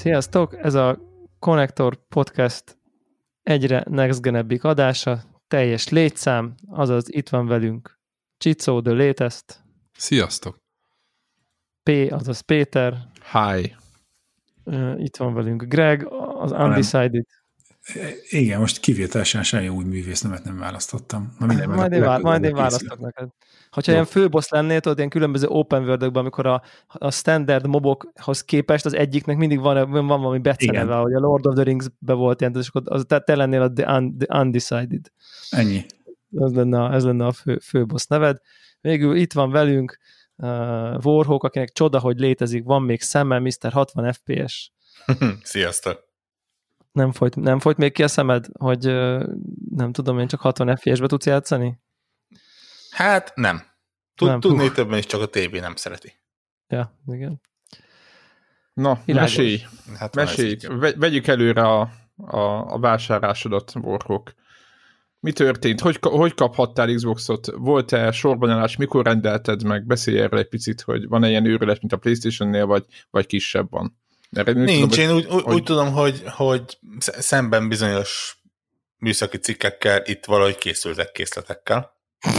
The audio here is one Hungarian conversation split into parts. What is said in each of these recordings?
Sziasztok! Ez a Connector Podcast egyre next gen-ebbik adása, teljes létszám, azaz itt van velünk Csicó, the latest. Sziasztok! P, azaz Péter. Hi! Itt van velünk Greg, az Undecided. Igen, most kivételesen semmi új művésznemet nem választottam. Majd én választok neked. Ha ilyen főbossz lennél, tudod, ilyen különböző open world-ökben, amikor a standard mobokhoz képest az egyiknek mindig van valami beceneve, ahogy a Lord of the Rings-be volt ilyen, és akkor te lennél a The Undecided. Ennyi. Ez lenne a főbossz neved. Végül itt van velünk Warhawk, akinek csoda, hogy létezik, van még szeme, Mr. 60 FPS. Sziasztok! Nem folyt még ki a szemed, hogy nem tudom, én csak 60 FPS-be tudsz játszani? Hát nem. Tudni többen is, csak a tévé nem szereti. Ja, igen. Na, mesélj! Hát mesélj. Vegyük előre a vásárlásodat, Warhawk. Mi történt? Hogy kaphattál Xboxot? Volt-e sorbanállás? Mikor rendelted meg? Beszélj erről egy picit, hogy van-e ilyen őrület, mint a PlayStation-nél, vagy kisebb van? Nincs, én úgy tudom, hogy szemben bizonyos műszaki cikkekkel itt valahogy készültek készletekkel.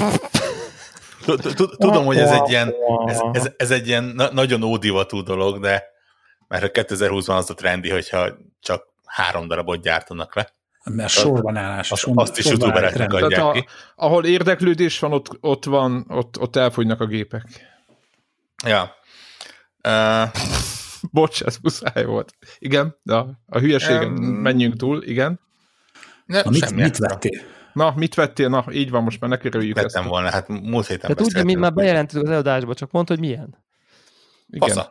Tudom, hogy ez egy ilyen nagyon ódivatú dolog, de mert 2020-ban az a trendi, hogyha csak 3 darabot gyártanak le. Mert sorban állás. Azt is youtubereknek adják ki. Ahol érdeklődés van, ott elfogynak a gépek. Ja. Bocs, ez muszáj volt. Igen, de a hülyeségen menjünk túl, igen. Mit vettél? Na, mit vettél? Na, így van, most már ne kerüljük ezt. Vettem volna, hát múlt héten beszéltünk. Tehát úgy, már bejelentük az eladásba, csak mondd, hogy milyen. Igen. Fasza.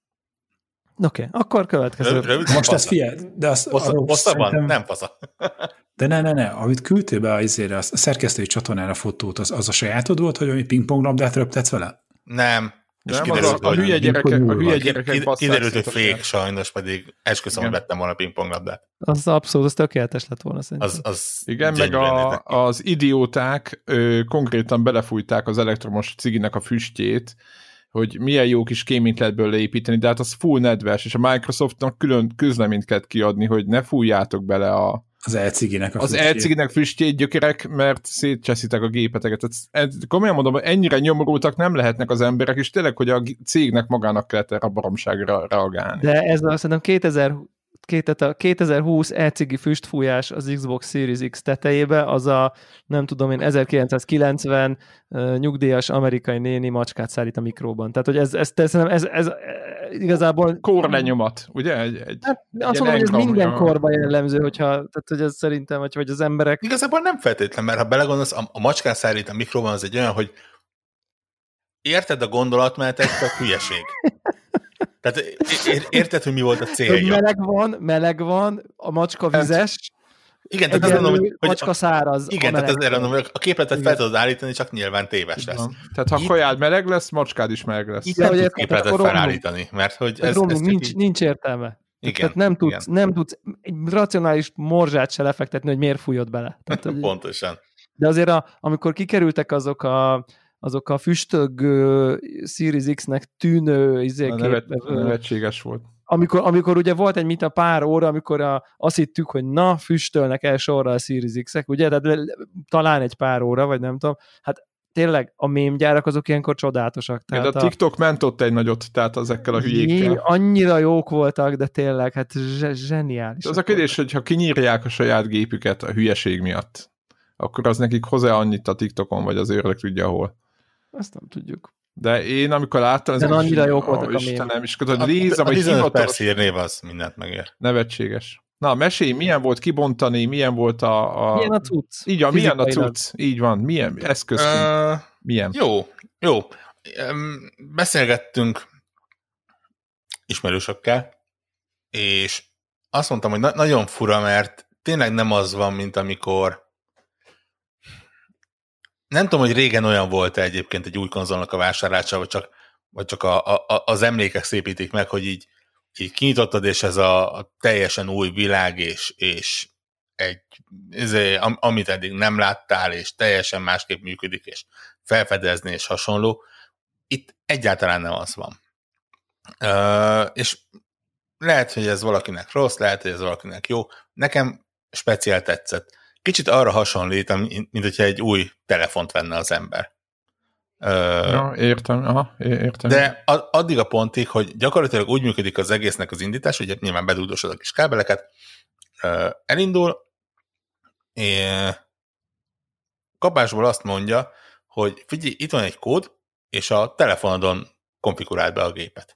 Oké, akkor következő. Most ez figyelj, de azt... Hosszabban? Nem fasza. De ne, amit küldtél be a szerkesztői csatornára fotót, az a sajátod volt, hogy ami pingponglabdát röptetsz vele? Nem. És a hülye gyerekek kiderült, hogy fék sajnos, pedig esküszöm, hogy vettem volna pingponglabdát. Az abszolút, az tökéletes lett volna szerintem. Igen, meg az idióták konkrétan belefújták az elektromos ciginek a füstjét, hogy milyen jó kis kémint lehet belőle építeni, de hát az full nedves, és a Microsoftnak külön közleményt kell kiadni, hogy ne fújjátok bele az e-ciginek füstjét, gyökerek, mert szétcseszitek a gépeteket. Komolyan mondom, hogy ennyire nyomorultak nem lehetnek az emberek, és tényleg, hogy a cégnek magának kellett erre a baromságra reagálni. De ez szerintem 2020 e-cigi füstfújás az Xbox Series X tetejébe, az a, nem tudom én, 1990 nyugdíjas amerikai néni macskát szállít a mikróban. Tehát, hogy ez igazából... Kórlenyomat, ugye? Azt mondom, hogy ez minden korban jellemző, tehát, hogy ez szerintem, vagy az emberek... Igazából nem feltétlen, mert ha belegondolsz, a macskát szállít a mikróban az egy olyan, hogy érted a gondolatmenetet, csak hülyeség. Tehát érted, hogy mi volt a célja? Meleg van, a macska vizes, igen, tehát azt mondom, hogy macska száraz. Igen, tehát ezért mondom, hogy a képletet fel tudod állítani, csak nyilván téves lesz. Tehát ha kajád meleg lesz, macskád is meleg lesz. Itt nem tudsz képletet felállítani, mert hogy ez nincs értelme. Igen, tehát nem tudsz egy racionális morzsát se lefektetni, hogy miért fújod bele. Tehát, pontosan. De azért amikor kikerültek azok a füstögő Series X-nek tűnő nevetséges volt. Amikor ugye volt egy pár óra, amikor azt hittük, hogy na, füstölnek el sorra a Series X-ek, ugye? Tehát talán egy pár óra, vagy nem tudom. Hát tényleg a mémgyárak azok ilyenkor csodálatosak. Tehát a TikTok ment ott egy nagyot, tehát ezekkel a hülyékkel. Annyira jók voltak, de tényleg, hát zseniális. Az a kérdés, hogy ha kinyírják a saját gépüket a hülyeség miatt, akkor az nekik hozzá annyit a TikTokon, vagy az őrlek tudja hol. Ezt nem tudjuk. De én, amikor láttam... De annyira jók voltak a Istenem, és tudod, nézem, hogy 15 perc hírnév az mindent megér. Nevetséges. Na, mesélj, milyen volt kibontani, milyen volt Milyen a cucc? Így van, milyen a cucc? Így van, milyen eszköz? Milyen? Jó. Beszélgettünk ismerősökkel, és azt mondtam, hogy nagyon fura, mert tényleg nem az van, mint amikor nem tudom, hogy régen olyan volt-e egyébként egy új konzolnak a vásárlása, vagy csak az emlékek szépítik meg, hogy így kinyitottad, és ez a teljesen új világ, és amit eddig nem láttál, és teljesen másképp működik, és felfedezni, és hasonló. Itt egyáltalán nem az van. És lehet, hogy ez valakinek rossz, lehet, hogy ez valakinek jó. Nekem speciál tetszett. Kicsit arra hasonlít, mint hogyha egy új telefont venne az ember. Ja, értem. De addig a pontig, hogy gyakorlatilag úgy működik az egésznek az indítás, hogy nyilván bedugdosod a kis kábeleket, elindul, és kapásból azt mondja, hogy figyelj, itt van egy kód, és a telefonodon konfiguráld be a gépet.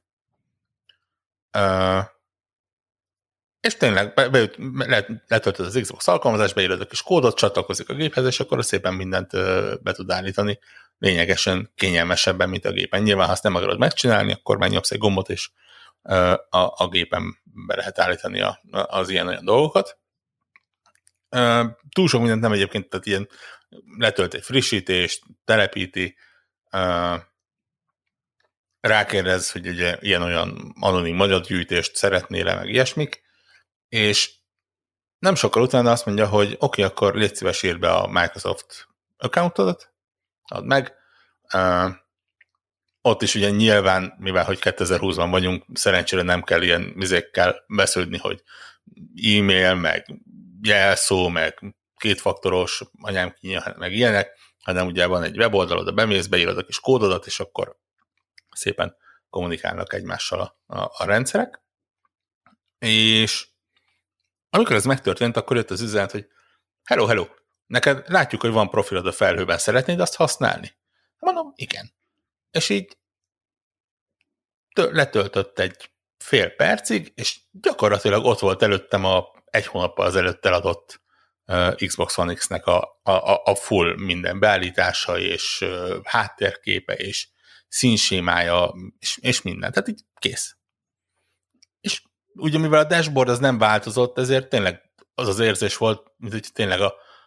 És tényleg letöltöd az Xbox alkalmazást, beírod a kis kódot, csatlakozik a géphez, és akkor szépen mindent be tud állítani. Lényegesen kényelmesebben, mint a gépen. Nyilván, ha azt nem akarod megcsinálni, akkor már nyomsz egy gombot, és a gépen be lehet állítani az ilyen-olyan dolgokat. Túl sok mindent nem egyébként, tehát ilyen letölt egy frissítést, telepíti, rákérdez, hogy ugye ilyen-olyan anonim adatgyűjtést szeretnél, meg ilyesmik, és nem sokkal utána azt mondja, hogy oké, akkor légy szíves, írd be a Microsoft accountodat, add meg. Ott is ugye nyilván, mivel hogy 2020-ban vagyunk, szerencsére nem kell ilyen vizékkel besződni, hogy e-mail, meg jelszó, meg kétfaktoros anyámkínja, meg ilyenek, hanem ugye van egy weboldalod, bemész, beírod a kis kódodat, és akkor szépen kommunikálnak egymással a rendszerek. És amikor ez megtörtént, akkor jött az üzenet, hogy hello, neked látjuk, hogy van profilod a felhőben, szeretnéd azt használni? Mondom, igen. És így letöltött egy fél percig, és gyakorlatilag ott volt előttem egy hónappal az előtt eladott Xbox One X-nek a full minden beállítása, és háttérképe, és színsémája, és minden. Tehát így kész. És ugye mivel a dashboard az nem változott, ezért tényleg az az érzés volt, mint hogy tényleg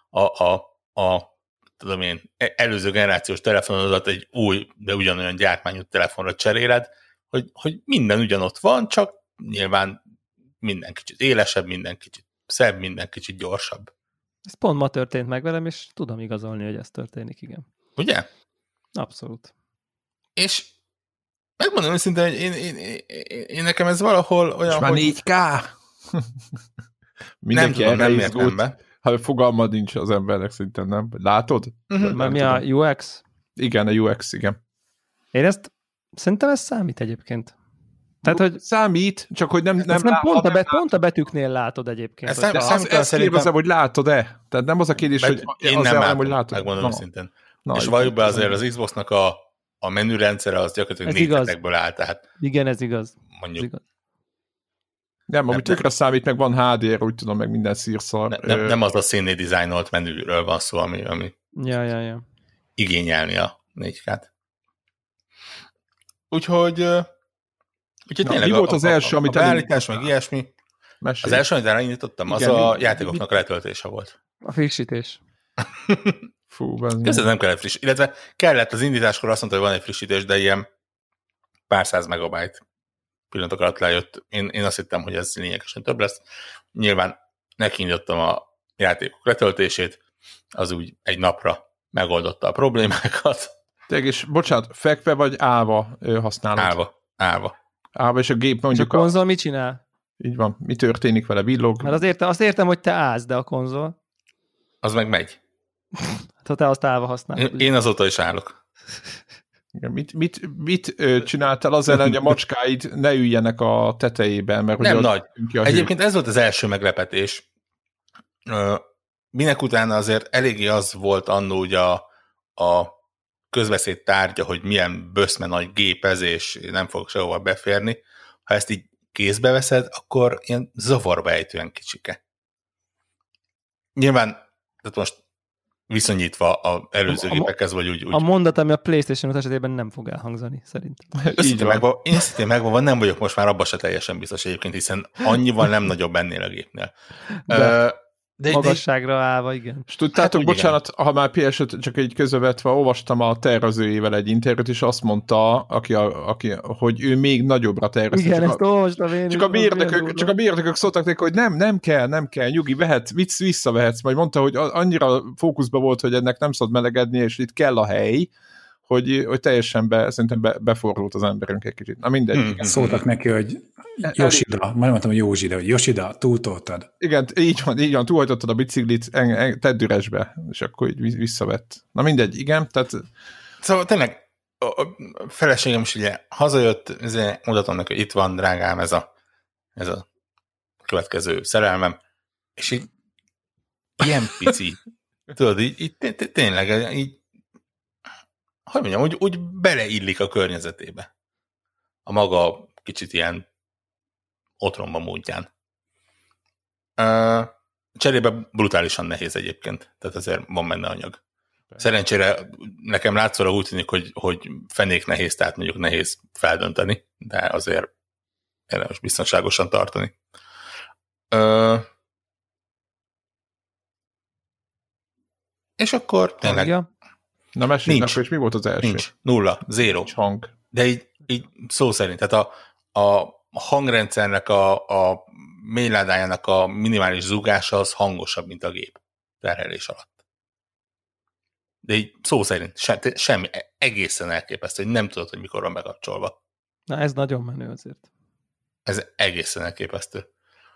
tudom én, előző generációs telefonodat egy új, de ugyanolyan gyártmányú telefonra cseréled, hogy minden ugyanott van, csak nyilván minden kicsit élesebb, minden kicsit szebb, minden kicsit gyorsabb. Ez pont ma történt meg velem, és tudom igazolni, hogy ez történik, igen. Ugye? Abszolút. És megmondom őszintén, hogy én nekem ez valahol olyan, és már hogy... 4K? Nem tudom, nem értem be. Ha fogalmad nincs az embernek, szerintem nem. Látod? Már mi a UX? Igen, a UX, igen. Szerintem ez számít egyébként. Tehát, hogy számít, csak hogy nem pont a betűknél látod egyébként. Ezt kérdezem, hogy látod-e? Tehát nem az a kérdés, hogy én nem látom, hogy látod. Megmondom őszintén. És valljuk be azért az Xboxnak a menürendszere az gyakorlatilag négyzetekből áll. Tehát igen, ez igaz. Mondjuk. Ez igaz. Nem, ami tökre számít, meg van HDR, úgy tudom, meg minden szírszar. Nem az a színné dizájnolt menüről van szó, ami Ja. igényelni a 4K-t. Úgyhogy tényleg mi volt az első, amit a beállítás, meg ilyesmi. Mesélj. Az első, amit elindítottam, az a játékoknak a letöltése volt. A frissítés. Közben nem kellett friss. Illetve kellett az indításkor, azt mondta, hogy van egy frissítés, de ilyen pár száz megabyte pillanatok alatt lejött. Én azt hittem, hogy ez lényegesen több lesz. Nyilván nekiindítottam a játékok letöltését, az úgy egy napra megoldotta a problémákat. És bocsánat, fekve vagy állva használod? Állva, és a gép mondjuk... És a konzol mit csinál? Így van. Mi történik vele? Villog? Mert azt értem, hogy te állsz, de a konzol... Az meg megy. Hát, ha te azt állva használod. Én azóta is állok. Mit csináltál az ellen, hogy a macskáid ne üljenek a tetejében? Mert nem nagy. Egyébként ez volt az első meglepetés. Minek utána azért eléggé az volt annó ugye a közbeszéd tárgya, hogy milyen böszme nagy gép ez, és nem fog sehova beférni. Ha ezt így kézbe veszed, akkor ilyen zavarba ejtően kicsike. Nyilván, tehát most viszonyítva az előző gépekhez, vagy úgy... A mondat, ami a PlayStation 5 esetében nem fog elhangzani, szerintem. Én szintén megvan, nem vagyok most már abban se teljesen biztos egyébként, hiszen annyival nem nagyobb ennél a gépnél. De magasságra állva, igen. És tudtátok, bocsánat, igen. Ha már PS5 csak egy közövetve, olvastam a tervezőjével egy interjút, és azt mondta, aki, hogy ő még nagyobbra tervez. Igen, ezt olvastam én. Csak a mérdökök szóltak neki, hogy nem kell, nyugi, visszavehetsz. Majd mondta, hogy annyira fókuszban volt, hogy ennek nem szabad melegedni, és itt kell a hely, hogy teljesen szerintem befordult az emberünk egy kicsit. Na mindegy. Szóltak neki, hogy Yoshida, már nem mondtam, hogy Yoshida, hogy Yoshida, túltoltad. Igen, így van, túlhajtottad a biciklit, tedd üresbe, és akkor így visszavett. Na mindegy, igen, tehát... Szóval tényleg a feleségem is ugye hazajött, mutatom neki, hogy itt van, drágám, ez a következő szerelmem, és így ilyen pici, tudod, így tényleg így, hogy mondjam, úgy beleillik a környezetébe. A maga kicsit ilyen otromba módján. Cserébe brutálisan nehéz egyébként, tehát azért van benne anyag. Szerencsére nekem látszólag úgy tűnik, hogy fenék nehéz, tehát mondjuk nehéz feldönteni, de azért érdemes biztonságosan tartani. És akkor tényleg na mesélj, akkor és mi volt az első? Nincs, 0, 0. Nincs hang. De így szó szerint, tehát a hangrendszernek a mélyládájának a minimális zúgása az hangosabb, mint a gép terhelés alatt. De így szó szerint semmi, egészen elképesztő, hogy nem tudod, hogy mikor van bekapcsolva. Na ez nagyon menő azért. Ez egészen elképesztő.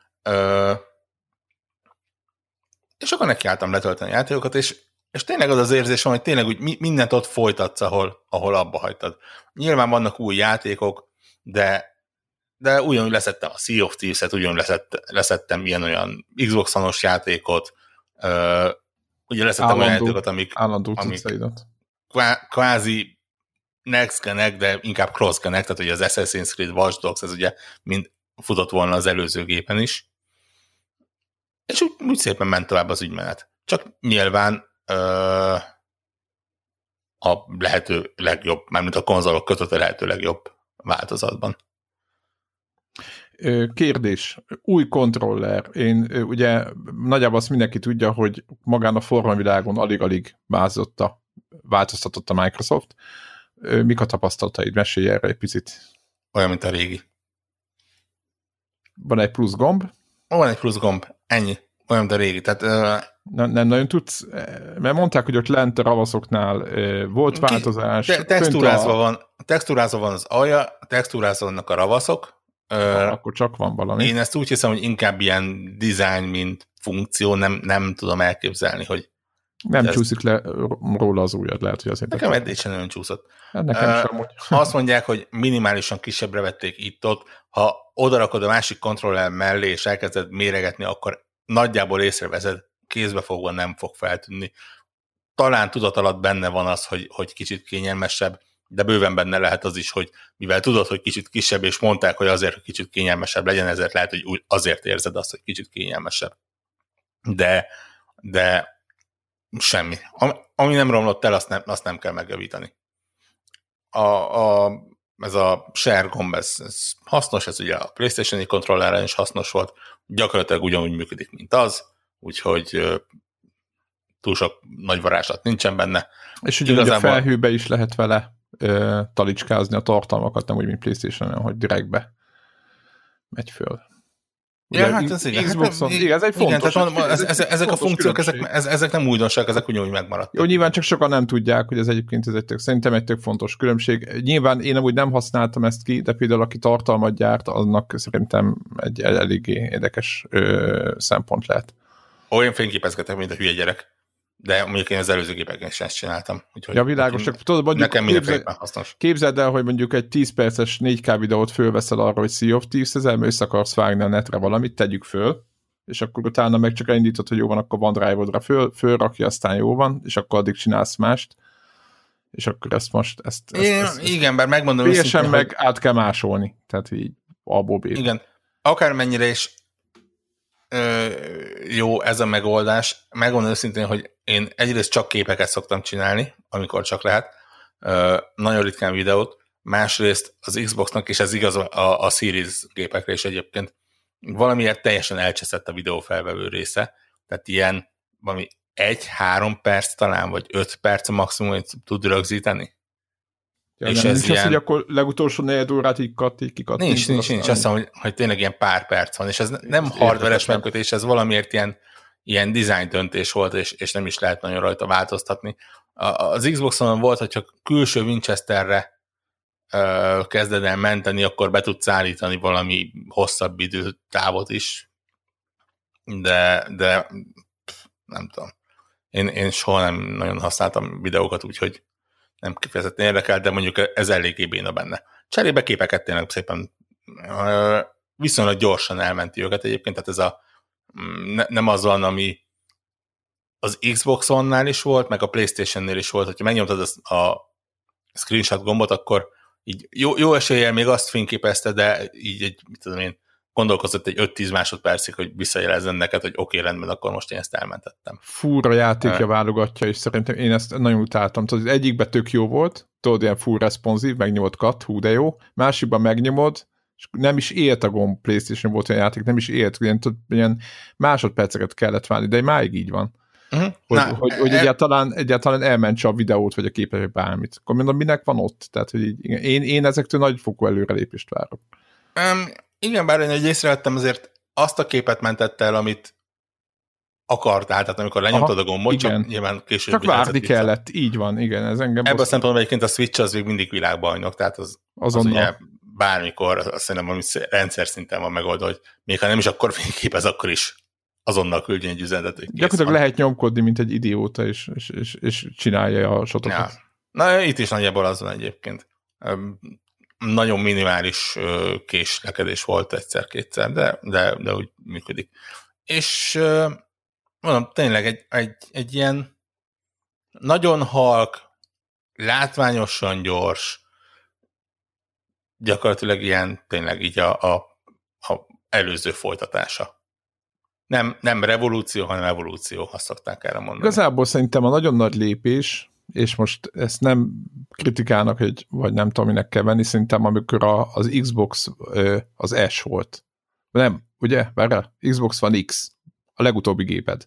És akkor nekiálltam letölteni a játékokat, és tényleg az az érzés van, hogy tényleg úgy mindent ott folytatsz, ahol abba hagytad. Nyilván vannak új játékok, de ugyanúgy leszettem a Sea of Thieves-et, ugyanúgy leszettem ilyen-olyan Xbox One-os játékot, ugye leszettem olyan játékokat, amik kvázi next-genek, de inkább cross-genek, tehát ugye az Assassin's Creed Watch Dogs, ez ugye mind futott volna az előző gépen is. És úgy szépen ment tovább az ügymenet. Csak nyilván a lehető legjobb, mármint a konzolok között a lehető legjobb változatban. Kérdés. Új kontroller. Én ugye nagyjából azt mindenki tudja, hogy magán a formavilágon alig-alig változtatott a Microsoft. Mik a tapasztalataid? Mesélj erre egy picit. Olyan, mint a régi. Van egy plusz gomb? Van egy plusz gomb. Ennyi. Olyan, mint a régi. Tehát, nem nagyon tudsz, mert mondták, hogy ott lent a ravaszoknál volt változás. Textúrázva van az alja, textúrázva vannak a ravaszok. Akkor csak van valami. Én ezt úgy hiszem, hogy inkább ilyen design, mint funkció, nem tudom elképzelni, hogy nem csúszik le róla az ujjad, lehet, hogy azért. Nekem eddig sem nagyon csúszott. Nekem sem úgy. Azt mondják, hogy minimálisan kisebbre vették itt-ott. Ha odarakod a másik kontroller mellé, és elkezded méregetni, akkor nagyjából észreveszed, kézbefogva nem fog feltűnni. Talán tudat alatt benne van az, hogy kicsit kényelmesebb, de bőven benne lehet az is, hogy mivel tudod, hogy kicsit kisebb, és mondták, hogy azért, hogy kicsit kényelmesebb legyen, ezért lehet, hogy azért érzed azt, hogy kicsit kényelmesebb. De semmi. Ami nem romlott el, azt nem kell megjavítani. Ez a share gomb, ez hasznos, ez ugye a PlayStation-i kontrollerren is hasznos volt, gyakorlatilag ugyanúgy működik, mint az, úgyhogy túl sok nagy varázslat nincsen benne. És ugye a felhőbe is lehet vele talicskázni a tartalmakat, nem úgy, mint PlayStation-en, hogy direktbe megy föl. Ugye, ja, hát ez igen. Igen, ez egy fontos. Igen, ezek a funkciók, ezek nem újdonság, ezek ugyanúgy megmaradtak. Jó, nyilván csak sokan nem tudják, hogy ez egyébként szerintem egy tök fontos különbség. Nyilván én amúgy nem használtam ezt ki, de például aki tartalmat gyárt, annak szerintem egy eléggé érdekes szempont lehet. Olyan fényképezgetek, mint a hülye gyerek. De mondjuk én az előző gépeken is ezt csináltam. Úgyhogy ja, világos, csak tudod, mondjuk nekem mindenféleképpen hasznos. Képzeld el, hogy mondjuk egy 10 perces 4K videót fölveszel arra, hogy Sea of Thieves-ezel, mert össze akarsz vágni a netre valamit, tegyük föl, és akkor utána meg csak elindítod, hogy jó van, akkor OneDrive-odra fölrakja, aztán jó van, és akkor addig csinálsz mást, és akkor ezt igen, bár megmondom őszintén, meg hogy át kell másolni, tehát így abból bér. Igen, akármennyire is jó ez a megoldás. Megmondom őszintén, hogy én egyrészt csak képeket szoktam csinálni, amikor csak lehet, nagyon ritkán videót, másrészt az Xboxnak, és ez igaz a Series gépekre is egyébként, valamiért teljesen elcseszett a videófelvevő része, tehát ilyen valami 1-3 perc talán, vagy 5 perc maximum, hogy tud rögzíteni. Ja, és ez ilyen... az, hogy akkor legutolsó 4 órát így kikatni. Nincs. Azt mondom, hogy tényleg ilyen pár perc van, és ez nem hardveres megkötés, ez valamiért ilyen design döntés volt, és nem is lehet nagyon rajta változtatni. Az Xboxon volt, hogyha külső Winchesterre kezded el menteni, akkor be tudsz állítani valami hosszabb időtávot is, de nem tudom. Én soha nem nagyon használtam videókat, úgyhogy nem kifejezetten érdekel, de mondjuk ez eléggé béna benne. Cserébe képeket tényleg szépen viszonylag gyorsan elmenti őket egyébként, tehát ez nem az van, ami az Xbox One-nál is volt, meg a PlayStation-nél is volt, hogyha megnyomtad a screenshot gombot, akkor így jó eséllyel még azt fényképezte, de így mit tudom én, gondolkozott egy 5-10 másodpercig, hogy visszajelezzen neked, hogy oké, rendben, akkor most én ezt elmentettem. Fúra játékja válogatja, és szerintem én ezt nagyon utáltam. Tehát az egyikben tök jó volt, tudod, ilyen full responsív, megnyomod cut, hú de jó, másikban megnyomod, és nem is élt a gomb, PlayStation volt olyan játék, nem is élt, ilyen másodperceket kellett várni, de máig így van. Hogy egyáltalán elmentse a videót, vagy a képet, vagy bármit. Akkor mondom, minek van ott? Tehát, hogy így, én ezektől nagyfokú előrelépést várok. Igen, bár én egy észrevettem, azért azt a képet mentette el, amit akartál, tehát amikor lenyomtad a gombot, csak nyilván később. Csak várni kellett, így van, igen. Ez engem ebből a szempontból egyébként a Switch az még mindig világbajnok, tehát az ugye bármikor, azt hiszem, ami rendszer szinten van megoldva, hogy még ha nem is akkor fényképez, akkor is azonnal küldjön egy üzenetet. Gyakorlatilag lehet nyomkodni, mint egy idióta, és csinálja a sotokat. Ja. Na, itt is nagyjából az van egyébként. Nagyon minimális késlekedés volt egyszer-kétszer, de úgy működik. És mondom, tényleg egy ilyen nagyon halk, látványosan gyors, gyakorlatilag ilyen tényleg így a előző folytatása. Nem revolúció, hanem evolúció, azt szokták erre mondani. Igazából szerintem a nagyon nagy lépés, és most ezt nem kritikának, vagy nem tudom, minek kell venni, szerintem amikor az Xbox az S volt. Nem, ugye? Várjál? Xbox van X, a legutóbbi géped.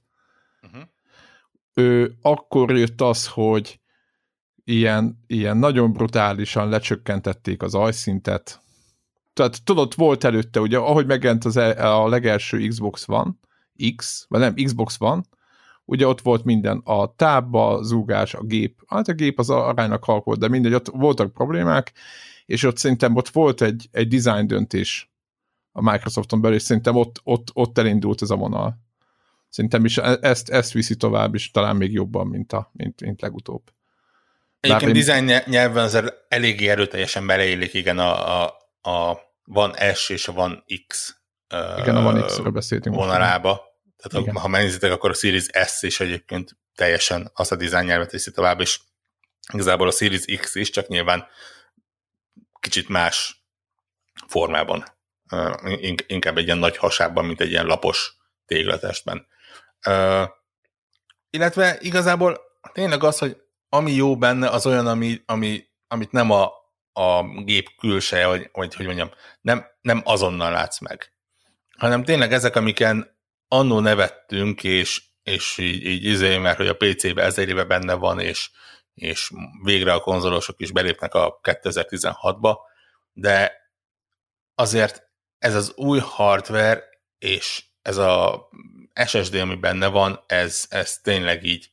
Akkor jött az, hogy ilyen nagyon brutálisan lecsökkentették az ajszintet. Tehát tudod, volt előtte, ugye, ahogy megjelent a legelső Xbox One, vagy nem, Xbox One, ugye ott volt minden, a tábba, zúgás, a gép, hát a gép az aránylag halk volt, de mindegy, ott voltak problémák, és ott szerintem ott volt egy design döntés a Microsofton belül, és szerintem ott elindult ez a vonal. Szerintem is ezt viszi tovább, és talán még jobban, mint legutóbb. Egyébként design nyelven azért eléggé erőteljesen beleillik, igen, a van S és a van X igen, a van X-ről beszéltünk vonalába. Tehát ha megnézitek, akkor a Series S is egyébként teljesen azt a design nyelvet viszi tovább, és igazából a Series X is, csak nyilván kicsit más formában. Inkább egy ilyen nagy hasában, mint egy ilyen lapos téglatestben. Illetve igazából tényleg az, hogy ami jó benne, az olyan, amit nem a gép külseje, vagy hogy mondjam, nem azonnal látsz meg. Hanem tényleg ezek, amiken annó nevettünk, és így mert hogy a PC-be 1000 éve benne van, és végre a konzolosok is belépnek a 2016-ba, de azért ez az új hardware, és ez a SSD, ami benne van, ez tényleg így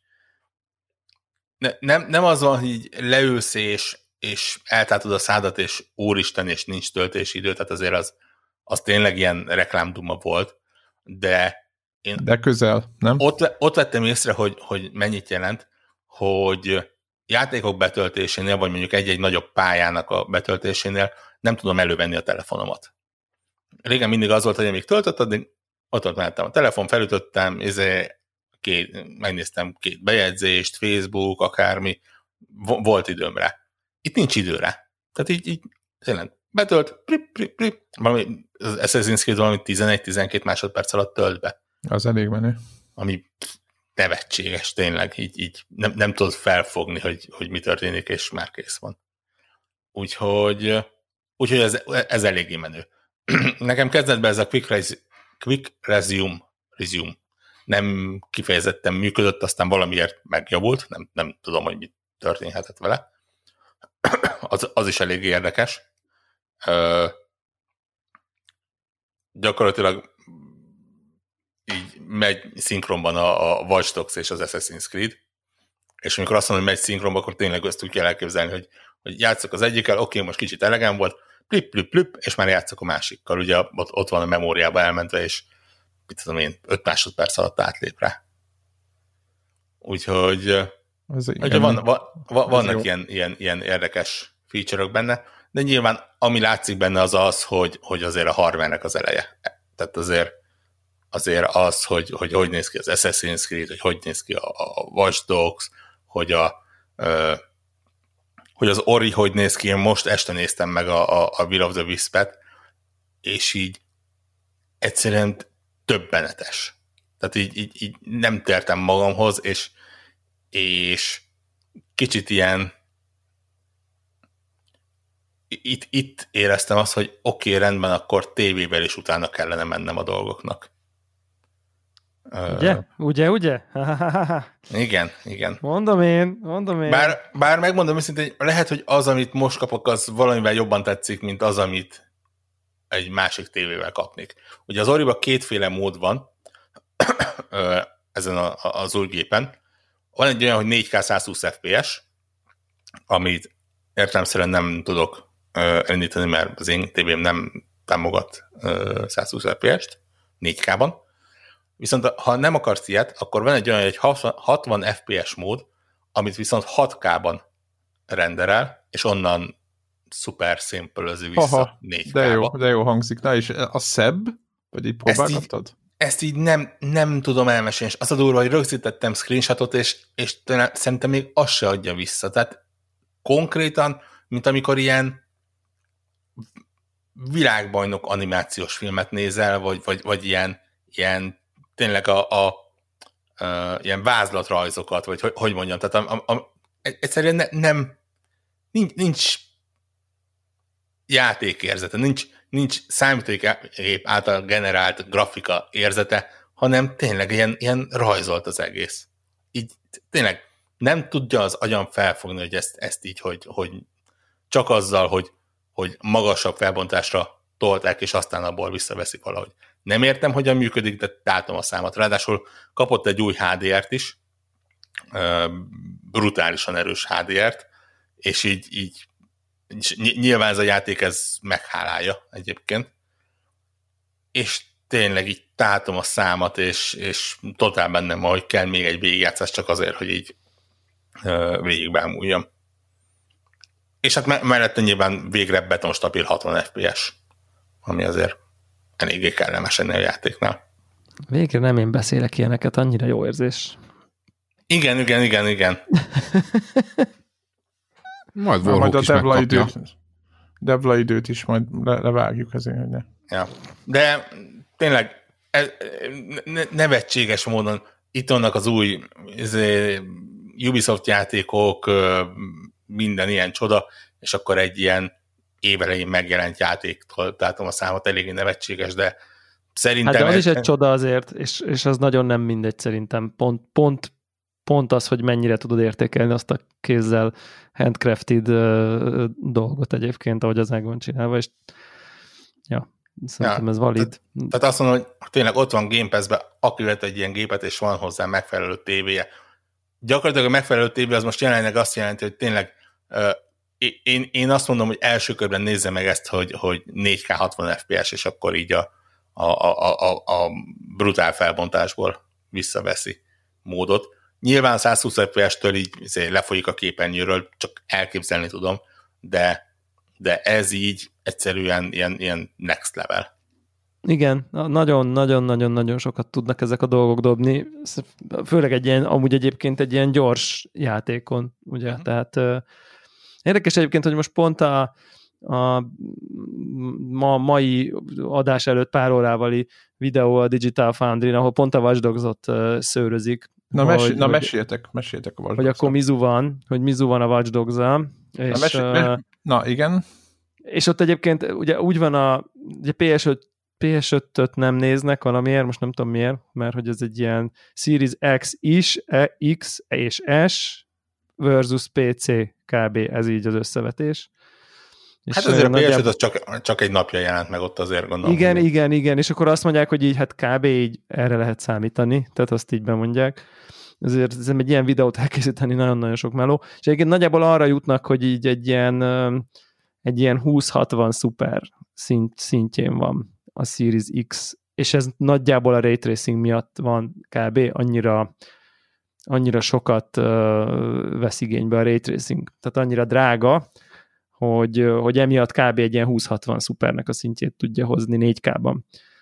nem az van, hogy így leülsz, és eltátod a szádat, és úristen, és nincs töltési idő, tehát azért az tényleg ilyen reklámduma volt, de közel, nem? Ott vettem észre, hogy mennyit jelent, hogy játékok betöltésénél, vagy mondjuk egy-egy nagyobb pályának a betöltésénél nem tudom elővenni a telefonomat. Régen mindig az volt, hogy amíg töltötted, ott mehettem a telefon, felütöttem, megnéztem 2 bejegyzést, Facebook, akármi, volt időm rá. Itt nincs időre. Tehát így tényleg betölt, valami, az Assassin's Creed valami 11-12 másodperc alatt tölt be. Az elég menő. Ami nevetséges, tényleg. Így nem tudod felfogni, hogy mi történik, és már kész van. Úgyhogy ez eléggé menő. Nekem kezdetben ez a Quick Resume nem kifejezetten működött, aztán valamiért megjavult, nem tudom, hogy mi történhetett vele. Az is elég érdekes. Gyakorlatilag így megy szinkronban a Watch Dogs és az Assassin's Creed, és amikor azt mondom, hogy megy szinkronban, akkor tényleg ezt úgy kell elképzelni, hogy játszok az egyikkel, oké, most kicsit elegem volt, plüpp, és már játszok a másikkal. Ugye ott van a memóriába elmentve, és mit tudom én, 5 másodperc alatt átlép rá. Úgyhogy vannak ilyen érdekes feature-ök benne, de nyilván ami látszik benne az, hogy azért a hardware-nek az eleje. Tehát azért az, hogy néz ki az Assassin's Creed, hogy néz ki a Watch Dogs, hogy az Ori hogy néz ki, én most este néztem meg a Will of the Wisp-et, és így egyszerűen döbbenetes. Tehát így nem tértem magamhoz, és kicsit ilyen itt éreztem azt, hogy oké, rendben, akkor tévével is utána kellene mennem a dolgoknak. Ugye? Igen. Mondom én. Bár megmondom őszintén, lehet, hogy az, amit most kapok, az valamivel jobban tetszik, mint az, amit egy másik tévével kapnék. Ugye az Oriban 2 mód van ezen az új gépen. Van egy olyan, hogy 4K 120 FPS, amit értelemszerűen nem tudok elindítani, mert az én tévém nem támogat 120 FPS-t 4K-ban. Viszont ha nem akarsz ilyet, akkor van egy olyan, egy 60 FPS mód, amit viszont 6K-ban renderel, és onnan szuper szémpölözi vissza 4K-ba. De jó hangzik. Na, és a szebb? Vagy így próbálgattad? Ezt így nem tudom elmesélni, és az a durva, hogy rögzítettem screenshotot, és szerintem még azt se adja vissza. Tehát konkrétan, mint amikor ilyen világbajnok animációs filmet nézel, vagy ilyen tényleg ilyen vázlatrajzokat, vagy hogy mondjam, tehát egyszerűen nincs játékérzete, nincs számítógép által generált grafika érzete, hanem tényleg ilyen rajzolt az egész. Így tényleg nem tudja az agyam felfogni, hogy ezt így, hogy csak azzal, hogy magasabb felbontásra tolták, és aztán abból visszaveszik valahogy. Nem értem, hogyan működik, de látom a számat. Ráadásul kapott egy új HDR-t is, brutálisan erős HDR-t, és így nyilván ez a játék ez meghálálja egyébként. És tényleg így tátom a számat, és totál bennem van, hogy kell még egy végigjátszás csak azért, hogy így végigbámuljam. És hát mellette nyilván végre betonstabil 60 FPS, ami azért eléggé kellemes ennél a játéknál. Végre nem én beszélek ilyeneket, annyira jó érzés. Igen. Majd Warhawk is megkapja. Devla időt is majd levágjuk ezért, hogy ne. Ja. De tényleg nevetséges módon itt vannak az új Ubisoft játékok, minden ilyen csoda, és akkor egy ilyen évelején megjelent játéktól látom a számot, eléggé nevetséges, de szerintem... Hát de az is egy csoda azért, és az nagyon nem mindegy szerintem. Pont az, hogy mennyire tudod értékelni azt a kézzel handcrafted dolgot egyébként, ahogy az meg van csinálva, és szerintem ez valid. Tehát azt mondom, hogy tényleg ott van Game Pass-ben, aki vett egy ilyen gépet, és van hozzá megfelelő tévéje. Gyakorlatilag a megfelelő tévé az most jelenleg azt jelenti, hogy tényleg én azt mondom, hogy első körben nézze meg ezt, hogy 4K 60 FPS, és akkor így a brutál felbontásból visszaveszi módot. Nyilván 120 FPS-től így lefolyik a képernyőről, csak elképzelni tudom, de ez így egyszerűen ilyen next level. Igen, nagyon sokat tudnak ezek a dolgok dobni, főleg amúgy egyébként egy ilyen gyors játékon, ugye, tehát érdekes egyébként, hogy most pont a mai adás előtt pár órávali videó a Digital Foundry-n, ahol pont a Watch Dogs-ot szőrözik. Meséltek a Watch Dogs-ot. Hogy akkor Mizu van a Watch Dogs-al. Na, igen. És ott egyébként ugye úgy van ugye PS5-öt nem néznek valamiért, most nem tudom miért, mert hogy ez egy ilyen Series X és S versus PC kb. Ez így az összevetés. Hát azért a PS5 az csak egy napja jelent meg ott, azért gondolom. Igen, és akkor azt mondják, hogy így hát kb. Így erre lehet számítani, tehát azt így bemondják. Ezért egy ilyen videót elkészíteni nagyon-nagyon sok meló. És egyébként nagyjából arra jutnak, hogy így egy ilyen 20-60 szuper szintjén van a Series X, és ez nagyjából a Ray Tracing miatt van kb. Annyira sokat vesz igénybe a Ray Tracing, tehát annyira drága, hogy emiatt kb. Egy ilyen 20-60 szupernek a szintjét tudja hozni 4K-ban.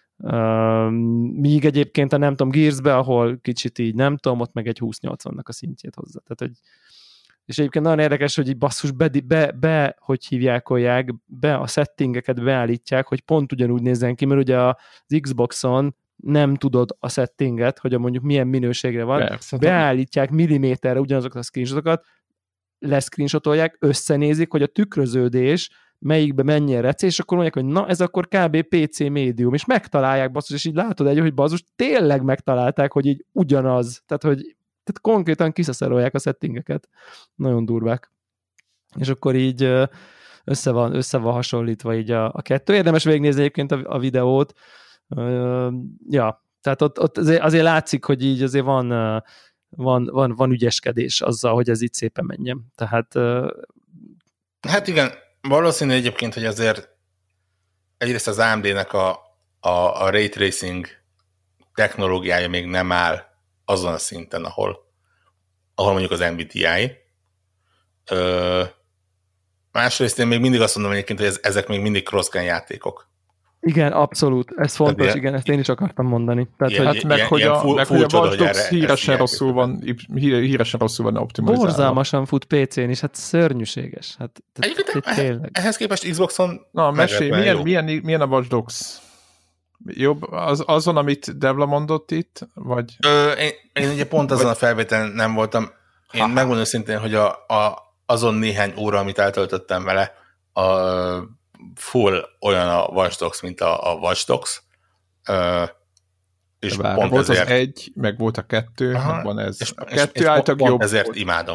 Míg egyébként a nem tudom, Gears-be, ahol kicsit így nem tudom, ott meg egy 20-80-nak a szintjét hozza. Tehát, és egyébként nagyon érdekes, hogy így basszus hogy hívjákolják, a settingeket beállítják, hogy pont ugyanúgy nézzen ki, mert ugye az Xboxon nem tudod a settinget, hogy mondjuk milyen minőségre van. Persze, beállítják milliméterre ugyanazokat a screenshotokat, leszcreenshotolják, összenézik, hogy a tükröződés melyikbe mennyire rec, és akkor mondják, hogy na, ez akkor kb. PC médium, és megtalálják, basszus, és így látod hogy basszus, tényleg megtalálták, hogy így ugyanaz, tehát konkrétan kiszaszarolják a settingeket. Nagyon durvák. És akkor így össze van hasonlítva így a kettő. Érdemes végignézni egyébként a videót. Ja, tehát ott azért látszik, hogy így azért van ügyeskedés azzal, hogy ez itt szépen menjen. Tehát... Hát igen, valószínű egyébként, hogy azért egyrészt az AMD-nek a Ray Tracing technológiája még nem áll azon a szinten, ahol mondjuk az NVIDIA-i. Másrészt én még mindig azt mondom egyébként, hogy ezek még mindig cross-gen játékok. Igen, abszolút. Ez fontos, tehát igen, ezt én is akartam mondani. Tehát, hogy a Watch Dogs híresen rosszul van optimalizálva. Borzalmasan fut PC-n is, hát szörnyűséges. Hát, tényleg. Ehhez képest Xboxon... Na, mesélj, milyen a Watch Dogs? Jobb azon, amit Devla mondott itt? Vagy? Én ugye pont azon a felvételen nem voltam. Én megmondom szintén, hogy azon néhány óra, amit eltöltöttem vele, full olyan a Watch Dogs, mint a Watch Dogs. És pont volt ezért... az 1, meg volt a 2, meg van ez. És, a 2 általában jobb ezért volt. Imádom.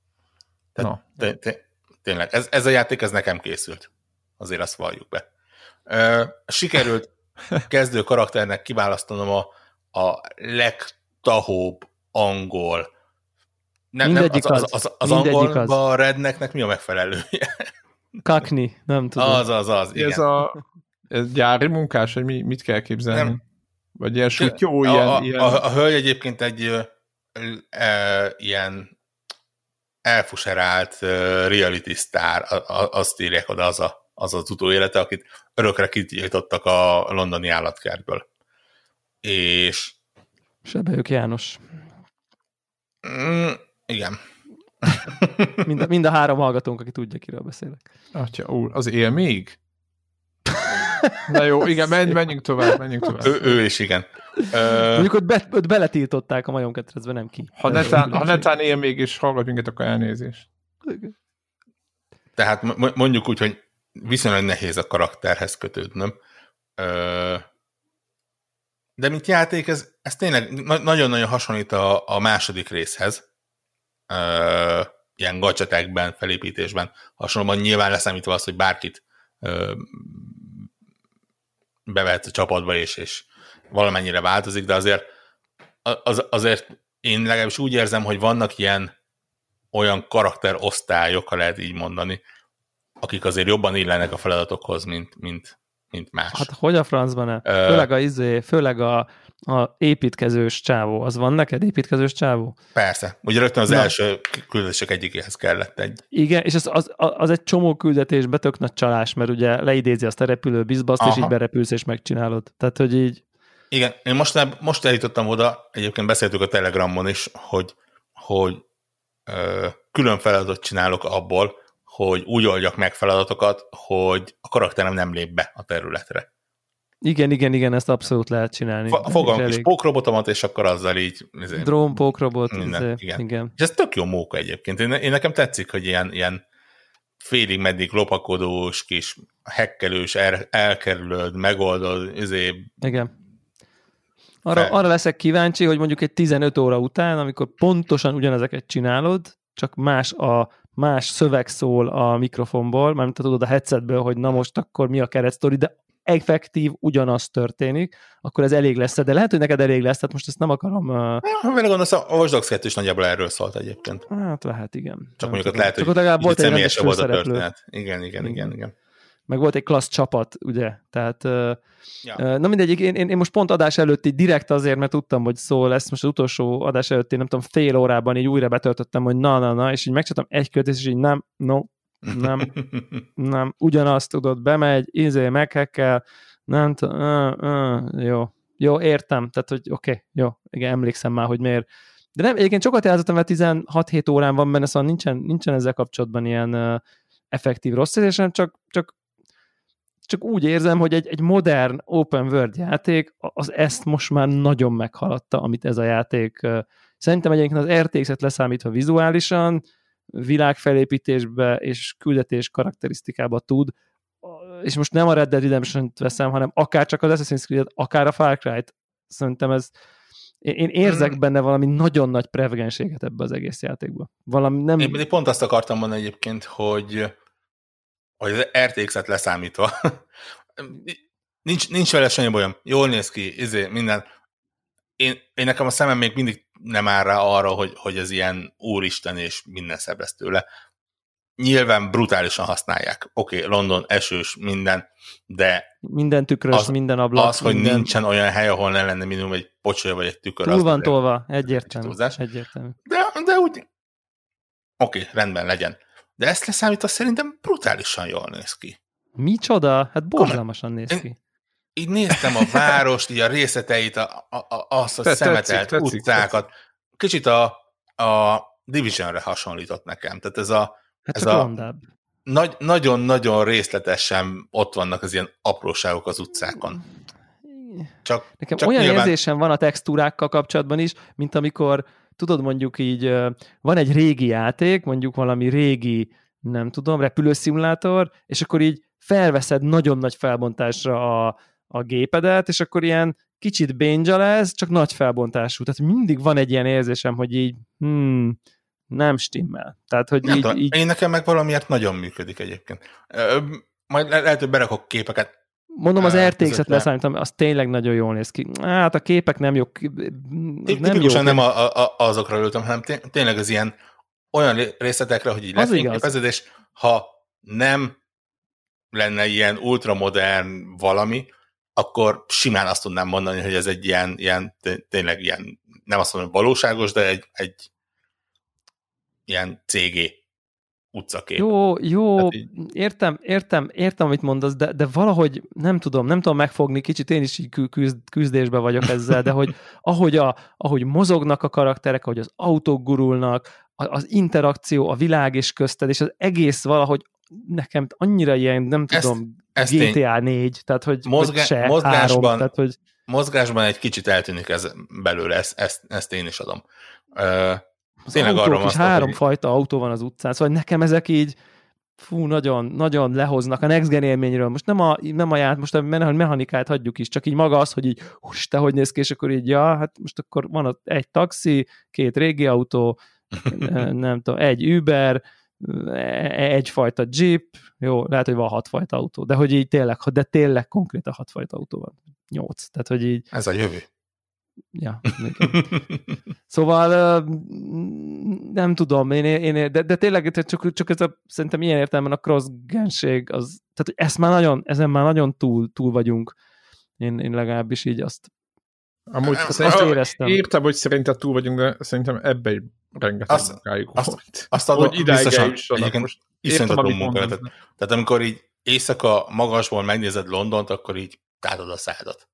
Tényleg, ez a játék, ez nekem készült. Azért azt valljuk be. Sikerült kezdő karakternek kiválasztanom a legtahóbb angol. Az angolban a rednecknek mi a megfelelője? Kakni, nem tudom. Az, igen. Ez gyári munkás, hogy mit kell képzelni? Nem. Vagy ilyen sütyó, ilyen... A hölgy egyébként egy ilyen elfuserált reality sztár, azt írják oda, az utóélete, akit örökre kitiltottak a londoni állatkertből. És... Sebejük János. Igen. Mind a 3 hallgatónk, aki tudja, kiről beszélek. Atya úr, az él még? Na jó, igen, menjünk tovább. Ő is, igen. Mondjuk ott beletiltották a majomketrecbe, nem ki. Ha netán él még, és hallgat minket, akkor elnézést. Tehát mondjuk úgy, hogy viszonylag nehéz a karakterhez kötődnöm. De mint játék, ez tényleg nagyon-nagyon hasonlít a második részhez. Ilyen gadgetekben, felépítésben hasonlóan, nyilván leszámítva az, hogy bárkit bevehetsz a csapatba, és valamennyire változik, de azért én legalábbis úgy érzem, hogy vannak olyan karakterosztályok, ha lehet így mondani, akik azért jobban illenek a feladatokhoz, mint más. Hát hogy a francban ne? Főleg a építkezős csávó. Az van neked építkezős csávó? Persze. Ugye rögtön az első küldetések egyikéhez kellett egy. Igen, és az egy csomó küldetésbe tök nagy csalás, mert ugye leidézi azt a repülő bizbaszt, és így berepülsz, és megcsinálod. Tehát, hogy így... Igen, én most eljutottam oda, egyébként beszéltük a Telegramon is, hogy külön feladatot csinálok abból, hogy úgy oldjak meg feladatokat, hogy a karakterem nem lép be a területre. Igen, ezt abszolút lehet csinálni. Fogom kis pókrobotomat, és akkor azzal így... Drón, pókrobot. Igen. És ez tök jó móka egyébként. Én nekem tetszik, hogy ilyen félig meddig lopakodós, kis hekkelős, elkerülöd, megoldod, Igen. Arra leszek kíváncsi, hogy mondjuk egy 15 óra után, amikor pontosan ugyanezeket csinálod, csak más a más szöveg szól a mikrofonból, mármint tudod a headsetből, hogy na most akkor mi a keretsztori, de effektív ugyanaz történik, akkor ez elég lesz. De lehet, hogy neked elég lesz, tehát most ezt nem akarom... Ha vele gondolsz, a Watch Dogs 2 is nagyjából erről szólt egyébként. Hát lehet, igen. Csak mondjuk ott lehet, hogy legalább volt egy rendes volt a főszereplő. történet. Igen. Meg volt egy klassz csapat, ugye? Tehát, na mindegy, én most pont adás előtt így direkt azért, mert tudtam, hogy szó lesz, most az utolsó adás előtt én nem tudom, fél órában így újra betöltöttem, hogy na, és így megcsináltam egy kört, és így nem, ugyanazt tudod, bemegy, meghekkel, nem tudom, jó, értem, tehát, hogy oké, jó, igen, emlékszem már, hogy miért. De nem, egyébként sokat játszottam, mert 16-7 órán van benne, szóval nincsen ezzel kapcsolatban ilyen effektív rossz érzésem, csak úgy érzem, hogy egy modern open world játék, az ezt most már nagyon meghaladta, amit ez a játék. Szerintem egyébként az RTX-et leszámítva vizuálisan, világfelépítésbe és küldetés karakterisztikába tud, és most nem a Red Dead Redemption-t veszem, hanem akár csak az Assassin's Creed-et, akár a Far Cry-t. Szerintem ez... Én érzek benne valami nagyon nagy prevegenséget ebbe az egész játékba. Valami nem... Én pont azt akartam mondani egyébként, hogy az RTX-et leszámítva nincs vele semmi bajom. Jól néz ki, minden. Én nekem a szemem még mindig nem áll rá arra, hogy ez ilyen úristen és minden szebb lesz tőle. Nyilván brutálisan használják. Oké, London, esős, minden, de minden tükrös, minden ablak. Az, hogy nincsen olyan hely, ahol ne lenne minimum egy pocsolya vagy egy tükör. Túl van tolva, egyértelmű. De úgy oké, rendben legyen. De ezt leszámítva szerintem brutálisan jól néz ki. Micsoda? Hát borzalmasan néz ki. Így néztem a várost, így a részleteit, azt a szemetelt utcákat. Kicsit a Divisionre hasonlított nekem. Tehát ez a nagyon-nagyon részletesen ott vannak az ilyen apróságok az utcákon. Nekem olyan érzésem van a textúrákkal kapcsolatban is, mint amikor tudod, mondjuk így van egy régi játék, mondjuk valami régi, nem tudom, repülőszimulátor, és akkor így felveszed nagyon nagy felbontásra a gépedet, és akkor ilyen kicsit bénja lesz, csak nagy felbontású. Tehát mindig van egy ilyen érzésem, hogy így nem stimmel. Tehát, hogy nem így, tudom, így... Én nekem meg valamiért nagyon működik egyébként. Majd lehet, hogy berakok képeket. Mondom, az RTX-et leszállítom, az tényleg nagyon jól néz ki. Hát a képek nem jók. Nem azokra ültem, hanem tényleg az ilyen olyan részletekre, hogy így lefényképezed, és ha nem lenne ilyen ultramodern valami, akkor simán azt tudnám mondani, hogy ez egy ilyen tényleg ilyen, nem azt mondom, valóságos, de egy ilyen CG utcakép. Jó, hát értem, amit mondasz, de valahogy nem tudom megfogni, kicsit én is így küzdésben vagyok ezzel, de hogy ahogy mozognak a karakterek, ahogy az autók gurulnak, az interakció, a világ és közted, és az egész valahogy nekem annyira ilyen, nem tudom, GTA 4, tehát hogy mozgásban, 3, tehát hogy... Mozgásban egy kicsit eltűnik ez belőle, ezt én is adom. Az autók is háromfajta autó van az utcán, szóval nekem ezek így nagyon, nagyon lehoznak a Next Gen élményről. Most most a mechanikát hagyjuk is, csak így maga az, hogy így, te hogy néz ki, és akkor így, hát most akkor van ott egy taxi, 2 régi autó, nem tudom, egy Uber, egyfajta Jeep, jó, lehet, hogy van 6 fajta autó, de hogy így tényleg konkrétan 6 fajta autó van. 8. Tehát, hogy így... Ez a jövő. Ja, szóval nem tudom, de tényleg csak ez szerintem ilyen értelemben a cross-genség, tehát ezen már nagyon túl vagyunk. Én legalábbis így azt éreztem. Értem, hogy szerintem túl vagyunk, de szerintem ebbe egy rengeteg munkájuk volt. Azt adom, hogy idáig eljussanak. Iszonyatos munka. Tehát amikor így éjszaka magasból megnézed Londont, akkor így tátod a szádat.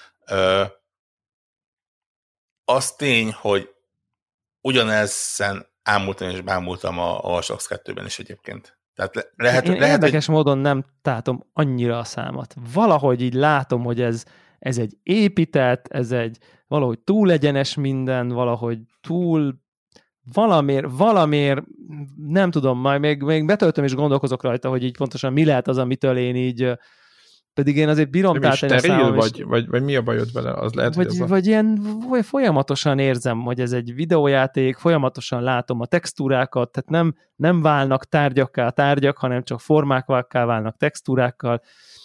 Az tény, hogy ugyanezen ámultam és bámultam a Watch Dogs 2-ben is egyébként. Tehát lehet, érdekes módon nem tátom annyira a számat. Valahogy így látom, hogy ez egy épített, ez egy valahogy túl egyenes minden, valahogy túl valamiért nem tudom, majd még betöltöm és gondolkozok rajta, hogy így pontosan mi lehet az, amitől én így Pedig én azért bírom tátani a számom. Vagy mi a bajod vele? Az lehet, vagy ilyen folyamatosan érzem, hogy ez egy videójáték, folyamatosan látom a textúrákat, tehát nem válnak tárgyakká a tárgyak, hanem csak formákká válnak textúrákkal.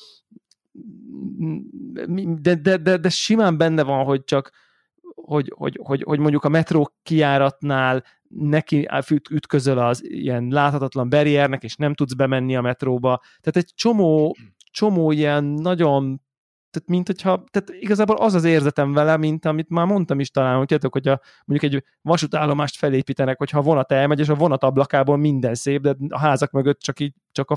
De simán benne van, hogy csak hogy mondjuk a metró kijáratnál neki ütközöl az ilyen láthatatlan barriernek, és nem tudsz bemenni a metróba. Tehát egy csomó ilyen nagyon, tehát mint hogyha, tehát igazából az érzetem vele, mint amit már mondtam is talán, hogy tudjátok, hogyha mondjuk egy vasútállomást felépítenek, hogyha a vonat elmegy, és a vonat ablakából minden szép, de a házak mögött csak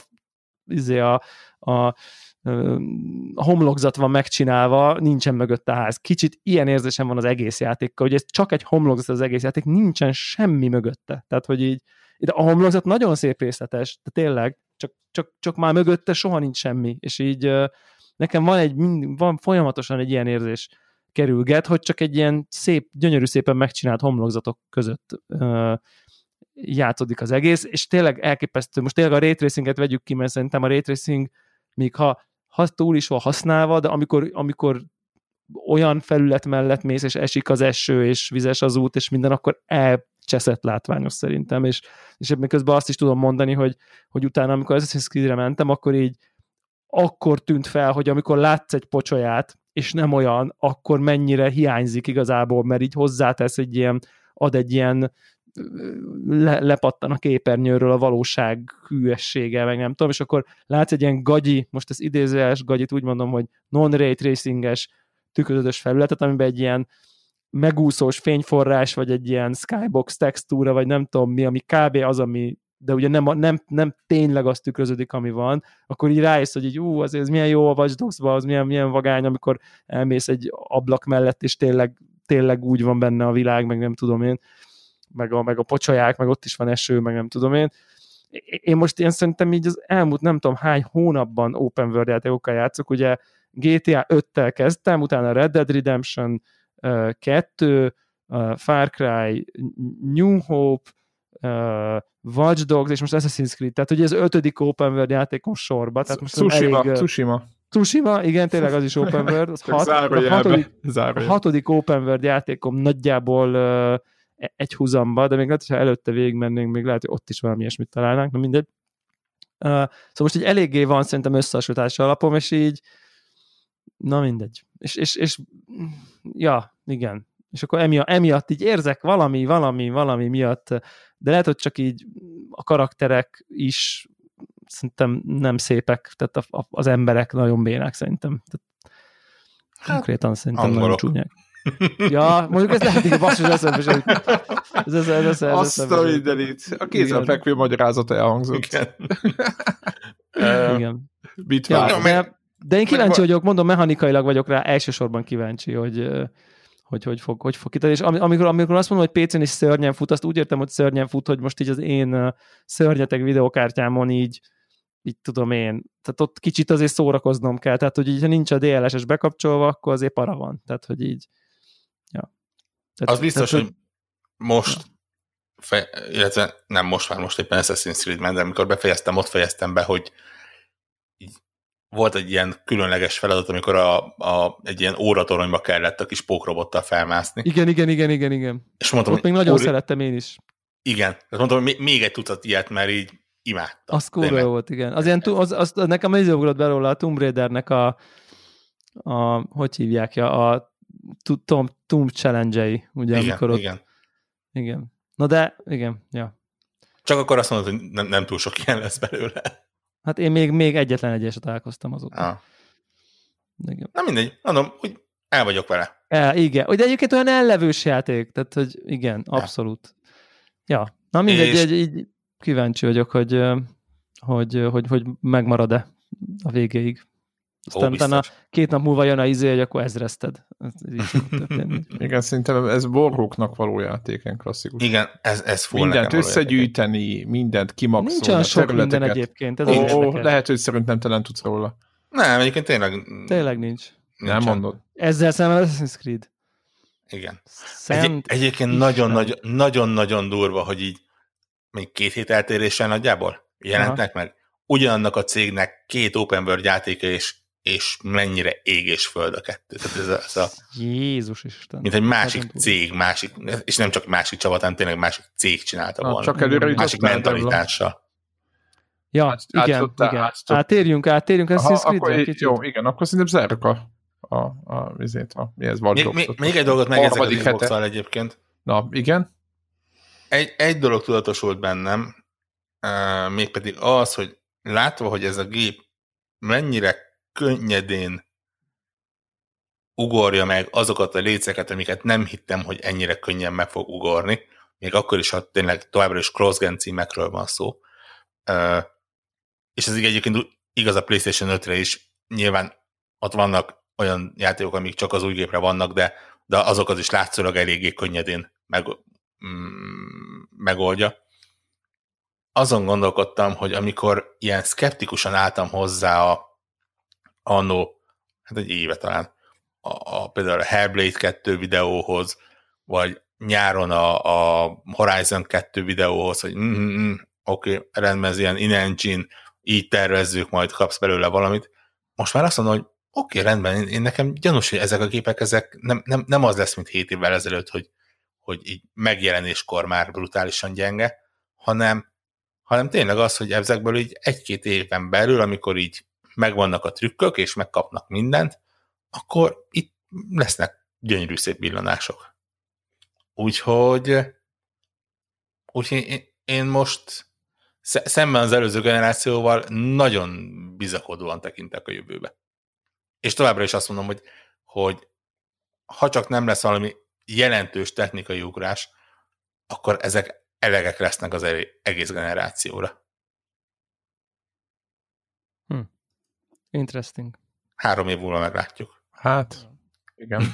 a homlokzat van megcsinálva, nincsen mögött a ház. Kicsit ilyen érzésem van az egész játékkal, hogy ez csak egy homlokzat az egész játék, nincsen semmi mögötte. Tehát, hogy így, de a homlokzat nagyon szép részletes, de tényleg, csak már mögötte soha nincs semmi, és így nekem van folyamatosan egy ilyen érzés kerülget, hogy csak egy ilyen szép, gyönyörű szépen megcsinált homlokzatok között játszódik az egész, és tényleg elképesztő. Most tényleg a ray tracinget vegyük ki, mert szerintem a ray tracing még ha túl is van használva, de amikor olyan felület mellett mész, és esik az eső, és vizes az út, és minden, akkor elcseszett látványos szerintem, és ebben közben azt is tudom mondani, hogy utána, amikor Assassin's Creed-re mentem, akkor tűnt fel, hogy amikor látsz egy pocsolyát, és nem olyan, akkor mennyire hiányzik igazából, mert így hozzátesz ad egy ilyen lepattan a képernyőről a valóság hűessége, meg nem tudom, és akkor látsz egy ilyen gagyi, most ez idézőjeles gagyit úgy mondom, hogy non-ray tracinges tükröződös felületet, amiben egy ilyen megúszós fényforrás, vagy egy ilyen skybox textúra, vagy nem tudom mi, ami kb. Az, ami, de ugye nem tényleg az tükröződik, ami van, akkor így rájössz, hogy így azért ez milyen jó a Watch Dogs-ban, az milyen vagány, amikor elmész egy ablak mellett, és tényleg úgy van benne a világ, meg nem tudom én, meg a pocsolyák, meg ott is van eső, meg nem tudom én. Én most ilyen szerintem így az elmúlt nem tudom hány hónapban open world játékokkal játszok, ugye GTA 5-tel kezdtem, utána Red Dead Redemption 2, Far Cry, New Hope, Watch Dogs, és most Assassin's Creed, tehát ugye ez 5. open world játékon sorba. Tehát most Tsushima, igen, tényleg az is open world. Az a 6. open world játékom nagyjából egy húzamba, de még lehet, hogyha előtte végigmennénk, még lehet, hogy ott is valami ilyesmit találnánk, na mindegy. Szóval most így eléggé van szerintem összehasonlítási alapom, és így na mindegy. És ja, igen. És akkor emiatt így érzek valami miatt, de lehet, hogy csak így a karakterek is szerintem nem szépek, tehát az emberek nagyon bénák szerintem. Tehát konkrétan szerintem nagyon csúnyák. Ja, mondjuk ez lehet, hogy basszus eszembe sem. Azt a mindenit. A kézenfekvő magyarázata elhangzott. Igen. De én kíváncsi vagyok, mondom, mechanikailag vagyok rá, elsősorban kíváncsi, hogy fog kitadni. És amikor azt mondom, hogy PC-n is szörnyen fut, azt úgy értem, hogy szörnyen fut, hogy most így az én szörnyeteg videokártyámon így tudom én, tehát ott kicsit azért szórakoznom kell, tehát hogy így, ha nincs a DLSS bekapcsolva, akkor azért para van, tehát hogy így ja. Tehát, az biztos, hogy most illetve nem most éppen Assassin's Creed-ben, de amikor befejeztem, ott fejeztem be, hogy volt egy ilyen különleges feladat, amikor egy ilyen óratoronyba kellett a kis pókrobottal felmászni. Igen. És mondtam, ott még nagyon szerettem én is. Igen. Mondtam, hogy még egy tucat ilyet, mert így imádtam. Az cool volt, igen. Az nekem az ugrott belőle a Tomb Raidernek a hogy hívják, a Tomb Challenge-ei, ugye, igen, amikor ott... Igen. Na de, igen, ja. Csak akkor azt mondod, hogy nem túl sok ilyen lesz belőle. Hát én még egyetlen egyesre találkoztam azóta. Igen. Na mindegy, mondom, hogy el vagyok vele. Igen, de egyébként olyan ellevős játék, tehát hogy igen, abszolút. Ja, na mindegy, így kíváncsi vagyok, hogy megmarad-e a végéig. Aztán utána 2 nap múlva jön a hogy akkor ezrezted. Igen, szerintem ez borróknak való játéken klasszikus. Igen, ez full mindent összegyűjteni, mindent kimaxolni. Nincs olyan sok minden egyébként. Lehet, hogy szerintem te nem tudsz róla. Nem, egyébként tényleg nincs. Nem mondod. Ezzel szemben Assassin's Creed. Igen. Egyébként nagyon-nagyon durva, hogy így még 2 hét eltéréssel nagyjából jelentek meg. Ugyanannak a cégnek 2 open world játéka, és és mennyire ég és föld a kettő. Tehát ez a Jézus Isten. mint egy másik cég, és nem csak másik csapat, hanem tényleg másik cég csinálta volna. Csak előre másik mentalitással. Ja, igen. Átérjünk Assassin's Creed-re kicsit. Jó, igen, akkor szerintem zárjuk mi ez még egy dolgot megjegyzek az Xbox-szal egyébként. Na, igen. Egy dolog tudatosult bennem, mégpedig az, hogy látva, hogy ez a gép mennyire könnyedén ugorja meg azokat a léceket, amiket nem hittem, hogy ennyire könnyen meg fog ugorni, még akkor is, ha tényleg továbbra is cross-gen címekről van szó. És ez egyébként igaz a PlayStation 5-re is, nyilván ott vannak olyan játékok, amik csak az új gépre vannak, de azokat is látszólag eléggé könnyedén megoldja. Azon gondolkodtam, hogy amikor ilyen szkeptikusan álltam hozzá annó, hát egy éve talán, például a Hellblade 2 videóhoz, vagy nyáron a Horizon 2 videóhoz, hogy oké, rendben, ez ilyen in-engine, így tervezzük, majd kapsz belőle valamit. Most már azt mondom, hogy oké, rendben, én nekem gyanús, hogy ezek a gépek, ezek nem az lesz, mint 7 évvel ezelőtt, hogy így megjelenéskor már brutálisan gyenge, hanem tényleg az, hogy ezekből így 1-2 éven belül, amikor így megvannak a trükkök, és megkapnak mindent, akkor itt lesznek gyönyörű szép villanások. Úgyhogy én most szemben az előző generációval nagyon bizakodóan tekintek a jövőbe. És továbbra is azt mondom, hogy ha csak nem lesz valami jelentős technikai ugrás, akkor ezek elegek lesznek az egész generációra. Interesting. 3 év múlva meglátjuk. Hát, igen.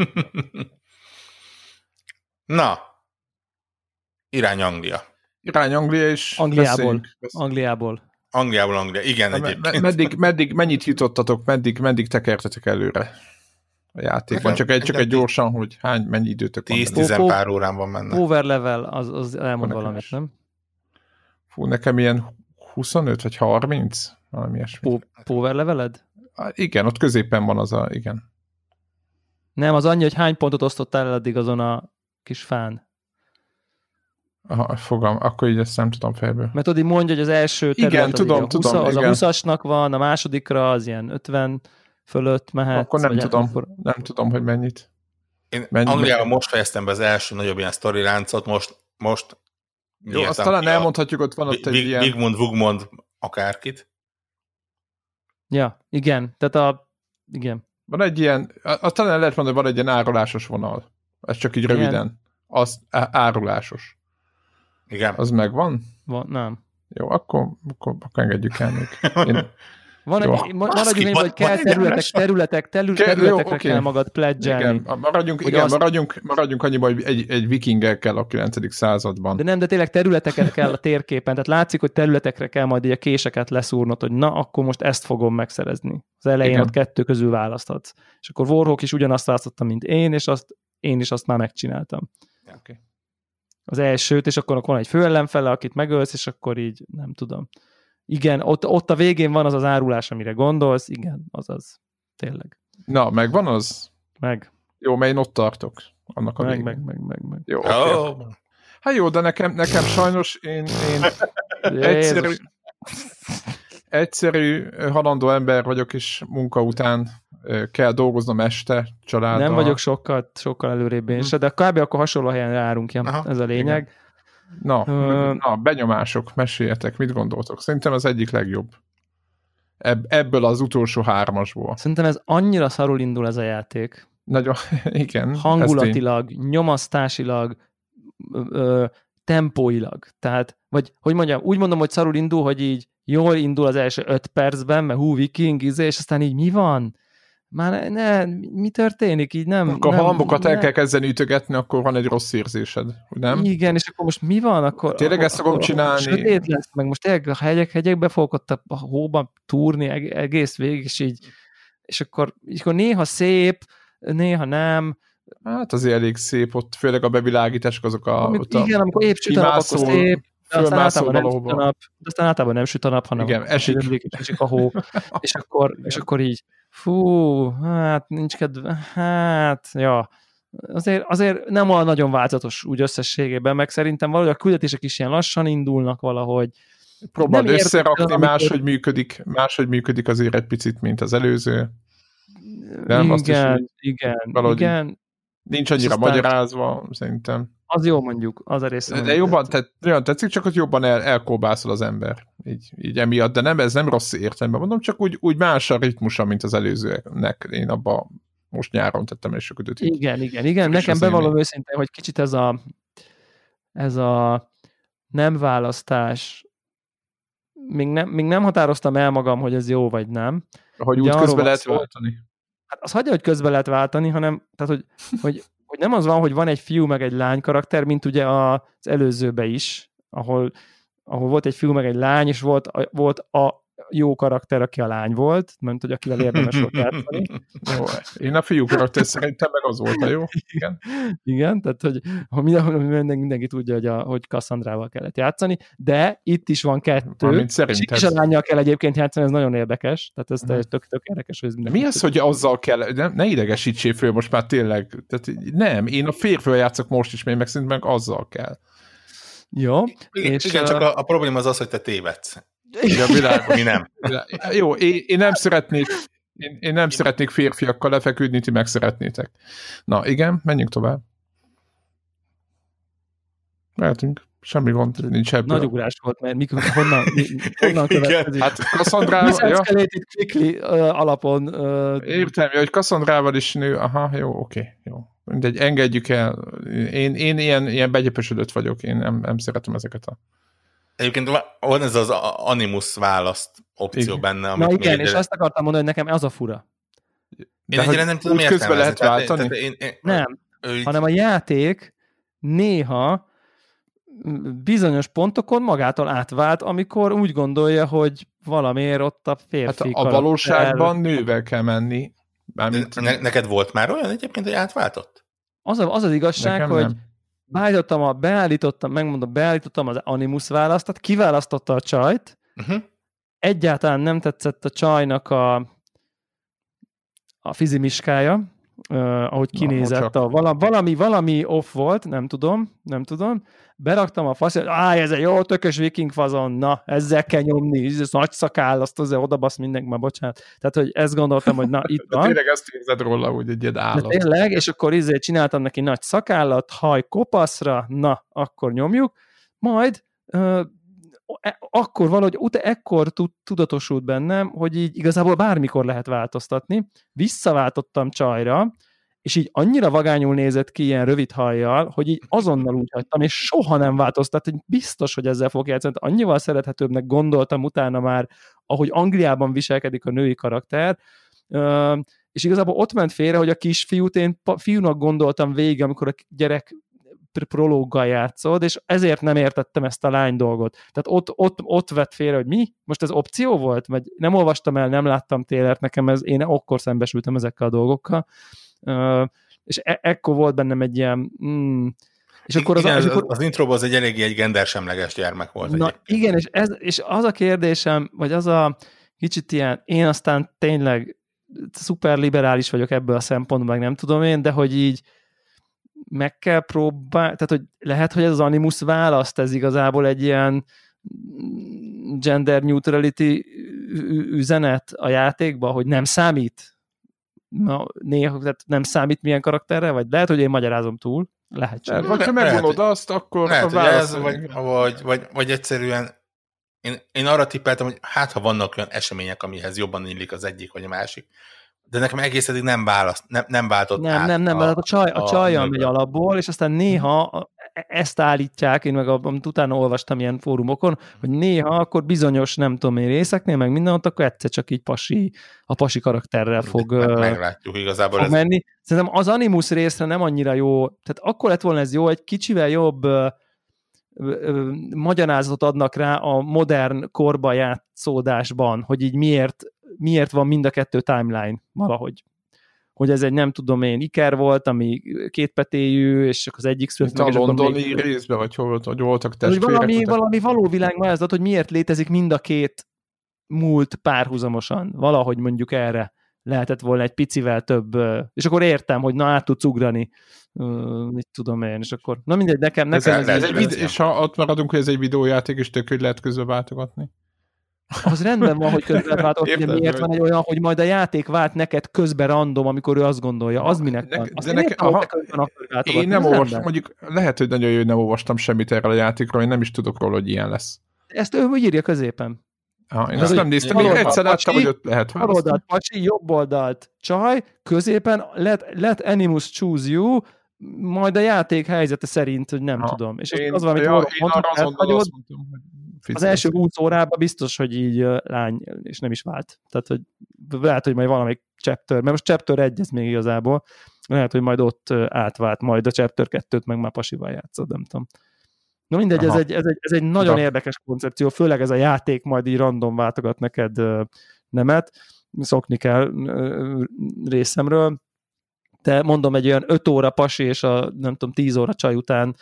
Na, irány Anglia. Irány Anglia is. Angliából. Anglia. Igen, egyébként. Meddig mennyit jutottatok, meddig tekertetek előre a játékban? Csak egy gyorsan, hogy mennyi időtök van. 10 pár órán van menne. Power level, az elmond valamit, nem? Fú, nekem ilyen 25 vagy 30? Valami ilyesmi. Power leveled? Igen, ott középen van igen. Nem, az annyi, hogy hány pontot osztottál el addig azon a kis fán. Aha, fogam, akkor így ezt nem tudom fejből. Mert tudod, mondja, hogy az első terület tudom, az a 20-asnak van, a másodikra az ilyen 50 fölött mehet. Akkor nem tudom, hogy mennyit. Én Angliában most fejeztem be az első nagyobb ilyen sztori láncot, most jó, azt talán elmondhatjuk, ott van ott egy ilyen... Vigmund, akárkit. Ja, igen, tehát igen. Van egy ilyen, azt talán lehet mondani, hogy van egy ilyen árulásos vonal. Ez csak így röviden. Igen. Az árulásos. Igen. Az megvan? Nem. Jó, akkor engedjük el még. Maradjunk, hogy kell területekre kell magad pledgelni. Maradjunk annyiban, hogy egy vikinggel kell a 9. században. De tényleg területeket kell a térképen, tehát látszik, hogy területekre kell majd így a késeket leszúrnod, hogy na, akkor most ezt fogom megszerezni. Az elején ott 2 közül választhatsz. És akkor Warhawk is ugyanazt választotta, mint én is azt már megcsináltam. Okay. Az elsőt, és akkor van egy főellenfele, akit megölsz, és akkor így, nem tudom. Igen, ott a végén van az árulás, amire gondolsz, igen, azaz, tényleg. Na, megvan az? Meg. Jó, mert én ott tartok. Annak a meg. Jó, okay. Hát jó, de nekem sajnos én egyszerű, halandó ember vagyok, és munka után kell dolgoznom este családdal. Nem vagyok sokkal előrébb én se, de kb. Akkor hasonló helyen járunk, ez a lényeg. Igen. Na, benyomások, meséljetek, mit gondoltok? Szerintem az egyik legjobb. Ebből az utolsó 3-asból. Szerintem ez annyira szarul indul ez a játék. Nagyon, igen. Hangulatilag, nyomasztásilag, tempóilag. Tehát, vagy hogy mondjam, úgy mondom, hogy szarul indul, hogy így jól indul az első 5 percben, mert viking, és aztán így mi van? Már mi történik? Így nem. Akkor ha hambokat el kell kezdeni ütögetni, akkor van egy rossz érzésed, nem? Igen, és akkor most mi van? Akkor, tényleg ezt fogom csinálni. Sötét lesz, meg most tényleg a hegyekbe fogok ott a hóban túrni egész végig, és akkor néha szép, néha nem. Hát azért elég szép ott, főleg a bevilágítások azok igen, amikor épp süt a nap, akkor szép. fölmászol valahova. De aztán általában nem süt a nap, hanem igen, esik a hó, és akkor így, fú, hát nincs kedve, hát, ja, azért nem olyan nagyon változatos úgy összességében, meg szerintem valahogy a küldetések is ilyen lassan indulnak valahogy. Próbáld összerakni, máshogy működik azért egy picit, mint az előző. Nem? Igen. Nincs annyira magyarázva, szerintem. Az jó mondjuk, az a része. De jobban olyan tetszik, csak ott jobban elkóbászol az ember. Így emiatt, de nem, ez nem rossz értelemben mondom, csak úgy más a ritmusa, mint az előzőnek. Én abba most nyáron tettem egy sok időt. Igen. Nekem bevallom őszintén, hogy kicsit ez a nem választás, még nem határoztam el magam, hogy ez jó vagy nem. Hogy úgy közben lehet váltani? Hát az hagyja, hogy közben lehet váltani, hanem tehát, hogy nem az van, hogy van egy fiú meg egy lány karakter, mint ugye az előzőbe is, ahol volt egy fiú meg egy lány, és volt a jó karakter, aki a lány volt, mert hogy akivel érdemes volt játszani. Jó, én a fiú karakter szerintem meg az volt a jó. Igen, tehát hogy mindenki tudja, hogy Cassandrával kellett játszani, de itt is van 2, és a lánnyal kell egyébként játszani, ez nagyon érdekes, tehát ez tök érdekes, hogy ez mi az, hogy azzal kell, ne idegesítsél föl most már tényleg, tehát nem, én a férfival játszok most is, meg szerintem meg azzal kell. Jó. Igen, csak a probléma az, hogy te tévedsz. Igen, világos. Mi nem. Jó, én nem szeretnék férfiakkal lefeküdni, ti meg szeretnétek. Na, igen, menjünk tovább. Mehetünk. Semmi gond, nincs ebből. Nagy ugrás volt, mert honnan következik? Hát Cassandrával, ja. Quickly alapon. Értem, hogy Cassandrával is nő. Aha, jó, oké. Jó. Mindegy, engedjük el. Én ilyen begyepesödött vagyok, én nem szeretem ezeket a... Egyébként van ez az Animus választ opció benne. Na igen, és azt akartam mondani, hogy nekem az a fura. Én egyre nem tudom értelmezni. Közben lehet váltani? Nem, hanem a játék néha bizonyos pontokon magától átvált, amikor úgy gondolja, hogy valamiért ott a férfi karakter. Hát a valóságban nővel kell menni. Neked volt már olyan egyébként, hogy átváltott? Az igazság, nekem hogy nem. Beállítottam az Animus választat, kiválasztotta a csajt, egyáltalán nem tetszett a csajnak a fizimiskája, ahogy kinézett, valami off volt, nem tudom, beraktam a faszit, ez egy jó tökös viking fazon, na, ezzel kell nyomni, ez nagy szakáll, azt azért odabasz mindenki, már bocsánat. Tehát, hogy ezt gondoltam, hogy na, itt van. Tényleg ezt érzed róla, hogy egy ilyen állat. De tényleg, és akkor csináltam neki nagy szakállat, haj kopaszra, na, akkor nyomjuk, majd akkor valahogy ekkor tudatosult bennem, hogy így igazából bármikor lehet változtatni. Visszaváltottam csajra, és így annyira vagányul nézett ki ilyen rövid hajjal, hogy így azonnal úgy hagytam, és soha nem változtat, hogy biztos, hogy ezzel fog játszani. Annyival szerethetőbbnek gondoltam utána már, ahogy Angliában viselkedik a női karakter, és igazából ott ment félre, hogy a kisfiút én fiúnak gondoltam végig, amikor a gyerek prológgal játszod, és ezért nem értettem ezt a lány dolgot. Tehát ott vett félre, hogy mi? Most ez opció volt? Vagy nem olvastam el, nem láttam Taylort, nekem én akkor szembesültem ezekkel a dolgokkal. És ekkor volt bennem egy ilyen... És akkor az intróban az egy gendersemleges gyermek volt. Na igen, és az a kérdésem, vagy az a kicsit ilyen, én aztán tényleg szuper liberális vagyok ebből a szempontból, meg nem tudom én, de hogy így meg kell próbálni, tehát hogy lehet, hogy ez az Animus választ, ez igazából egy ilyen gender neutrality üzenet a játékban, hogy nem számít. Néha tehát nem számít milyen karakterrel, vagy lehet, hogy én magyarázom túl. Lehetséges. Vagy ha megvonod azt, akkor lehet, a válasz... vagy egyszerűen én arra tippeltem, hogy hát ha vannak olyan események, amihez jobban illik az egyik vagy a másik, de nekem egész eddig nem váltott át. Nem, a csajjal megy alapból, és aztán néha ezt állítják, én meg utána olvastam ilyen fórumokon, hogy néha akkor bizonyos, nem tudom én, részeknél, meg minden, ott akkor egyszer csak így a pasi karakterrel fog meglátjuk igazából fog menni. Szerintem az Animus részre nem annyira jó, tehát akkor lett volna ez jó, egy kicsivel jobb magyarázatot adnak rá a modern korba játszódásban, hogy így miért van mind a kettő timeline valahogy. hogy ez egy nem tudom én iker volt, ami kétpetéjű, és csak az egyik született meg. A londoni részben, vagy hol voltak testvérek? Valami való világmázat, hogy miért létezik mind a két múlt párhuzamosan. Valahogy mondjuk erre lehetett volna egy picivel több, és akkor értem, hogy na át tudsz ugrani, mit tudom én, és akkor, na mindegy, nekem és ha ott maradunk, hogy ez egy videójáték, és tök, hogy lehet közben váltogatni. Az rendben van, hogy közben váltogatni, de miért van egy olyan, hogy majd a játék vált neked közben random, amikor ő azt gondolja, az minek van? Én nem olvastam, mondjuk lehet, hogy nagyon jó, hogy nem olvastam semmit erről a játékról, én nem is tudok róla, hogy ilyen lesz. Ezt ő úgy írja középen. Én ezt nem néztem, én egyszer láttam, hogy ott lehet választani. Bal oldalt pacsi, jobb oldalt csaj, középen let Animus choose you, majd a játék helyzete szerint, hogy nem tudom. És az van, amit mondhagyod, az első 20 órában biztos, hogy így lány, és nem is vált. Tehát, hogy lehet, hogy majd valamelyik chapter, mert most chapter 1 ez még igazából, lehet, hogy majd ott átvált, majd a chapter 2-t meg már pasival játszod, nem tudom. Na mindegy, ez egy nagyon érdekes koncepció, főleg ez a játék majd így random váltogat neked nemet, szokni kell részemről, de mondom, egy olyan 5 óra pasi és a nem tudom, 10 óra csaj után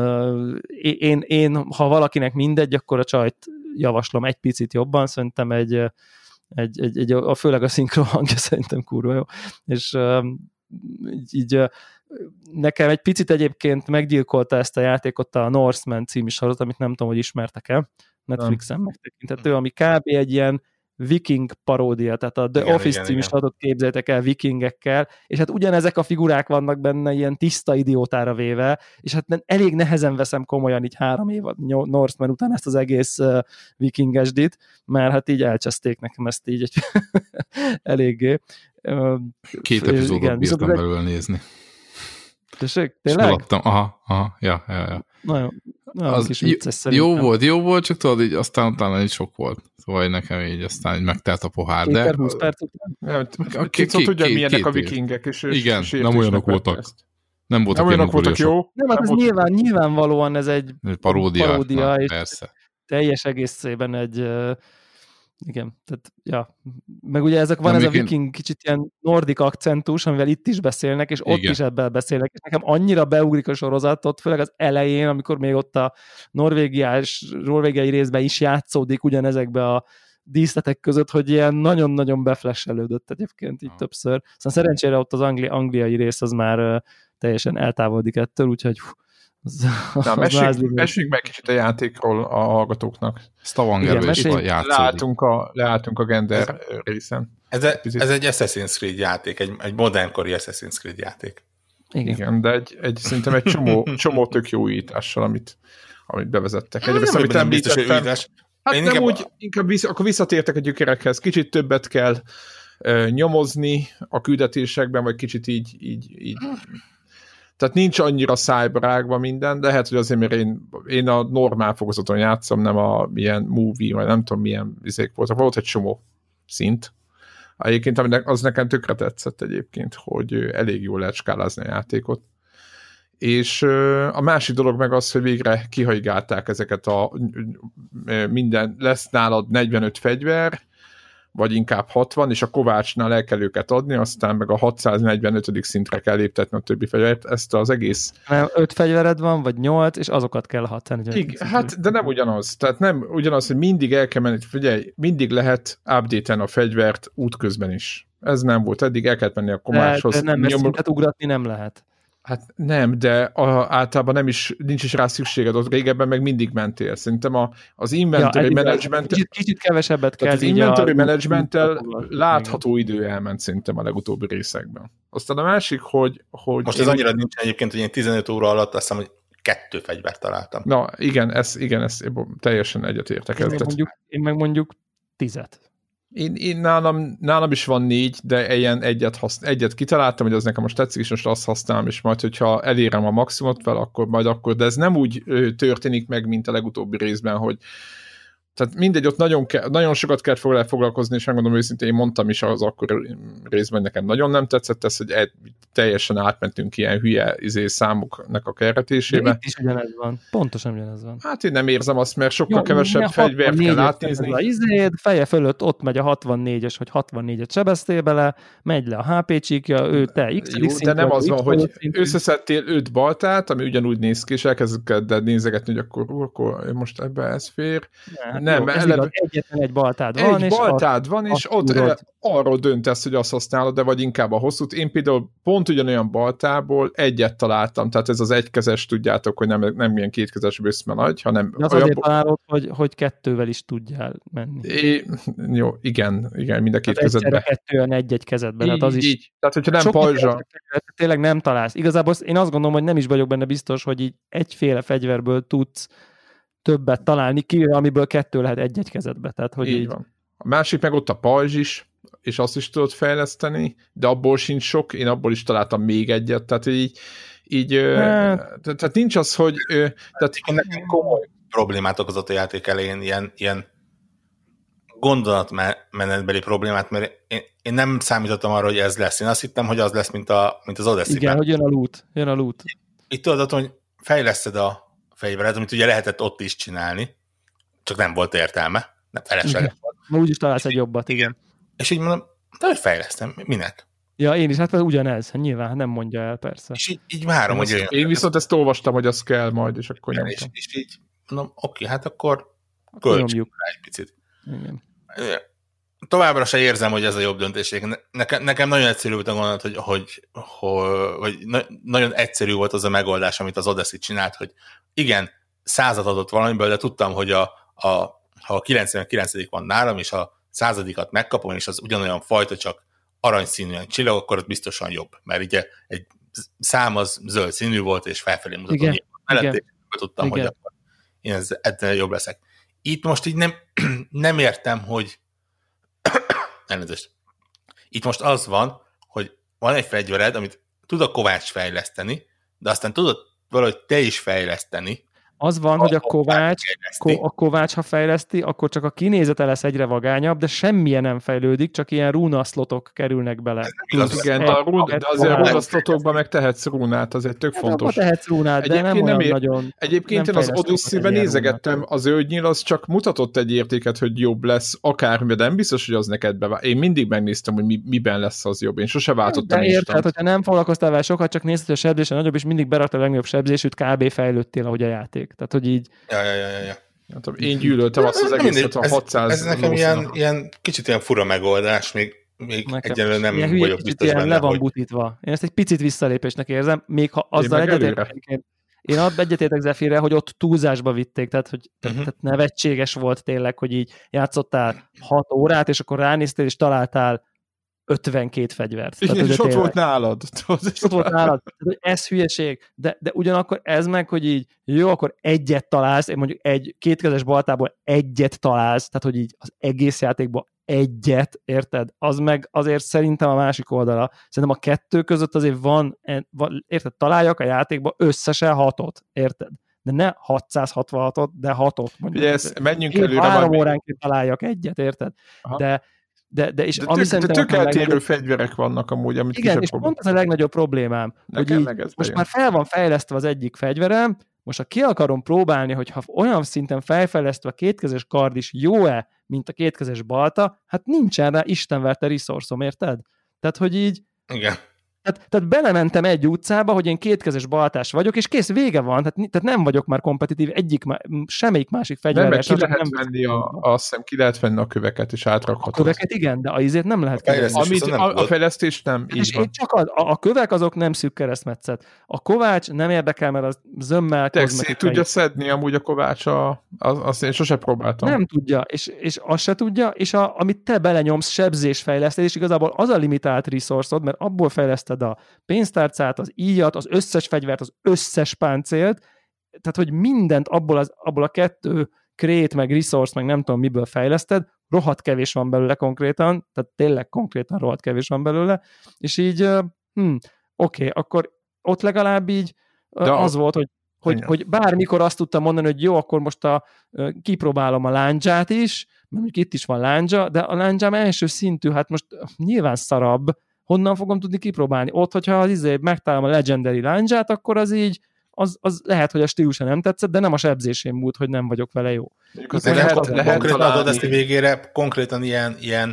én ha valakinek mindegy, akkor a csajt javaslom egy picit jobban, szerintem főleg a szinkron hangja szerintem kurva jó, és így nekem egy picit egyébként meggyilkolta ezt a játékot a Norseman című sorozat, amit nem tudom, hogy ismertek-e, Netflixen megtekintető, ami kb. Egy ilyen viking paródia, tehát a The Office című sorozatot képzeljétek el vikingekkel, és hát ugyanezek a figurák vannak benne ilyen tiszta idiótára véve, és hát elég nehezen veszem komolyan így 3 év Norseman után ezt az egész vikingesdit, mert hát így elcseszték nekem ezt így eléggé. 2 epizódot bírtam belőle nézni. Tessék? Tényleg? Aha, ja. Nagyon kis vicces szerintem. Jó volt, csak tudod, így aztán utána így sok volt. Szóval nekem így aztán így megtelt a pohár. 20 perc után? Kétszer tudja, milyenek a vikingek. Igen, nem olyanok voltak. Nem voltak jó. Nem, hát ez nyilvánvalóan ez egy paródia na, és persze. Teljes egészében egy igen, tehát, ja. Meg ugye van ez a viking kicsit ilyen nordik akcentus, amivel itt is beszélnek, és ott is ebben beszélnek, és nekem annyira beugrik a sorozatot, főleg az elején, amikor még ott a norvégiai részben is játszódik ugyanezekbe a díszletek között, hogy ilyen nagyon-nagyon beflashelődött egyébként így többször. Szóval szerencsére ott az angliai rész az már teljesen eltávolodik ettől, úgyhogy mesélj meg kicsit a játékról a hallgatóknak. Stavangerben is játszódik. Leálltunk a gender részen. Ez egy Assassin's Creed játék, egy modernkori Assassin's Creed játék. Igen, de szerintem egy csomó tök jó újítással, amit bevezettek. Egyrészt, nem biztos, hogy újítás. Hát nem úgy, akkor visszatértek a gyökerekhez. Kicsit többet kell nyomozni a küldetésekben, vagy kicsit így tehát nincs annyira szájbarágban minden, de lehet, hogy azért, mert én a normál fokozaton játszom, nem a milyen movie, vagy nem tudom milyen vizék voltak. Volt egy csomó szint. Egyébként az nekem tökre tetszett egyébként, hogy elég jól lehet skálázni a játékot. És a másik dolog meg az, hogy végre kihajgálták ezeket minden, lesz nálad 45 fegyver, vagy inkább 60, és a Kovácsnál el kell őket adni, aztán meg a 645. szintre kell léptetni a többi fegyvert. Ezt az egész... 5 fegyvered van, vagy 8, és azokat kell 645. Hát, de nem ugyanaz. Tehát nem ugyanaz, hogy mindig el kell menni, figyelj, mindig lehet update-en a fegyvert útközben is. Ez nem volt eddig, el kellett menni a Kovácshoz. De nem, szintet ugratni nem lehet. Hát nem, de általában nincs is rá szükséged, ott régebben meg mindig mentél. Szerintem az inventory management... Kicsit kevesebbet kell. Az inventory managementtel látható idő elment szerintem a legutóbbi részekben. Aztán a másik, hogy most ez annyira nincs egyébként, hogy én 15 óra alatt azt hiszem, hogy 2 fegyvert találtam. Na, igen, ezt teljesen egyetértek. Én meg mondjuk 10. Én nálam is van 4, de egyet kitaláltam, hogy az nekem most tetszik, és most azt használom, és majd, hogyha elérem a maximumot fel, akkor, de ez nem úgy történik meg, mint a legutóbbi részben, hogy Tehát mindegy, ott nagyon sokat kellett foglalkozni, és megmondom őszintén, én mondtam is az akkor részben, nekem nagyon nem tetszett ez, hogy teljesen átmentünk ilyen hülye számoknak a keretésébe. De itt is ugyanez van. Pontosan ugyanez van. Hát én nem érzem azt, mert sokkal kevesebb fegyvert kell átnézni. Feje fölött ott megy a 64-es, hogy 64-et sebeztél bele, megy le a HP csíkja, ő te x jó, de nem az van, hogy összeszedtél 5 baltát, ami ugyanúgy néz ki, és elkezded nézegetni, hogy akkor most ebbe ez fér. Nem, egyetlen egy baltád van, egy baltád van, és ott arról döntesz, hogy azt használod, de vagy inkább a hosszút. Én például pont ugyanolyan baltából egyet találtam, tehát ez az egykezes, tudjátok, hogy nem ilyen kétkezes bőszme nagy, hanem... De az azért találod, hogy kettővel is tudjál menni. Jó, igen, mind a két kezedben. Egyszerre kettően egy kezedben, tehát az is... Így. Tehát, hogyha nem pajzsa... Tényleg nem találsz. Igazából én azt gondolom, hogy nem is vagyok benne biztos, hogy így egyféle fegyverből tudsz többet találni, amiből kettő lehet egy kezedbe. Tehát, hogy így van. A másik meg ott a pajzs is, és azt is tudod fejleszteni, de abból sincs sok, én abból is találtam még egyet, tehát tehát nincs az, hogy... Tehát nekem komoly problémát okozott a játék elején, ilyen gondolatmenetbeli problémát, mert én nem számítottam arra, hogy ez lesz. Én azt hittem, hogy az lesz, mint az Odyssey-ben. Igen, hogy jön a loot. Itt tudod, hogy fejleszted a fegyvered, amit ugye lehetett ott is csinálni, csak nem volt értelme, nem felesleges volt. Ma úgyis találsz egy jobbat, igen. És így mondom, de hogy fejlesztem, minek? Ja, én is, hát ugyanez, nyilván nem mondja el, persze. És így várom, hogy jöjjön. Én viszont ezt olvastam, hogy az kell majd, és akkor nyomtam. És így mondom, oké, hát akkor költsük rá egy picit. Igen. Továbbra se érzem, hogy ez a jobb döntés. Nekem nagyon egyszerű volt a gondolat, hogy nagyon egyszerű volt az a megoldás, amit az Odyssey csinált, hogy igen, 100-at adott valamiből, de tudtam, hogy ha a 99. van nálam, és a 100-at megkapom, és az ugyanolyan fajta, csak aranyszínűen csillag, akkor az biztosan jobb. Mert ugye egy szám az zöld színű volt, és felfelé mutatott. Mellett tudtam, igen, hogy akkor én ezzel jobb leszek. Itt most így nem értem, hogy elnézést. Itt most az van, hogy van egy fegyvered, amit tud a Kovács fejleszteni, de aztán tudod valahogy te is fejleszteni. Az van, hogy a Kovács, ha fejleszti, akkor csak a kinézete lesz egyre vagányabb, de semmilyen nem fejlődik, csak ilyen rúnaszlotok kerülnek bele. Igen, de azért a rúnaszlotokban meg tehetsz rúnát, az egy tök fontos. Tehetsz rúnát, de nem olyan nagyon... Egyébként én az Odyssey-ben nézegettem, az őgynyíl az csak mutatott egy értéket, hogy jobb lesz akármi, de nem biztos, hogy az neked bevált. Én mindig megnéztem, hogy miben lesz az jobb. Én sose váltottam instant. Tehát, hogyha nem foglalkoztál vele sokat, csak nézted, hogy a sebzése nagyobb, és mindig beraktál a legnagyobb sebzésűt, kb. Fejlődtél, ahogy a játék. Tehát, hogy így... Ja. Én gyűlöltem azt az egészet, a 600... Ez nekem ilyen kicsit ilyen fura megoldás, még egyelőre nem vagyok biztos benne, le van butítva. Én ezt egy picit visszalépésnek érzem, még ha azzal egyetértek. Én egyetértek Zephyre, hogy ott túlzásba vitték, tehát hogy tehát nevetséges volt tényleg, hogy így játszottál 6 órát, és akkor ránéztél, és találtál 52 fegyvert. Tehát, és ott volt nálad. Ott volt nálad. Ez hülyeség. De ugyanakkor ez meg, hogy így jó, akkor egyet találsz, mondjuk kétkezes baltából egyet találsz, tehát hogy így az egész játékban egyet, érted? Az meg azért szerintem a másik oldala. Szerintem a kettő között azért van érted? Találjak a játékban összesen 6-ot, érted? De ne 666-ot, de 6-ot. Ugye menjünk előre. 3 óránként találjak egyet, érted? De tök eltérő fegyverek vannak amúgy, amit igen, és pont ez a legnagyobb problémám, hogy így, most már fel van fejlesztve az egyik fegyverem, most ha ki akarom próbálni, hogyha olyan szinten felfejlesztve a kétkezes kard is jó-e, mint a kétkezes balta, hát nincsen rá istenverte resource-om, érted? Tehát, hogy így... Igen. Tehát belementem egy utcába, hogy én kétkezes baltás vagyok, és kész, vége van. Tehát nem vagyok már kompetitív semmelyik másik fegyverrel. Nem, azt hiszem ki lehet venni a köveket, és átrakhatod. A köveket igen, de azért nem lehet kivenni. A fejlesztés nem, így van. Csak a kövek azok nem szűk keresztmetszet. A Kovács nem érdekel, mert az zömmel... Szét tudja szedni amúgy a Kovács, azt én sose próbáltam. Nem tudja, és azt se tudja, és amit te belenyomsz, sebzésfejlesztés, igazából az a limitált resource-od, mert abból fejleszted a pénztárcát, az íjat, az összes fegyvert, az összes páncélt, tehát, hogy mindent abból a 2 crate, meg resource, meg nem tudom miből fejleszted, rohadt kevés van belőle konkrétan, tehát tényleg konkrétan rohadt kevés van belőle, és így oké, akkor ott legalább így az volt, hogy hogy bármikor azt tudtam mondani, hogy jó, akkor most kipróbálom a lándzsát is, mert mondjuk itt is van lándzsa, de a lándzsám első szintű, hát most nyilván szarabb, honnan fogom tudni kipróbálni? Ott, hogyha megtalálom a Legendary lándzsát, akkor az így, az lehet, hogy a stílusa nem tetszett, de nem a sebzésén múlt, hogy nem vagyok vele jó. Lehet konkrétan a Dodesty végére konkrétan ilyen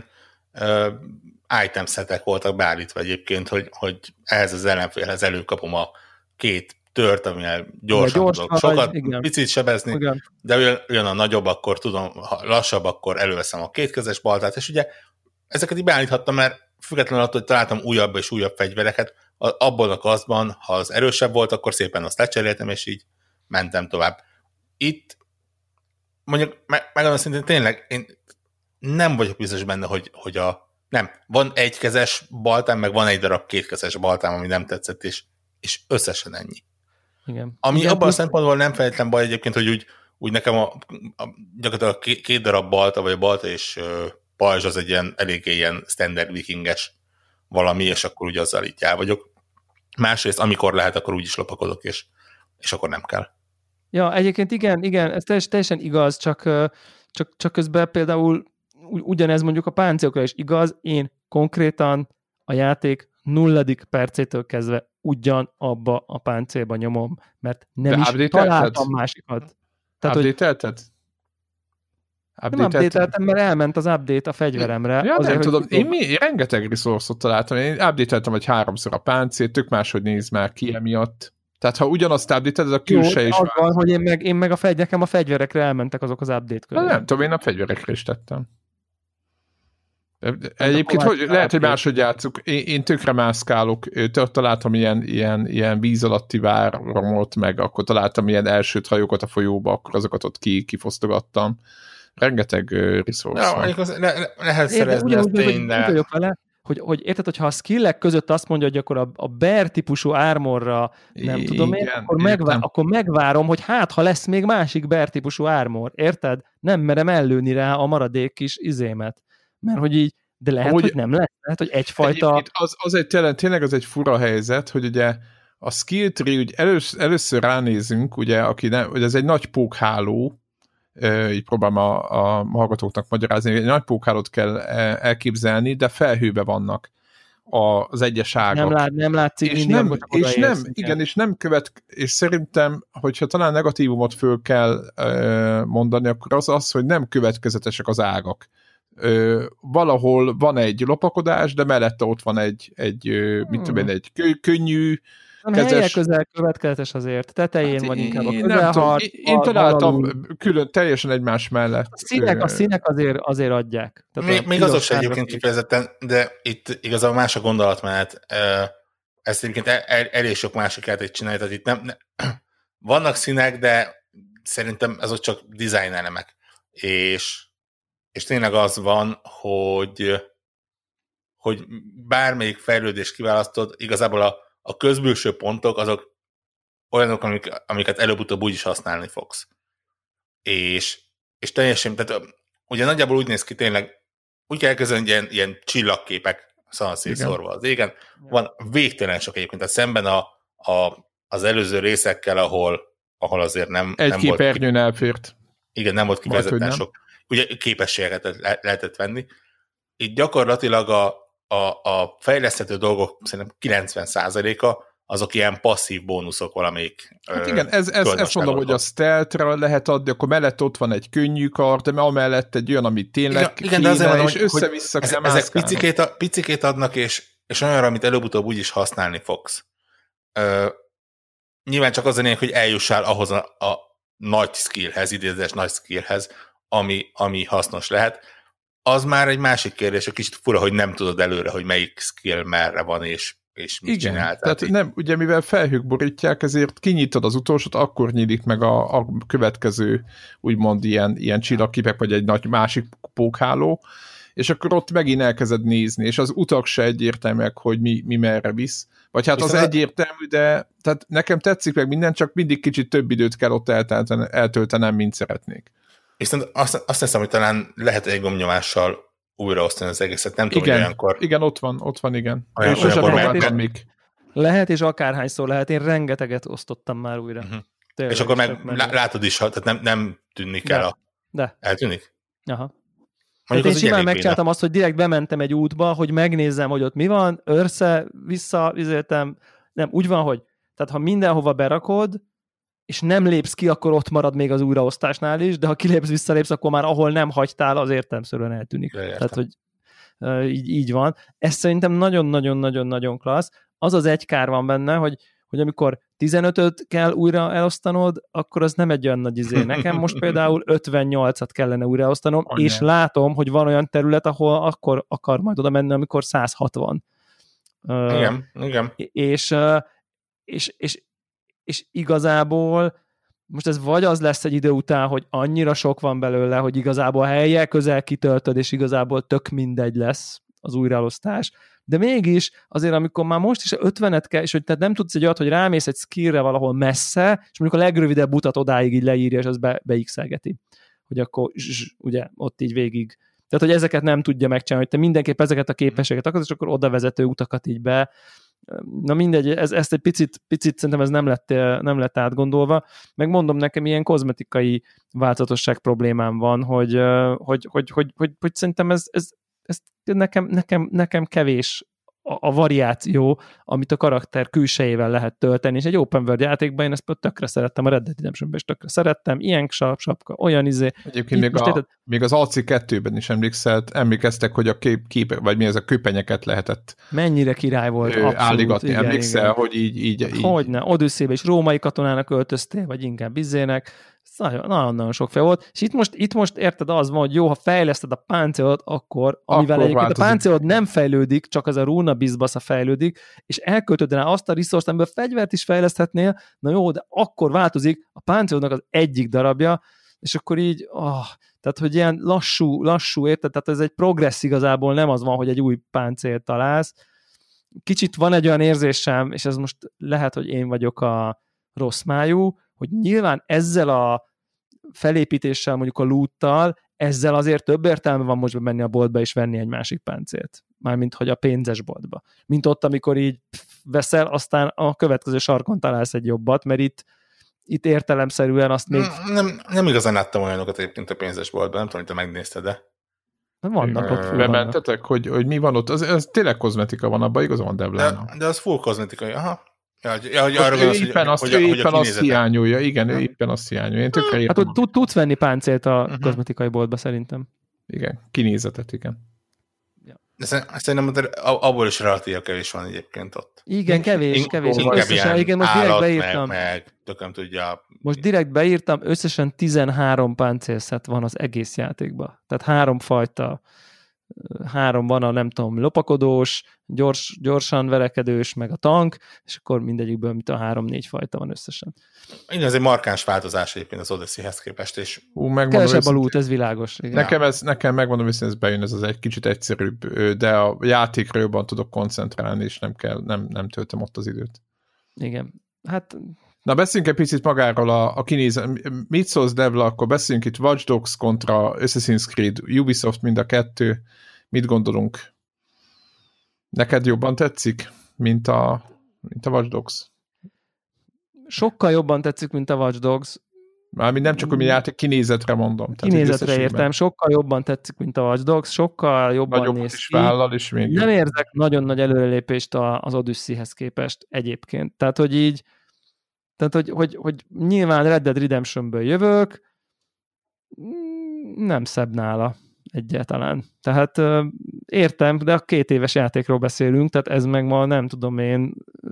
item setek voltak beállítva egyébként, hogy ehhez az ellenfélhez előkapom a 2 tört, amivel gyorsan tudok sokat, picit sebezni, igen. De olyan a nagyobb, akkor tudom, ha lassabb, akkor előveszem a 2 kezes baltát, és ugye ezeket így beállíthattam, mert függetlenül attól, hogy találtam újabb és újabb fegyvereket, abban a kaszban, ha az erősebb volt, akkor szépen azt lecseréltem, és így mentem tovább. Itt mondjuk, megmondom szintén tényleg, én nem vagyok biztos benne, hogy nem, van 1 kezes baltám, meg van 1 darab 2 kezes baltám, ami nem tetszett, és összesen ennyi. Igen. Ami igen, abban a szempontból nem feltétlen baj egyébként, hogy úgy nekem gyakorlatilag 2 darab balta, vagy a balta és pajzs az egy ilyen eléggé ilyen standard vikinges valami, és akkor úgy azzal így el vagyok. Másrészt, amikor lehet, akkor úgy is lopakodok, és akkor nem kell. Ja, egyébként igen, ez teljesen igaz, csak közben például ugyanez mondjuk a páncélokra is igaz, én konkrétan a játék 0. percétől kezdve ugyanabba a páncélba nyomom, mert nem is találtam másikat. Update-elted? Nem update-eltem, mert elment az update a fegyveremre. Ja, azért, nem tudom, én rengeteg resource-ot találtam, én update-eltem, hogy 3-szor a páncél, tök máshogy néz már ki emiatt. Tehát ha ugyanazt update-ed, az a külse is van. Van, hogy én meg nekem a fegyverekre elmentek azok az update között. Nem tudom, én a fegyverekre is tettem. Egyébként lehet, hogy máshogy játszuk. Én tökre mászkálok, találtam ilyen víz alatti váromot, meg akkor találtam ilyen elsőt hajókat a folyóba, akkor azokat ott kifosztogattam. Rengeteg resource van. Lehet szerezni ezt tényleg. Hogy érted, hogyha a skillek között azt mondja, hogy akkor a bear típusú armorra nem tudom én, akkor megvárom, hogy ha lesz még másik bear típusú armor, érted? Nem merem ellőni rá a maradék kis izémet. Mert hogy így, de lehet, hogy nem lesz, lehet, hogy egyfajta... Tényleg az egy fura helyzet, hogy ugye a skill tree, úgy először ránézünk, ugye, hogy ez egy nagy pókháló, így próbálom a hallgatóknak magyarázni, hogy egy nagy pókhálót kell elképzelni, de felhőbe vannak az egyes ágak. Nem látszik és nem és szerintem, hogyha talán negatívumot föl kell mondani, akkor az, hogy nem következetesek az ágak. Valahol van egy lopakodás, de mellette ott van egy könnyű, helyek közel következetes azért. Tetején van inkább a közelharc. Én találtam külön, teljesen egymás mellett. A színek azért adják. Még azok sem egyébként kifejezetten, de itt igazából más a gondolatmenet. Ezt egyébként elég sok másik játék csinálja, tehát itt nem vannak színek, de szerintem azok csak design elemek. És tényleg az van, hogy bármelyik fejlődést kiválasztod, igazából a közbülső pontok azok olyanok, amiket előbb-utóbb úgy is használni fogsz. És teljesen, tehát ugye nagyjából úgy néz ki tényleg, úgy kell elkezdeni, hogy ilyen csillagképek szanaszészorva az égen. Van végtelen sok egyébként, tehát szemben az előző részekkel, ahol azért nem egy képernyőn elfért. Igen, nem volt kifejezetten sok. Ugye képességeket lehetett venni. Itt gyakorlatilag a fejleszthető dolgok szerintem 90%-a azok ilyen passzív bónuszok valamelyik. Hát igen, ezt mondom, hogy a stealth-ra lehet adni, akkor mellett ott van egy könnyű kard, de amellett egy olyan, ami tényleg igen, de azért és össze-vissza kell mászkálni. Ezek picikét adnak, és olyanra, amit előbb-utóbb úgyis használni fogsz. Nyilván csak az a lényeg, hogy eljussál ahhoz a nagy skillhez, idézés nagy skillhez, ami hasznos lehet. Az már egy másik kérdés, hogy kicsit fura, hogy nem tudod előre, hogy melyik skill merre van, és mit csinál. Tehát nem, ugye mivel felhők borítják, ezért kinyitod az utolsót, akkor nyílik meg a következő, úgymond ilyen csillagképek, vagy egy nagy másik pókháló, és akkor ott megint elkezded nézni, és az utak se egyértelműek, hogy mi merre visz. Vagy hát az egyértelmű, de tehát nekem tetszik meg minden, csak mindig kicsit több időt kell ott eltöltenem, mint szeretnék. Viszont azt hiszem, hogy talán lehet egy gombnyomással újraosztani az egészet. Nem tudom, hogy olyankor... Igen, ott van, igen. Lehet, és akárhányszor lehet. Én rengeteget osztottam már újra. És akkor meg látod is, tehát nem tűnik el De. Eltűnik? Aha. Mondjuk én simán megcsináltam azt, hogy direkt bementem egy útba, hogy megnézzem, hogy ott mi van, vissza, nem, úgy van, hogy tehát ha mindenhova berakod, és nem lépsz ki, akkor ott marad még az újraosztásnál is, de ha kilépsz, visszalépsz, akkor már ahol nem hagytál, az értelemszerűen eltűnik. Tehát, hogy így van. Ez szerintem nagyon-nagyon-nagyon-nagyon klassz. Az egy kár van benne, hogy amikor 15-öt kell újra elosztanod, akkor az nem egy olyan nagy izé. Nekem most például 58-at kellene újraosztanom, és látom, hogy van olyan terület, ahol akkor akar majd oda menni, amikor 160. Igen. És igazából most ez vagy az lesz egy idő után, hogy annyira sok van belőle, hogy igazából helye közel kitöltöd, és igazából tök mindegy lesz az újraelosztás, de mégis azért, amikor már most is 50-et kell, és hogy tehát nem tudsz egy olyat, hogy rámész egy skillre valahol messze, és mondjuk a legrövidebb utat odáig így leírja, és az beixelgeti. Hogy akkor ugye ott így végig. Tehát, hogy ezeket nem tudja megcsinálni, hogy te mindenképp ezeket a képességeket akarsz, és akkor oda vezető utakat így be. Na mindegy, ezt egy picit szerintem ez nem lett átgondolva. Meg mondom, nekem ilyen kozmetikai változatosság problémám van, hogy szerintem ez nekem kevés a variáció, amit a karakter külsejével lehet tölteni, és egy open world játékban én ezt tökre szerettem, a Red Dead Redemptionben is tökre szerettem, ilyen sapka, olyan izé. Egyébként még az AC 2-ben is emlékeztek, hogy a kép vagy mi ez a köpenyeket lehetett mennyire király volt, álligatni. Emlékszel, hogy így. Hogyne, Odüsszébe is római katonának öltöztél, vagy inkább izének, nagyon-nagyon sok fej volt, és itt most érted az van, hogy jó, ha fejleszted a páncélod, akkor amivel egyébként változik. A páncélod nem fejlődik, csak az a runa bizbasza fejlődik, és elköltöd rá azt a resource-t, amiből fegyvert is fejleszthetnél, na jó, de akkor változik a páncélodnak az egyik darabja, és akkor így, tehát, hogy ilyen lassú, érted? Tehát ez egy progressz igazából, nem az van, hogy egy új páncélt találsz. Kicsit van egy olyan érzésem, és ez most lehet, hogy én vagyok a rossz májú, hogy nyilván ezzel a felépítéssel, mondjuk a loottal, ezzel azért több értelme van most bemenni a boltba és venni egy másik páncélt. Mármint, hogy a pénzes boltba. Mint ott, amikor így veszel, aztán a következő sarkon találsz egy jobbat, mert itt értelemszerűen azt még... Nem igazán láttam olyanokat egyébként a pénzes boltban, nem tudom, hogy te megnézted, de... Vannak ott. Bementetek, hogy mi van ott? Az tényleg kozmetika van abban, igazán van Devlánnak. De az full kozmetikai, aha. Ő éppen azt hiányolja, igen, ő éppen azt hiányolja. Én tökre értem. Hát tudsz venni páncélt a kozmetikai boltba szerintem. Igen, kinézetet, igen. De szerintem abból is relatív kevés van egyébként ott. Igen, kevés. Összesen, igen, most direkt beírtam. Meg tököm tudja. Most direkt beírtam, összesen 13 páncélszet van az egész játékban. Tehát 3 fajta. 3 van a nem tudom, lopakodós, gyorsan verekedős, meg a tank, és akkor mindegyikből mint a 3-4 fajta van összesen. Igen, ez egy markáns változás egyébként az Odyssey-hez képest, és... Kevesebb a loot, ez világos. Igen. Nekem megmondom, hogy ez bejön, ez az egy kicsit egyszerűbb, de a játékra jobban tudok koncentrálni, és nem töltöm ott az időt. Igen, hát... Na, beszéljünk egy picit magáról a mit szólsz, Devla, akkor beszéljünk itt Watch Dogs kontra Assassin's Creed, Ubisoft mind a kettő. Mit gondolunk? Neked jobban tetszik, mint a Watch Dogs? Sokkal jobban tetszik, mint a Watch Dogs. Mármint nem csak, hogy mi játék, kinézetre mondom. Kinézetre értem, sokkal jobban tetszik, mint a Watch Dogs, sokkal jobban nagyobb néz is ki. Vállal, és még nem érzek nagyon nagy előrelépést az Odyssey-hez képest egyébként. Tehát, hogy így hogy nyilván Red Dead Redemptionből jövök, nem szebb nála egyáltalán. Tehát értem, de a 2 éves játékról beszélünk, tehát ez meg ma nem tudom én.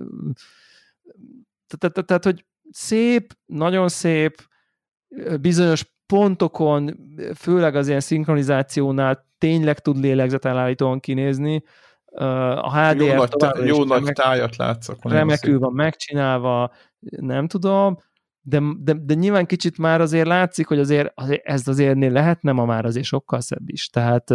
Tehát, hogy szép, nagyon szép, bizonyos pontokon, főleg az ilyen szinkronizációnál tényleg tud lélegzetelállítóan kinézni. A HDR jó nagy tájat látszok. Remekül van megcsinálva, nem tudom, de nyilván kicsit már azért látszik, hogy azért ez azért lehetne ma már azért sokkal szebb is. Tehát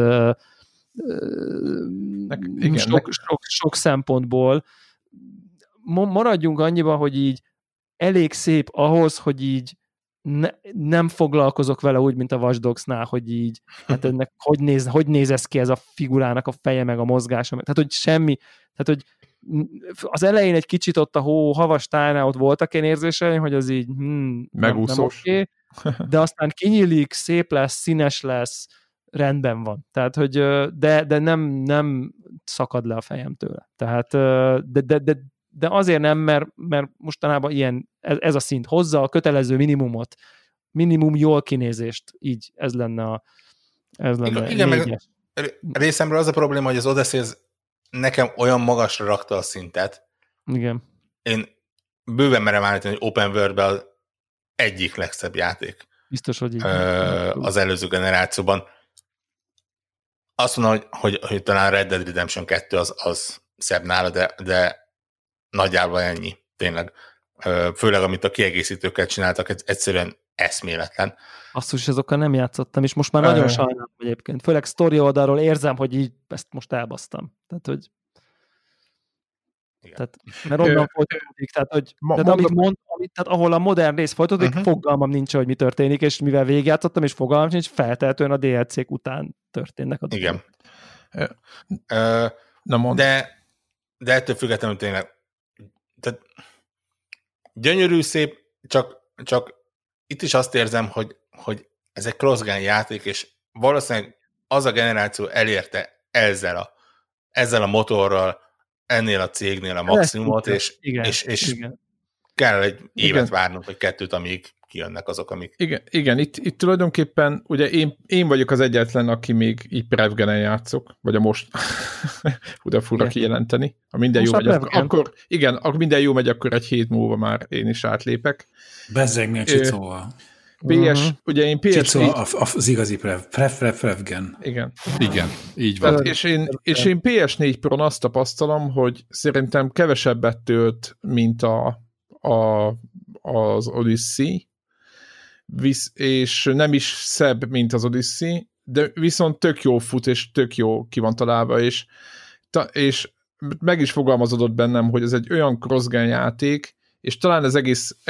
sok szempontból maradjunk annyiba, hogy így elég szép ahhoz, hogy így nem foglalkozok vele úgy, mint a Watch Dogs-nál, hogy így, hát ennek hogy néz ez ki ez a figurának a feje, meg a mozgása, tehát hogy semmi, tehát hogy az elején egy kicsit ott a havas tájnál ott voltak ilyen érzéseim, hogy az így megúszós. Nem okay, de aztán kinyílik, szép lesz, színes lesz, rendben van. Tehát, hogy de nem szakad le a fejem tőle. Tehát, de azért nem, mert mostanában ilyen, ez a szint hozza a kötelező minimum jól kinézést, így ez lenne igen, meg részemről az a probléma, hogy az Odyssey nekem olyan magasra rakta a szintet. Igen. Én bőven merem állítani, hogy Open World-ben az egyik legszebb játék. Biztos, hogy így. Az előző generációban. Azt mondom, hogy talán Red Dead Redemption 2 az szebb nála, de nagyjából ennyi, tényleg. Főleg, amit a kiegészítőket csináltak, egyszerűen eszméletlen. Asszus, azokkal nem játszottam, és most már nagyon sajnálom egyébként. Főleg sztori oldalról érzem, hogy így ezt most elbasztam. Tehát, hogy mert onnan folytatódik, tehát ahol a modern rész folytatódik, fogalmam nincs, hogy mi történik, és mivel végigjátszottam, és fogalmam nincs, feltehetően a DLC-k után történnek a dolgok. Igen. De ettől függetlenül tényleg tehát gyönyörű, szép, csak itt is azt érzem, hogy ez egy cross-gen játék, és valószínűleg az a generáció elérte ezzel a motorral, ennél a cégnél a maximumot, és kell egy évet várnunk, vagy 2, amíg kijönnek azok, amik... Igen, itt tulajdonképpen, ugye én vagyok az egyetlen, aki még így Prevgenen játszok, vagy a most de fura kijelenteni. Ha minden jó megy, akkor minden jó megy, akkor egy hét múlva már én is átlépek. Bezzeg mi a Csicóval. Ugye én PS4... Csicó az igazi Prevgen. Igen, így van. És én PS4 Pro-n azt tapasztalom, hogy szerintem kevesebbet tölt, mint az Odyssey, és nem is szebb, mint az Odyssey, de viszont tök jó fut, és tök jó ki van találva, és meg is fogalmazódott bennem, hogy ez egy olyan cross-gen játék, és talán ez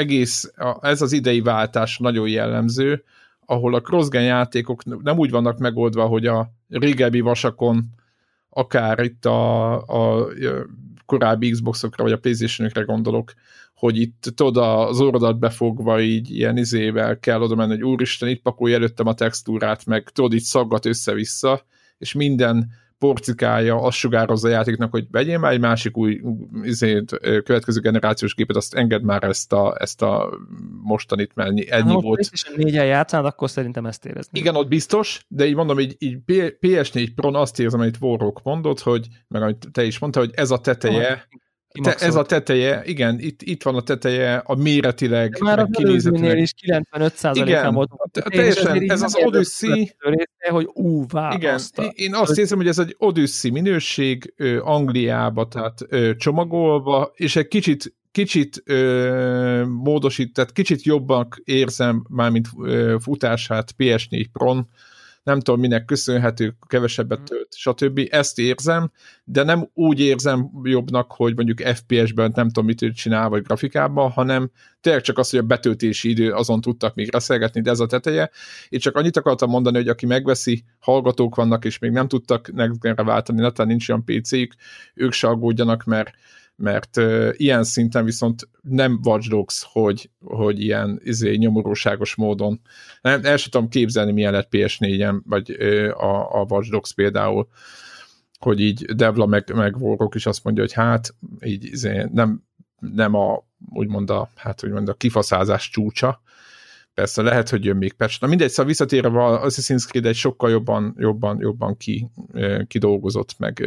ez az idei váltás nagyon jellemző, ahol a cross-gen játékok nem úgy vannak megoldva, hogy a régebbi vasakon, akár itt a korábbi Xboxokra, vagy a PlayStation-ökre gondolok, hogy itt tudod az orrodat befogva így ilyen izével kell oda menni, hogy úristen, itt pakolj előttem a textúrát, meg tudod, így szaggat össze-vissza, és minden porcikája azt sugározza a játéknak, hogy vegyél már egy másik új következő generációs gépet, azt engedd már ezt a mostanit, mert ennyi volt. És 4-en játszál, akkor szerintem ezt érezni. Igen, ott biztos, de így mondom, így PS4 Pro-n azt érzem, amit Warrock mondott, hogy, meg amit te is mondtad, hogy ez a teteje, ez a teteje, igen, itt van a teteje, a méretileg, de már a előzőnél is 95%-án volt. Teljesen, ez az Odyssey, hogy igen, én azt érzem, hogy ez egy Odyssey minőség Angliába, tehát csomagolva, és egy kicsit módosít, tehát kicsit jobbak érzem már, mint futását PS4 Pro-n, nem tudom, minek köszönhető, kevesebbet tölt, stb. Ezt érzem, de nem úgy érzem jobbnak, hogy mondjuk FPS-ben nem tudom, mit csinál, vagy grafikában, hanem tényleg csak az, hogy a betöltési idő, azon tudtak még reszelgetni, de ez a teteje. Én csak annyit akartam mondani, hogy aki megveszi, hallgatók vannak, és még nem tudtak next-genre váltani, netán nincs olyan PC-jük, ők se aggódjanak, mert ilyen szinten viszont nem Watch Dogs, hogy ilyen nyomoróságos módon. El sem tudom képzelni, milyen lett PS4-en, vagy a Watch Dogs például, hogy így Devla meg Warrock is azt mondja, hogy hát így nem úgymond a kifaszázás csúcsa. Persze lehet, hogy jön még patch. Na mindegy, szóval visszatérve az Assassin's Creed egy sokkal jobban kidolgozott, meg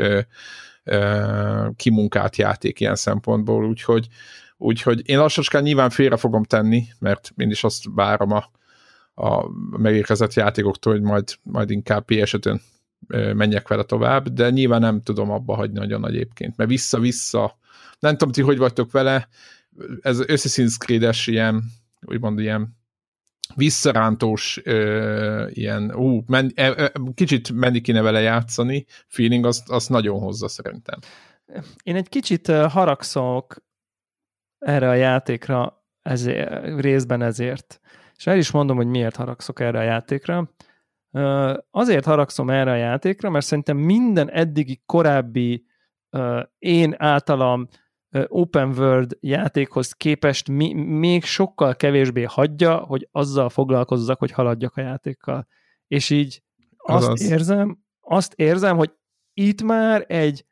kimunkált játék ilyen szempontból, úgyhogy én lassacskán nyilván félre fogom tenni, mert én is azt várom a megérkezett játékoktól, hogy majd inkább PS5-ön menjek vele tovább, de nyilván nem tudom abba hagyni nagyon egyébként, mert vissza-vissza, nem tudom, ti hogy vagytok vele, ez Assassin's Creed-es úgymond ilyen visszarántós, ilyen, kicsit menni kéne vele játszani, feeling, azt nagyon hozza szerintem. Én egy kicsit haragszok erre a játékra részben ezért. És el is mondom, hogy miért haragszok erre a játékra. Azért haragszom erre a játékra, mert szerintem minden eddigi korábbi én általam open world játékhoz képest még sokkal kevésbé hagyja, hogy azzal foglalkozzak, hogy haladjak a játékkal. És így azt érzem, hogy itt már egy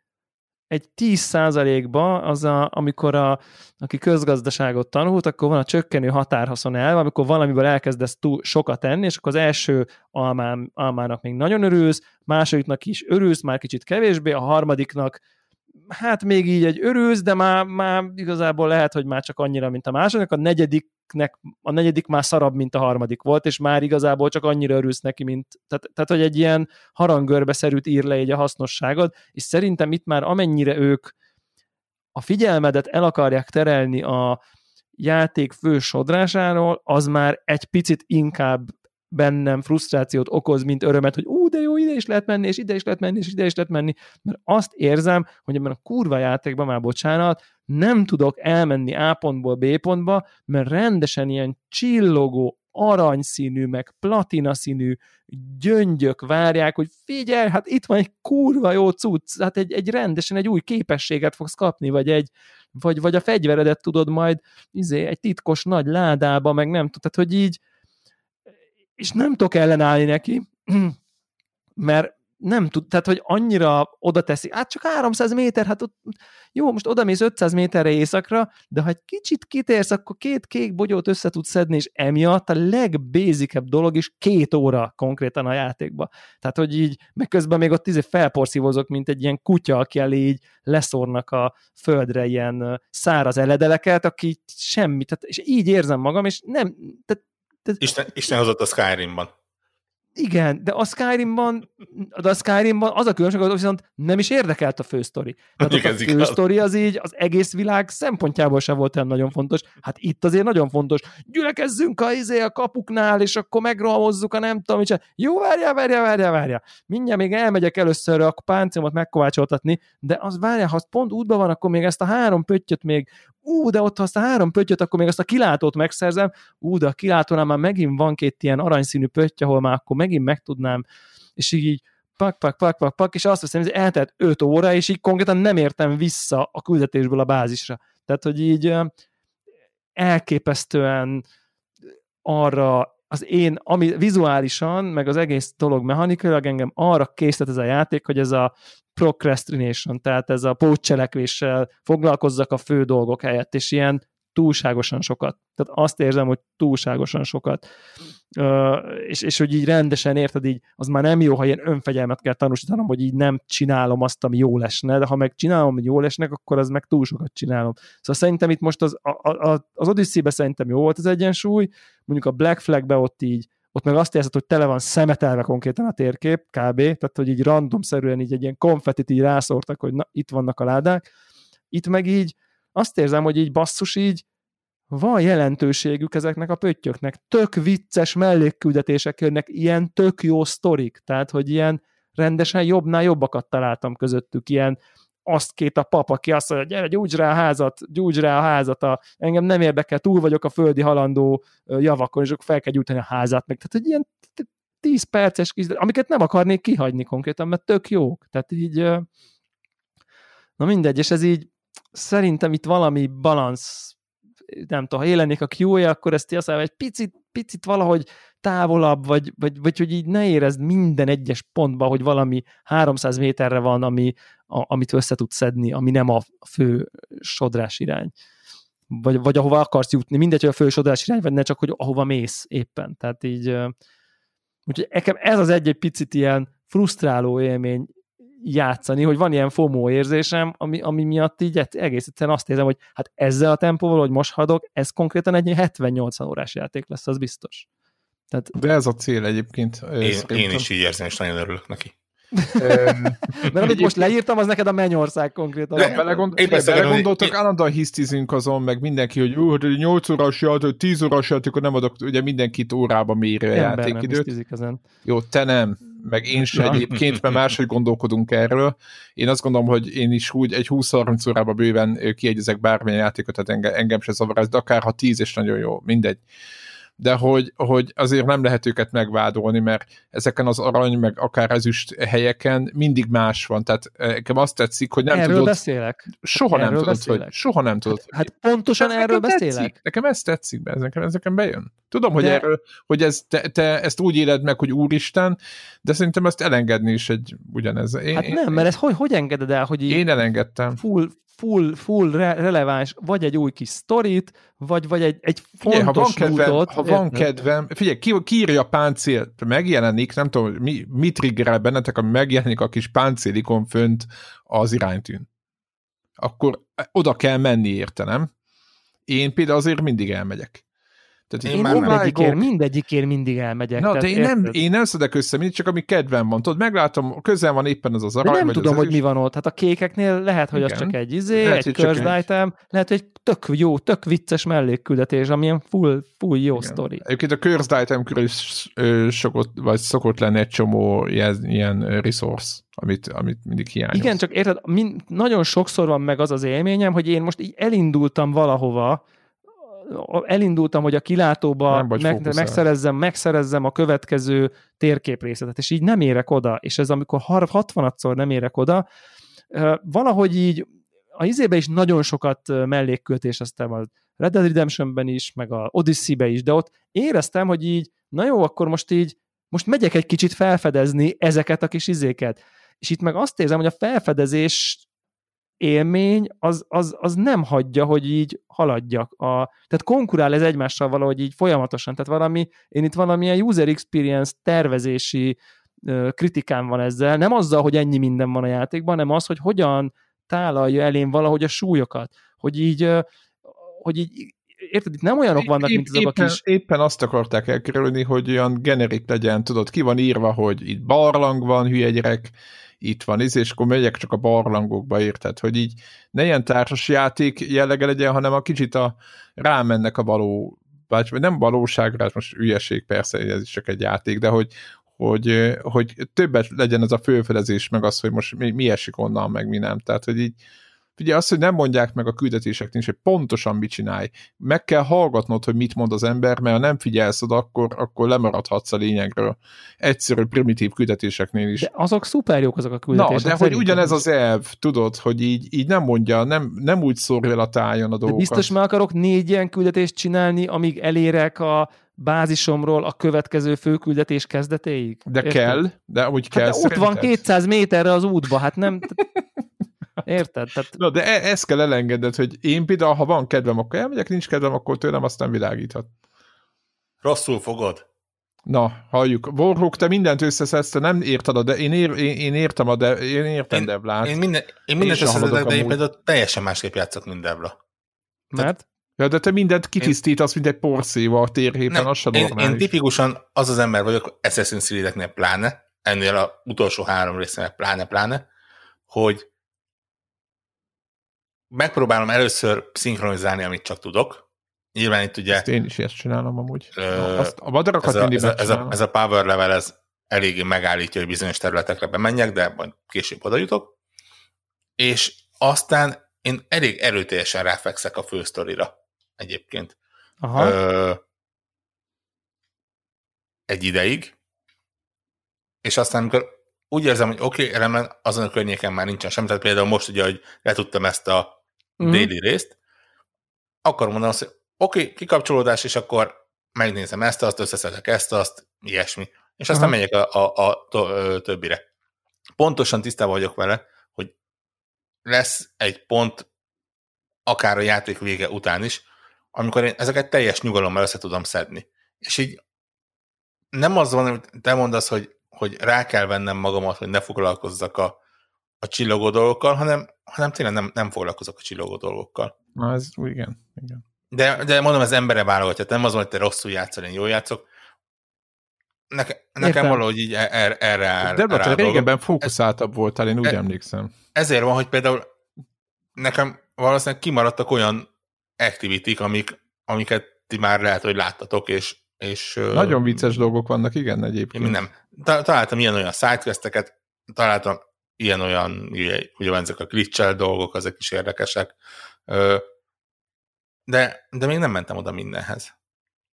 10%-ba aki közgazdaságot tanult, akkor van a csökkenő határhaszon elv, amikor valamiből elkezdesz túl sokat enni, és akkor az első almának még nagyon örülsz, másodiknak is örülsz, már kicsit kevésbé, a harmadiknak hát még így egy örülsz, de már igazából lehet, hogy már csak annyira, mint a második, a negyedik már szarabb, mint a harmadik volt, és már igazából csak annyira örülsz neki, mint, tehát hogy egy ilyen harangörbeszerűt ír le így a hasznosságod, és szerintem itt már amennyire ők a figyelmedet el akarják terelni a játék fő sodrásáról, az már egy picit inkább bennem frusztrációt okoz, mint örömet, hogy de jó, ide is lehet menni, és ide is lehet menni, és ide is lehet menni, mert azt érzem, hogy ebben a kurva játékban, már bocsánat, nem tudok elmenni A pontból B pontba, mert rendesen ilyen csillogó, aranyszínű, meg platinaszínű gyöngyök várják, hogy figyelj, hát itt van egy kurva jó cucc, hát egy rendesen egy új képességet fogsz kapni, vagy a fegyveredet tudod majd egy titkos nagy ládába, meg nem tudod, hogy így és nem tudok ellenállni neki, mert nem tud, tehát, hogy annyira oda teszi, csak 300 méter, hát ott, jó, most odamész 500 méterre északra, de ha egy kicsit kitérsz, akkor 2 kék bogyót össze tudsz szedni, és emiatt a legbézikebb dolog is 2 óra konkrétan a játékba. Tehát, hogy így, meg közben még ott felporszívozok, mint egy ilyen kutya, aki elé így leszórnak a földre ilyen száraz eledeleket, aki semmi, tehát, és így érzem magam, és nem, tehát Isten hozott a Skyrimban. Igen, de a Skyrimban az a különbség, hogy viszont nem is érdekelt a fősztori. Tehát a fősztori az így az egész világ szempontjából sem volt olyan nagyon fontos. Hát itt azért nagyon fontos. Gyülekezzünk a kapuknál, és akkor megrohamozzuk a nem tudom, és jó, várjál. Mindjárt még elmegyek először a páncélomat megkovácsoltatni, de az várjál, ha az pont útban van, akkor még ezt a 3 pöttyöt még de ott ha azt a 3 pöttyöt, akkor még azt a kilátót megszerzem, de a kilátónál már megint van 2 ilyen aranyszínű pötty, ahol már akkor megint megtudnám, és így pak, és azt veszem, hogy eltelt 5 óra, és így konkrétan nem értem vissza a küldetésből a bázisra. Tehát, hogy így elképesztően arra ami vizuálisan, meg az egész dolog mechanikailag engem arra készített ez a játék, hogy ez a procrastination, tehát ez a pótcselekvéssel foglalkozzak a fő dolgok helyett, és ilyen túlságosan sokat. Tehát azt érzem, hogy túlságosan sokat. És hogy így rendesen érted, így az már nem jó, ha ilyen önfegyelmet kell tanúsítanom, hogy így nem csinálom azt, ami jól esne, de ha meg csinálom, hogy jól esnek, akkor az meg túl sokat csinálom. Szóval szerintem itt most az Odyssey-be szerintem jó volt az egyensúly, mondjuk a Black Flag-be ott meg azt érzed, hogy tele van szemetelve konkrétan a térkép, kb. Tehát, hogy így randomszerűen így egy ilyen konfettit így rászórtak, hogy na, itt vannak a ládák. Itt meg így azt érzem, hogy így basszus, így van jelentőségük ezeknek a pöttyöknek. Tök vicces mellékküldetések jönnek, ilyen tök jó sztorik. Tehát, hogy ilyen rendesen jobbnál jobbakat találtam közöttük, ilyen azt két a pap, aki azt mondja, gyere, gyújts rá a házat, engem nem érdekel, túl vagyok a földi halandó javakon, és akkor fel kell gyújtani a házat meg. Tehát, hogy ilyen 10 perces kis, amiket nem akarnék kihagyni konkrétan, mert tök jók. Tehát így, na mindegy, és ez így szerintem itt valami balansz, nem tudom, ha élennék a QA, akkor ezt azt mondja, egy picit valahogy távolabb, vagy hogy így ne érezd minden egyes pontban, hogy valami 300 méterre van, amit össze tudsz szedni, ami nem a fő sodrás irány. Vagy ahova akarsz jutni. Mindegy, hogy a fő sodrás irány, vagy ne csak, hogy ahova mész éppen. Tehát így, úgyhogy nekem ez az egy picit ilyen frusztráló élmény játszani, hogy van ilyen FOMO érzésem, ami miatt így egész egyszerűen azt érzem, hogy hát ezzel a tempóval, hogy most haladok, ez konkrétan egy 70-80 órás játék lesz, az biztos. Tehát, de ez a cél egyébként. Én is így érzem, és nagyon örülök neki. Mert amit most leírtam, az neked a mennyország konkrétan. Belegondoltak, állandóan hisztizünk azon, meg mindenki, hogy 8 órás játék, 10 órás játékot nem adok, ugye mindenkit órába méri a játékidőt. Jó, te nem, meg én sem egyébként, mert máshogy gondolkodunk erről. Én azt gondolom, hogy én is úgy egy 20-30 órában bőven kiegyezek bármilyen játékot, tehát engem se zavar ez, de akár ha 10 és nagyon jó, mindegy. de hogy azért nem lehet őket megvádolni, mert ezeken az arany, meg akár ezüst helyeken mindig más van. Tehát nekem azt tetszik, hogy nem erről tudod... beszélek. Soha nem tudod, beszélek. hogy... Soha nem tudod. Hát pontosan erről beszélek. Tetszik. Nekem ez tetszik, ez nekem bejön. Tudom, hogy erről, hogy te ezt úgy éled meg, hogy úristen, de szerintem ezt elengedni is egy ugyanez. Mert ez hogy engeded el, hogy én elengedtem. Full releváns, vagy egy új kis sztorit, vagy egy fontos útot. Ha van kedvem, figyelj, ki írja a páncél, megjelenik, nem tudom, mi triggerel bennetek, ami megjelenik a kis páncélikon fönt az iránytűn. Akkor oda kell menni érte, nem? Én például azért mindig elmegyek. Tehát én mindegyikért mindig elmegyek. Na, de én nem szedek össze mindig, csak ami kedvem van. Tudod, meglátom, közel van éppen az arany. De nem tudom, hogy mi van ott. Hát a kékeknél lehet, hogy az csak egy egy cursed item, lehet, hogy egy tök vicces mellékküldetés, amilyen full jó sztori. Egyébként a cursed item körül is szokott lenni egy csomó ilyen resource, amit mindig hiányos. Igen, csak érted, nagyon sokszor van meg az élményem, hogy én most így elindultam valahova, hogy a kilátóba megszerezzem a következő térképrészletet, és így nem érek oda, és ez amikor 60-szor nem érek oda, valahogy így a izébe is nagyon sokat mellékköltés, aztán a Red Dead Redemptionben is, meg a Odyssey-be is, de ott éreztem, hogy így, na jó, akkor most megyek egy kicsit felfedezni ezeket a kis izéket. És itt meg azt érzem, hogy a felfedezés élmény, az nem hagyja, hogy így haladjak. Tehát konkurál ez egymással valahogy így folyamatosan. Tehát én itt valamilyen user experience tervezési kritikám van ezzel. Nem azzal, hogy ennyi minden van a játékban, hanem az, hogy hogyan tálalja elém valahogy a súlyokat. Hogy így érted, itt nem olyanok vannak, mint azok a kis... Éppen azt akarták elkerülni, hogy olyan generik legyen, tudod, ki van írva, hogy itt barlang van, hülye gyerek, itt van és akkor megyek csak a barlangokba, érted, hogy így ne ilyen társas játék jellege legyen, hanem a kicsit rámennek a való, vagy nem valóságra, ez most ügyesség persze, ez is csak egy játék, de hogy többet legyen ez a fölfedezés, meg az, hogy most mi esik onnan, meg mi nem, tehát, hogy így ugye azt, hogy nem mondják meg a küldetéseknél, hogy pontosan mit csinálj. Meg kell hallgatnod, hogy mit mond az ember, mert ha nem figyelsz oda, akkor lemaradhatsz a lényegről. Egyszerű, primitív küldetéseknél is. De azok szuper jók azok a küldetések. Na, de hogy ugyanez az elv, tudod, hogy így nem mondja, nem úgy szórja el a tájon a dolgokat. De biztos meg akarok 4 ilyen küldetést csinálni, amíg elérek a bázisomról a következő főküldetés kezdetéig? De érted? Kell, de úgy kell. Hát ott van 200 méterre az útba, hát nem... Érted? Tehát... Na, de ezt kell elengedned, hogy én például, ha van kedvem, akkor elmegyek, nincs kedvem, akkor tőlem azt nem világíthat. Rosszul fogod. Na, halljuk. Warhawk, te mindent összeszedsz, te nem érted, de én értem, én értem Devlát. Én mindent összeszedek, de én például teljesen másképp játszok, mint Devla. Mert? Ja, de te mindent kitisztítasz, mint egy porszéva a térhépen, az sem normális. Én tipikusan az ember vagyok, Assassin's Creed-eknél pláne, ennél az utolsó 3 résznél pláne, hogy megpróbálom először szinkronizálni, amit csak tudok. Nyilván itt ugye... Ezt én is ezt csinálom amúgy. A madarakat mindig ez a power level, ez eléggé megállítja, hogy bizonyos területekre bemenjek, de majd később oda jutok. És aztán én elég erőteljesen ráfekszek a fősztorira egyébként. Egy ideig. És aztán, amikor úgy érzem, hogy oké, rendben, azon a környéken már nincsen semmi, tehát például most ugye, hogy letudtam ezt a déli részt, akkor mondom azt, hogy oké, kikapcsolódás, és akkor megnézem ezt, azt, összeszedek ezt, azt, ilyesmi. És aztán megyek a többire. Pontosan tisztában vagyok vele, hogy lesz egy pont, akár a játék vége után is, amikor én ezeket teljes nyugalommal össze tudom szedni. És így nem az van, hogy te mondasz, hogy rá kell vennem magamat, hogy ne foglalkozzak a csillogó dolgokkal, hanem tényleg nem foglalkozok a csillogó dolgokkal. Na, ez igen. De mondom, ez embere válogatja, nem az van, hogy te rosszul játszol, én jól játszok. Nekem valahogy így erre áll. De te régebben fókuszáltabb voltál, én úgy emlékszem. Ezért van, hogy például nekem valószínűleg kimaradtak olyan activity-k, amiket ti már lehet, hogy láttatok, és nagyon vicces dolgok vannak, igen, egyébként. Én nem. Találtam ilyen-olyan sidequesteket, találtam ilyen-olyan, ugye ezek a glitch-el dolgok, ezek is érdekesek, de még nem mentem oda mindenhez.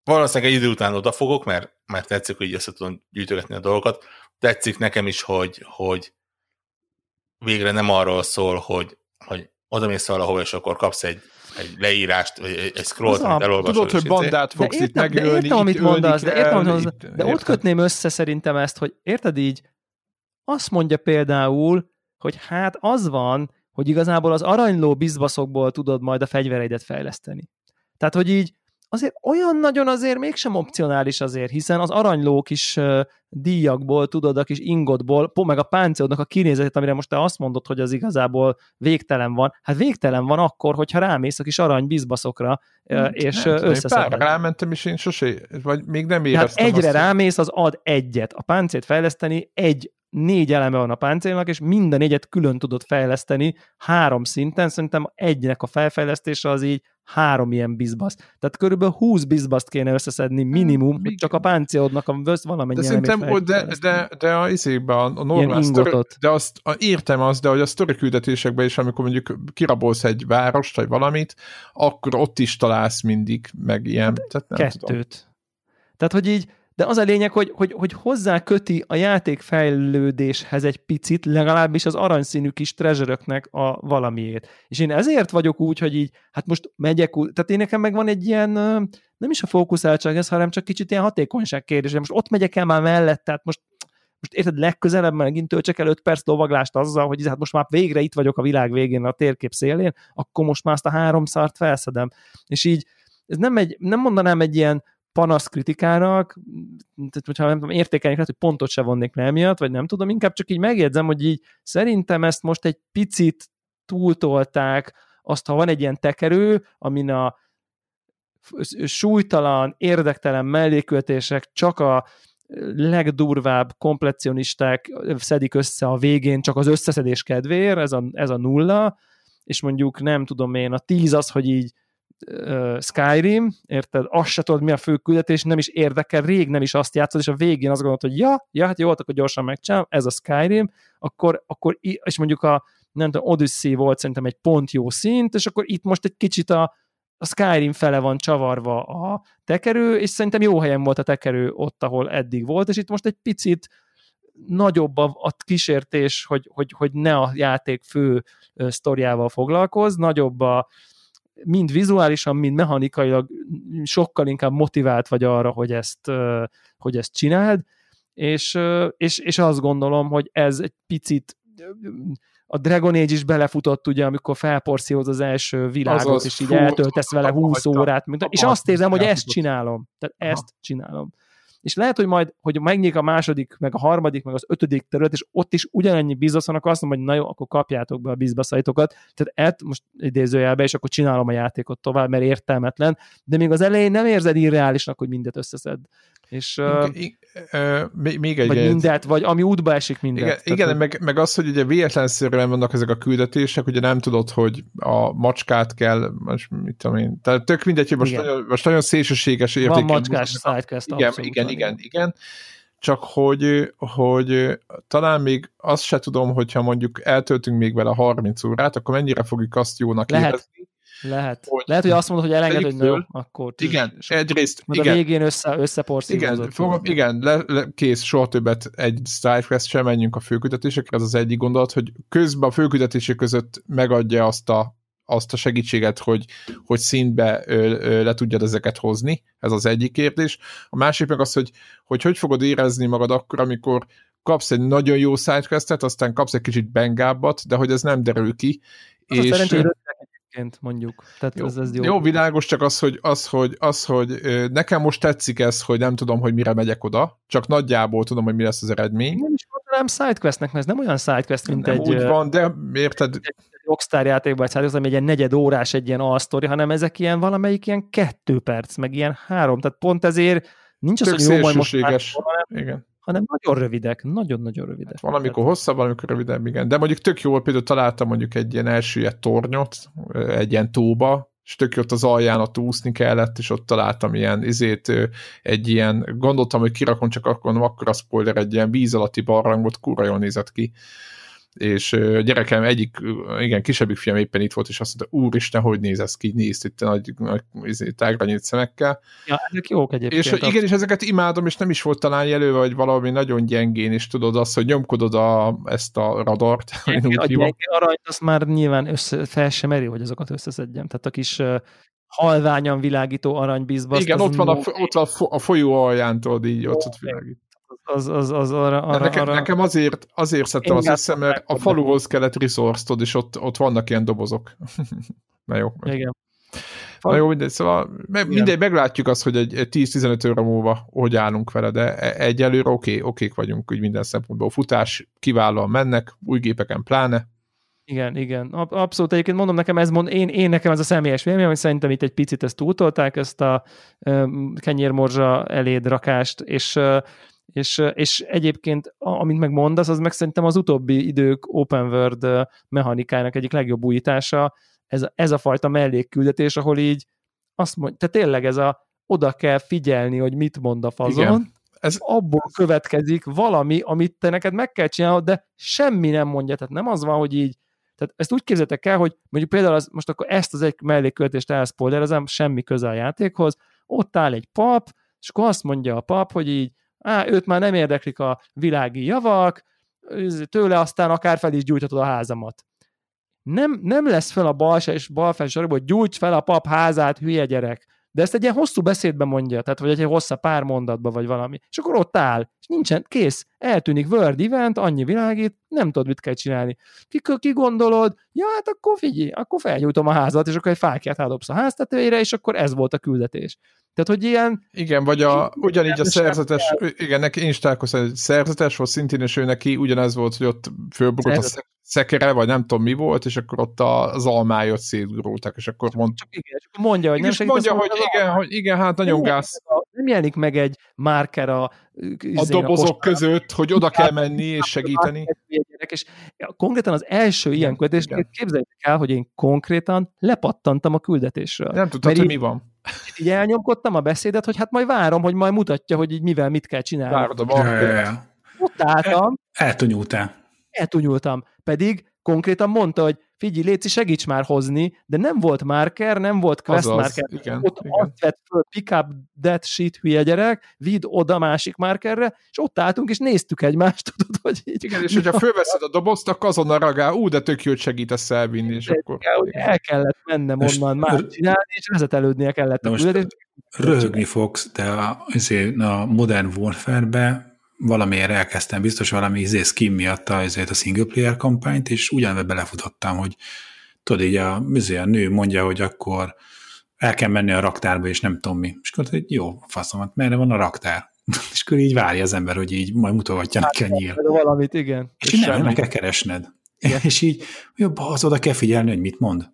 valószínűleg egy idő után odafogok, mert tetszik, hogy össze tudom gyűjtögetni a dolgokat. Tetszik nekem is, hogy végre nem arról szól, hogy odamész valahova, és akkor kapsz egy leírást, vagy egy scrollt, amit elolvasol. Tudod, hogy bandát fogsz itt megölni, de értem, amit mondasz, de ott érted? kötném össze szerintem ezt, hogy érted így, azt mondja például, hogy hát az van, hogy igazából az aranyló bizbaszokból tudod majd a fegyvereidet fejleszteni. Tehát, hogy így azért olyan nagyon azért mégsem opcionális azért, hiszen az aranylók is díjakból, tudod, a kis ingotból, meg a páncélodnak a kinézetét, amire most te azt mondod, hogy az igazából végtelen van. Hát végtelen van akkor, hogyha rámész a kis arany bizbaszokra, és összeszeded. Pár rámentem, és én sosem, vagy még nem éreztem. Hát egyre rámész, az ad egyet. A páncélt fejleszteni 4 eleme van a páncélnak, és minden egyet külön tudod fejleszteni 3 szinten, szerintem egynek a felfejlesztése az így 3 ilyen bizbasz. Tehát körülbelül 20 bizbaszt kéne összeszedni minimum, hogy csak a páncélodnak valamennyi elemét de a izékben, a normál sztori, de azt értem azt, de hogy a sztori küldetésekben is, amikor mondjuk kirabolsz egy várost, vagy valamit, akkor ott is találsz mindig, meg ilyen. Tehát nem 2. Tudom. Tehát, hogy így, de az a lényeg, hogy hozzá köti a játékfejlődéshez egy picit, legalábbis az aranyszínű kis treasure-öknek a valamiét. És én ezért vagyok úgy, hogy így, hát most megyek úgy, tehát én nekem meg van egy ilyen, nem is a fókuszáltság ez, hanem csak kicsit ilyen hatékonyság kérdés. Most ott megyek el már mellett, tehát most érted, legközelebb megint töltsek el 5 perc lovaglást azzal, hogy hát most már végre itt vagyok a világ végén, a térkép szélén, akkor most már azt a 3 szart felszedem. És így, ez nem mondanám egy ilyen panasz kritikának, tehát hogyha nem tudom, értékelni lehet, hogy pontot se vonnék le emiatt, vagy nem tudom, inkább csak így megjegyzem, hogy így szerintem ezt most egy picit túltolták, azt, ha van egy ilyen tekerő, amin a súlytalan, érdektelen melléköltések csak a legdurvább komplexionisták szedik össze a végén csak az összeszedés kedvéért, ez a 0, és mondjuk nem tudom én, a 10 az, hogy így Skyrim, érted? Azt se tudod, mi a fő küldetés, nem is érdekel, rég nem is azt játszod, és a végén azt gondolod, hogy hát jó, akkor gyorsan megcsinálom, ez a Skyrim, akkor és mondjuk nem tudom, Odyssey volt szerintem egy pont jó szint, és akkor itt most egy kicsit a Skyrim fele van csavarva a tekerő, és szerintem jó helyen volt a tekerő ott, ahol eddig volt, és itt most egy picit nagyobb a kísértés, hogy ne a játék fő sztoriával foglalkozz, nagyobb mind vizuálisan, mind mechanikailag sokkal inkább motivált vagy arra, hogy ezt csináld, és azt gondolom, hogy ez egy picit a Dragon Age is belefutott, ugye, amikor felporszíhoz az első világot, és így eltöltesz vele 20 órát, és azt érzem, hogy ezt csinálom. Tehát ezt csinálom. És lehet, hogy majd, hogy megnyílik a második, meg a harmadik, meg az 5. terület, és ott is ugyanannyi bizbaszonak, azt mondom, hogy na jó, akkor kapjátok be a bizbaszaitokat. Tehát most idézőjelbe, és akkor csinálom a játékot tovább, mert értelmetlen, de még az elején nem érzed irreálisnak, hogy mindet összeszed. És még egy vagy mindet, vagy ami útba esik mindet. Igen, meg az, hogy ugye véletlenszerűen vannak ezek a küldetések, ugye nem tudod, hogy a macskát kell, most mit tudom én, tehát tök mindegy, hogy most nagyon szélsőséges értéken. Van macskás sidequest, igen. Csak hogy talán még azt se tudom, hogyha mondjuk eltöltünk még vele 30 órát, akkor mennyire fogjuk azt jónak érezni. Lehet, hogy azt mondod, hogy elenged, hogy no, akkor... Igen, egyrészt... Majd a végén összeporszírozott. Igen, kész, soha többet egy sidequest sem menjünk a főküldetésekre, ez az egyik gondolat, hogy közben a főküldetések között megadja azt a segítséget, hogy szintbe le tudjad ezeket hozni, ez az egyik kérdés. A másik meg az, hogy fogod érezni magad akkor, amikor kapsz egy nagyon jó sidequestet, aztán kapsz egy kicsit bengábbat, de hogy ez nem derül ki. Mondjuk. Tehát ez jó, világos, csak az, hogy nekem most tetszik ez, hogy nem tudom, hogy mire megyek oda, csak nagyjából tudom, hogy mi lesz az eredmény. Nem is mondanám sidequestnek, mert ez nem olyan sidequest, mint nem egy... úgy van, de érted? Egy Rockstar játékban egy sidequest, ami egy ilyen negyed órás, egy ilyen all-story, hanem ezek ilyen valamelyik ilyen 2 perc, meg ilyen 3, tehát pont ezért nincs az, hogy jó, majd most igen. hanem nagyon rövidek, nagyon-nagyon rövidek. Hát valamikor hosszabb, valamikor rövidebb, igen. De mondjuk tök jó, például találtam mondjuk egy ilyen elsüllyedt tornyot, egy ilyen tóba, és tök jó, ott az alján ott úszni kellett, és ott találtam ilyen egy ilyen, gondoltam, hogy kirakom, csak akkor a spoiler, egy ilyen víz alatti barlangot, kurva jól nézett ki. és gyerekem egyik, igen, kisebbik fiam éppen itt volt, és azt mondta, úristen, hogy néz ez ki, nézd itt nagy tágra nyílt szemekkel. Ja, ezek jók egyébként. És igen, és ezeket imádom, és nem is volt talán jelölve, vagy valami nagyon gyengén, és tudod azt, hogy nyomkodod ezt a radart. A gyenge aranyt, azt már nyilván fel sem meri, hogy azokat összeszedjem. Tehát a kis halványan világító aranybízba. Igen, ott van a folyó alján, tudod, így ott világít. Nekem azért szedtem az eszem, mert a faluhoz kellett resource-tod, és ott vannak ilyen dobozok. Na jó. Igen. Na jó, mindegy, szóval mindegy, meglátjuk azt, hogy egy 10-15 óra múlva hogy állunk vele, de egyelőre okék vagyunk úgy minden szempontból. Futás kiválóan mennek, új gépeken pláne. Igen. Abszolút egyébként mondom nekem, én nekem ez a személyes véleményem, hogy szerintem itt egy picit ezt túltolták, ezt a kenyérmorzsa eléd rakást, és egyébként, amit meg mondasz, az meg szerintem az utóbbi idők open world mechanikájának egyik legjobb újítása, ez a fajta mellékküldetés, ahol így azt mondja, tehát tényleg oda kell figyelni, hogy mit mond a fazon, igen. Abból következik valami, amit te neked meg kell csinálnod, de semmi nem mondja, tehát nem az van, hogy így, tehát ezt úgy képzeljétek el, hogy mondjuk például most akkor ezt az egy mellékkültetést elszpoilerezem, semmi köze a játékhoz, ott áll egy pap, és akkor azt mondja a pap, hogy így, őt már nem érdeklik a világi javak, tőle aztán akár fel is gyújthatod a házamat. Nem lesz fel a bal felső sarokban, hogy gyújts fel a pap házát, hülye gyerek. De ezt egy ilyen hosszú beszédben mondja, tehát vagy egy hosszabb pár mondatban, vagy valami. És akkor ott áll, és nincsen, kész, eltűnik World Event, annyi világít, nem tudod, mit kell csinálni. Ki gondolod, ja, hát akkor figyelj, akkor felgyújtom a házat, és akkor egy fákját rádobsz a ház tetejére, és akkor ez volt a küldetés. Tehát, hogy ilyen... Igen, vagy ugyanígy a szerzetes, igen, neki én is találkoztam, egy szerzetes volt szintén, és ő neki ugyanez volt, hogy ott fölborult a szekere, vagy nem tudom mi volt, és akkor ott az almájot szétgurultak, és akkor mondja, hogy nem segít. Mondja, hogy igen, hát nagyon gáz. Nem jelenik meg egy márker a dobozok között, hogy oda kell menni és segíteni. És konkrétan az első ilyen küldetést képzeljétek el, hogy én konkrétan lepattantam a küldetésről. Nem tudtad, hogy mi van. Így elnyomkodtam a beszédet, hogy hát majd várom, hogy majd mutatja, hogy így mivel mit kell csinálni. Várod a balkört. Ott álltam. Eltunyultam. Pedig konkrétan mondta, hogy figyelj, Léci, segíts már hozni, de nem volt marker, nem volt quest marker. Igen, ott azt vett föl, pick up that shit, hülye gyerek, vidd oda másik markerre, és ott álltunk, és néztük egymást, tudod, hogy így. Igen, és hogyha fölveszed a dobozt, akkor azonnal ragál, de tök jót segítesz elvinni, és akkor... El kellett mennem onnan már csinálni, és vezetelődnie kellett a küldetés. Röhögni fogsz, de a Modern Warfare-be valamiért elkezdtem, biztos valami skin miatt a single player kampányt, és ugyanebben belefutottam, hogy tudod, így a nő mondja, hogy akkor el kell menni a raktárba, és nem tudom mi. És akkor hogy jó, faszomat, merre van a raktár? És akkor így várja az ember, hogy így majd mutogatja neki a nyíl. Valamit, igen. És nem kell keresned. Igen. És így, jobb, az oda kell figyelni, hogy mit mond.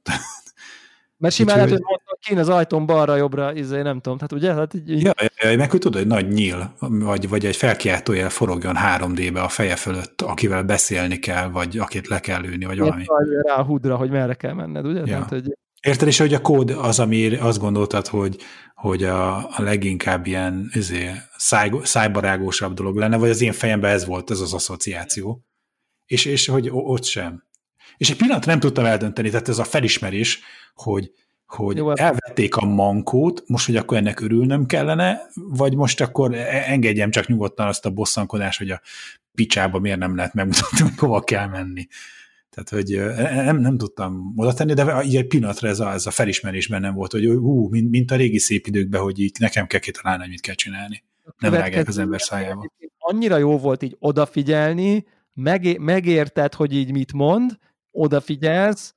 Mert simán lehet, hogy mondta, kín az ajtón balra-jobbra, nem tudom, tehát ugye? Hát így... meg hogy tudod, hogy nagy nyíl, vagy egy felkiáltójel forogjon 3D-be a feje fölött, akivel beszélni kell, vagy akit le kell lőni, vagy valami. Rá a hudra, hogy merre kell menned, ugye? Ja. Tehát, hogy... Érted, és hogy a kód az, ami azt gondoltad, hogy a leginkább ilyen szájbarágósabb dolog lenne, vagy az én fejemben ez volt, ez az asszociáció. És hogy ott sem. És egy pillanatra nem tudtam eldönteni, tehát ez a felismerés, hogy elvették a mankót, most, hogy akkor ennek örülnöm kellene, vagy most akkor engedjem csak nyugodtan azt a bosszankodást, hogy a picsába miért nem lehet megmutatni, hogy hova kell menni. Tehát, hogy nem tudtam oda tenni, de így egy pillanatra ez a felismerés bennem volt, hogy mint a régi szép időkben, hogy így nekem kell kitalálni, hogy mit kell csinálni. Nem rágják az ember szájába. Annyira jó volt így odafigyelni, megérted, hogy így mit mond, odafigyelsz,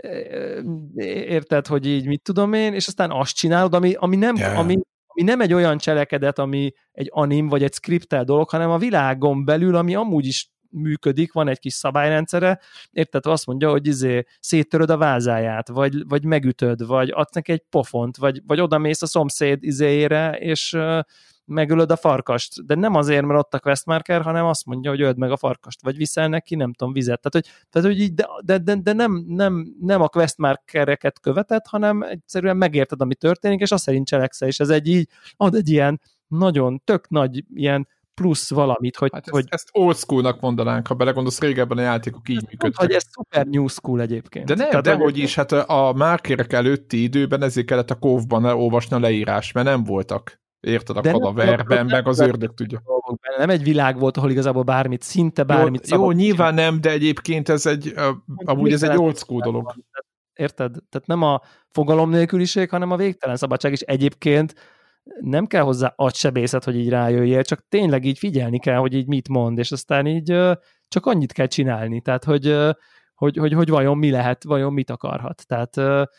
érted, hogy így mit tudom én, és aztán azt csinálod, ami nem egy olyan cselekedet, ami egy anim vagy egy skriptel dolog, hanem a világon belül, ami amúgy is működik, van egy kis szabályrendszere, érted, azt mondja, hogy széttöröd a vázáját, vagy megütöd, vagy adsz neki egy pofont, vagy odamész a szomszéd izéjére, és megölöd a farkast, de nem azért, mert ott a questmarker, hanem azt mondja, hogy öld meg a farkast, vagy viszel neki, nem tudom, vizet. Tehát hogy így, de nem a questmarkereket követed, hanem egyszerűen megérted, ami történik, és azt szerint cselekszel, és ez ad egy ilyen nagyon tök nagy ilyen plusz valamit, hogy... Hát hogy ezt old schoolnak mondanánk, ha belegondolsz, régebben a játékok így működtek. Hogy ez szuper new school egyébként. De nem, tehát, dehogy is, hát a márkérek előtti időben ezért kellett a Cove-ban olvasni a leírás, mert nem voltak. Érted, a kadaverben, meg az ördög tudja. Nem egy világ volt, ahol igazából bármit, szinte bármit jó, nyilván nem, de egyébként ez amúgy ez egy old school dolog. Érted? Tehát nem a fogalom nélküliség, hanem a végtelen szabadság, és egyébként nem kell hozzá agysebészet, hogy így rájöjjél, csak tényleg így figyelni kell, hogy így mit mond, és aztán így csak annyit kell csinálni, tehát hogy vajon mi lehet, vajon mit akarhat. Tehát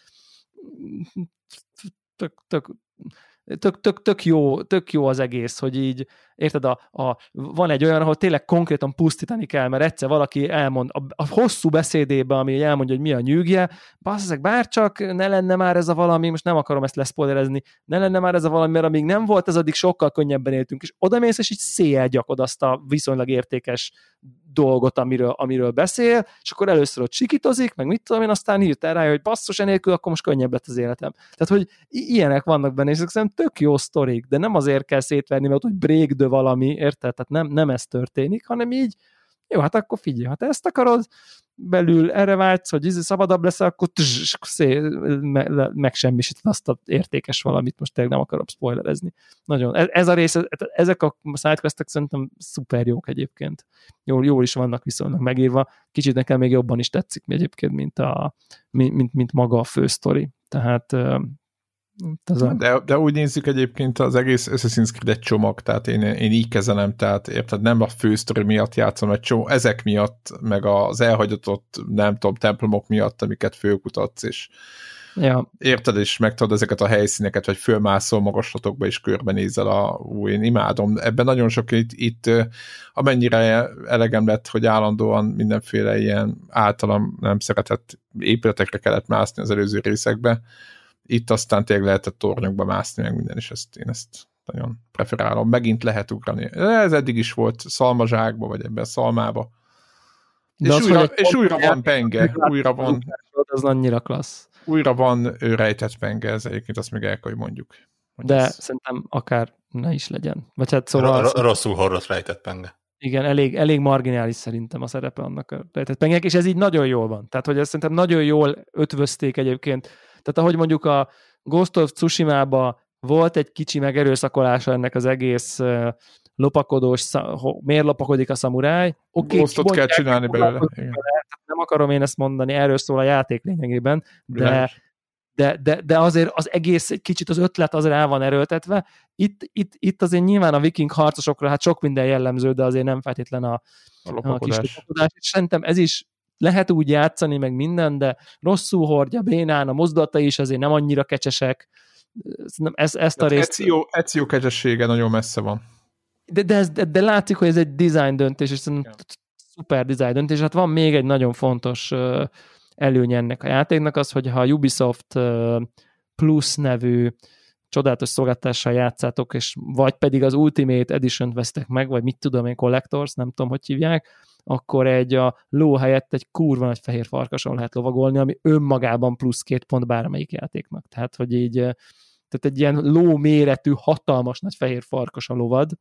tök jó az egész, hogy így, érted, van egy olyan, ahol tényleg konkrétan pusztítani kell, mert egyszer valaki elmond, a hosszú beszédében, ami elmondja, hogy mi a nyűgje, basszak, bárcsak ne lenne már ez a valami, most nem akarom ezt leszpoilerezni, ne lenne már ez a valami, mert amíg nem volt ez, addig sokkal könnyebben éltünk, és odamész, és így széjjel gyakod azt a viszonylag értékes dolgot, amiről beszél, és akkor először ott sikítozik, meg mit tudom én, aztán hirtelen rájön, hogy basszus enélkül, akkor most könnyebb lett az életem. Tehát, hogy ilyenek vannak benne, és szerintem tök jó sztorik, de nem azért kell szétverni, mert hogy break the valami, érted? Tehát nem ez történik, hanem így, jó, hát akkor figyelj, ha te ezt akarod, belül erre vágysz, hogy szabadabb lesz, akkor megsemmisíted azt az értékes valamit, most tényleg nem akarom spoilerezni. Nagyon. Ez a rész, ezek a sidequestek szerintem szuper jók egyébként. Jól is vannak viszonylag megírva. Kicsit nekem még jobban is tetszik egyébként, mint maga a fősztori. Tehát de úgy nézzük egyébként az egész Assassin's Creed egy csomag, tehát én így kezelem, tehát érted, nem a fősztori miatt játszom egy csomag, ezek miatt, meg az elhagyatott, nem tudom, templomok miatt, amiket fölkutatsz, és érted, és megtudod ezeket a helyszíneket, vagy fölmászol magaslatokba, és körbenézel én imádom. Ebben nagyon sok itt amennyire elegem lett, hogy állandóan mindenféle ilyen általam nem szeretett épületekre kellett mászni az előző részekbe. Itt aztán tényleg lehetett tornyokba mászni, meg minden, és én ezt nagyon preferálom. Megint lehet ugrani. Ez eddig is volt szalmazsákba, vagy ebben szalmába. És újra van penge. Újra van. Az annyira klassz. Újra van rejtett penge, ez egyébként azt még el kell, hogy mondjuk. De szerintem akár ne is legyen. Vagy hát szóval... Rosszul horrott rejtett penge. Igen, elég marginális szerintem a szerepe annak a rejtett pengek, és ez így nagyon jól van. Tehát, hogy ezt szerintem nagyon jól ötvözték egyébként. Tehát ahogy mondjuk a Ghost of Tsushima-ba volt egy kicsi megerőszakolása ennek az egész lopakodós, miért lopakodik a szamuráj? Ghostot kell csinálni belőle. Nem akarom én ezt mondani, erről szól a játék lényegében, de azért az egész egy kicsit az ötlet az rá van erőltetve. Itt azért nyilván a viking harcosokra hát sok minden jellemző, de azért nem feltétlen a kis lopakodás. És szerintem ez is lehet úgy játszani, meg minden, de rosszul hordja, bénán, a mozdulatai is azért nem annyira kecsesek. Ezt a részt... Ezio kecsessége nagyon messze van. De látszik, hogy ez egy design döntés, és szerintem szuper design döntés. Hát van még egy nagyon fontos előny ennek a játéknak, az, hogy ha a Ubisoft Plus nevű csodálatos szolgáltatással játszátok, és vagy pedig az Ultimate Edition-t vesztek meg, vagy mit tudom én, Collectors, nem tudom, hogy hívják, akkor a ló helyett egy kurva nagy fehér farkason lehet lovagolni, ami önmagában plusz 2 pont bármelyik játéknak. Tehát, hogy így, tehát egy ilyen ló méretű, hatalmas nagy fehér farkas a lovad.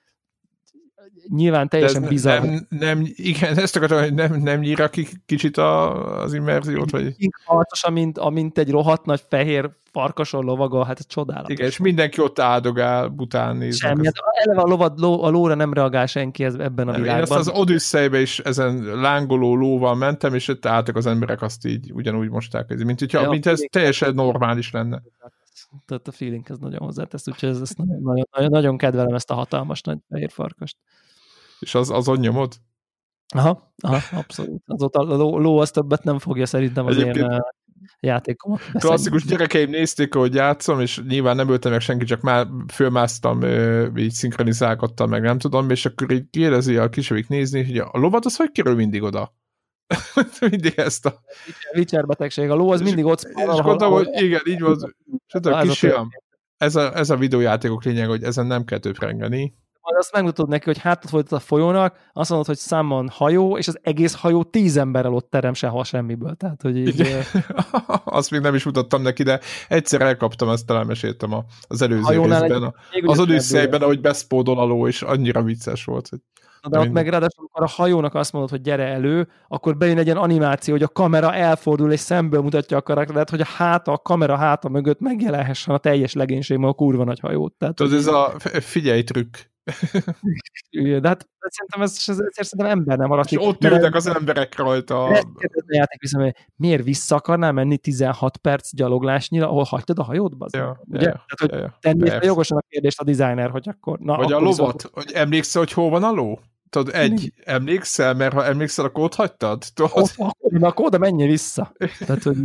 Nyilván teljesen bizarr. Igen, ezt akartam, hogy nem nyírja ki kicsit az immerziót? Vagy... Harcos, amint egy rohadt nagy fehér farkason lovagol, hát ez csodálatos. Igen, és mindenki ott áldogál, bután néznek. Semmi, eleve a lóra nem reagál senki ebben a világban. Én azt az Odyssey-be is ezen lángoló lóval mentem, és ott álltak az emberek, azt így ugyanúgy mosták, mint ez teljesen normális lenne. Tehát a feeling ez nagyon hozzátesz, úgyhogy ezt nagyon kedvelem, ezt a hatalmas nagy fehér farkast. És azon nyomod? Aha, abszolút. Azóta a ló az többet nem fogja szerintem az én játékomat. Klasszikus gyerekeim nézték, hogy játszom, és nyilván nem öltem meg senki, csak már fölmásztam, így szinkronizálkodtam, meg nem tudom, és akkor így kérdezi a kisevik nézni, hogy a lovat az hogy kerül mindig oda? Mindig ezt a... Witcher betegség, a ló az mindig ott... És gondolom, hogy igen, így van. És a kisfiam, ez a videójátékok lényeg, hogy ezen nem kell több rengeni. majd azt megmutatod neki, hogy hátat fordít a folyónak, azt mondod, hogy summon hajó, és az egész hajó 10 emberrel ott terem sehol semmiből. Tehát, hogy így... Azt még nem is mutattam neki, de egyszer elkaptam, ezt elmeséltem az előző részben. Az Odyssey-ben, ahogy beszpódol a ló, és annyira vicces volt. Hogy de ott meg ráadásul, amikor a hajónak azt mondod, hogy gyere elő, akkor bejön egy ilyen animáció, hogy a kamera elfordul, és szemből mutatja a karakteret, hogy a kamera háta mögött megjelenhessen a teljes legénységben a kurva nagy hajót. Tehát, tudod, ez a figyelj trükk. De hát szerintem ember nem maradt. És ott ülnek az emberek rajta. Miért vissza akarnál menni 16 perc gyaloglásnyira, ahol hagytad a hajót? Tennél jogosan a kérdést a designer, hogy akkor... Vagy a lovat, hogy emlékszel, hogy hol van a ló? Tudod, emlékszel, mert ha emlékszel, akkor ott hagytad? Akkor oda menjél vissza. Tehát, hogy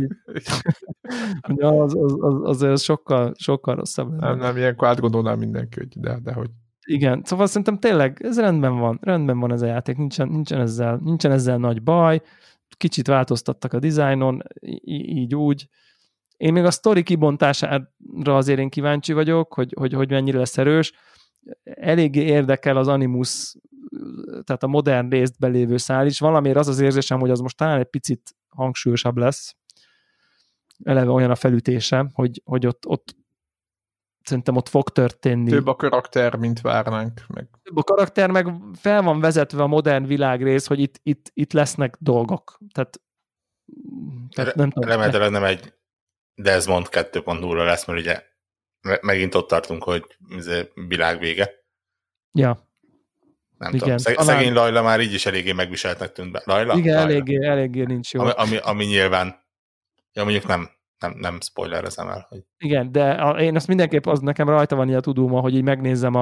az sokkal rosszabb. Nem, ilyenkor átgondolnám mindenki, hogy de hogy. Igen, szóval szerintem tényleg ez rendben van ez a játék, nincsen ezzel nagy baj, kicsit változtattak a dizájnon, így úgy. Én még a sztori kibontására azért én kíváncsi vagyok, hogy mennyire lesz erős. Eléggé érdekel az Animus, tehát a modern részt belévő szál is. Valamiért az érzésem, hogy az most talán egy picit hangsúlyosabb lesz. Eleve olyan a felütése, hogy ott szerintem ott fog történni. Több a karakter, mint várnánk. Több a karakter, meg fel van vezetve a modern világrész, hogy itt lesznek dolgok. Tehát nem tudom. Remélhetőleg nem egy Desmond 2.0 lesz, mert ugye megint ott tartunk, hogy világ vége. Ja. Nem igen. Tudom. Szegény Layla már így is eléggé megviseltnek tűnt be. Layla? Igen, eléggé nincs jó. Ami nyilván, mondjuk nem spoilerezem el. Hogy... Igen, de én azt mindenképp, az nekem rajta van ilyen tudóma, hogy így megnézzem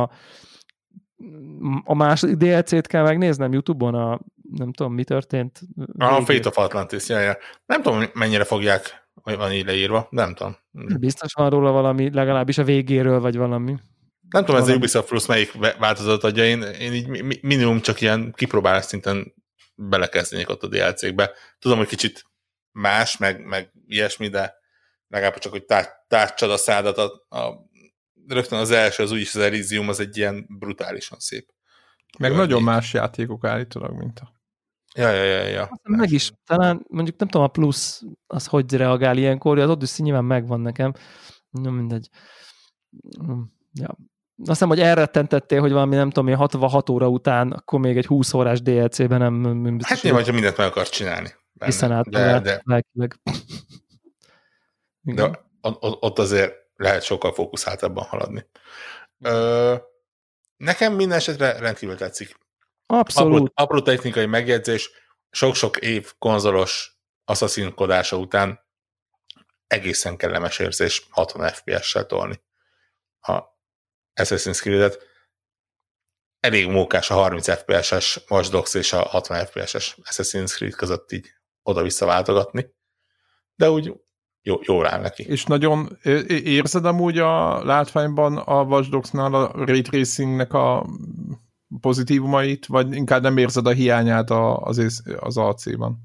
a második DLC-t kell megnéznem YouTube-on, nem tudom, mi történt. A Fate of Atlantis, ja. Nem tudom, mennyire fogják, hogy van így leírva, nem tudom. Biztos van róla valami, legalábbis a végéről, vagy valami. Nem tudom, ez a Ubisoft Plus melyik változatot adja, én így minimum csak ilyen kipróbálás szinten belekezdenék ott a DLC-kbe. Tudom, hogy kicsit más, meg ilyesmi, de legalább csak, hogy tártsad a szádat, rögtön az első, az úgyis az Elysium, az egy ilyen brutálisan szép. Meg nagyon más játékok állítólag, mint a... Ja. Meg is, talán mondjuk nem tudom, a plusz az hogy reagál ilyenkor, az Odyssey nyilván megvan nekem. Nem mindegy. Ja. Azt hiszem, hogy elrettentettél, hogy valami nem tudom, 66 óra után, akkor még egy 20 órás DLC-ben nem biztos. Hát nyilván, hogyha mindent meg akarsz csinálni. Hiszen át lelkileg. De ott azért lehet sokkal fókuszáltabban haladni. Nekem minden esetre rendkívül tetszik. Abszolút. Apró technikai megjegyzés, sok-sok év konzolos asszaszinkodása után egészen kellemes érzés 60 FPS-sel tolni a Assassin's Creed-et. Elég mókás a 30 FPS-es Watch Dogs és a 60 FPS-es Assassin's Creed között így oda-vissza váltogatni. De úgy jól áll neki. És nagyon érzed amúgy a látványban a Watch Dogs-nál a Ray Tracingnek a pozitívumait, vagy inkább nem érzed a hiányát az AC-ban?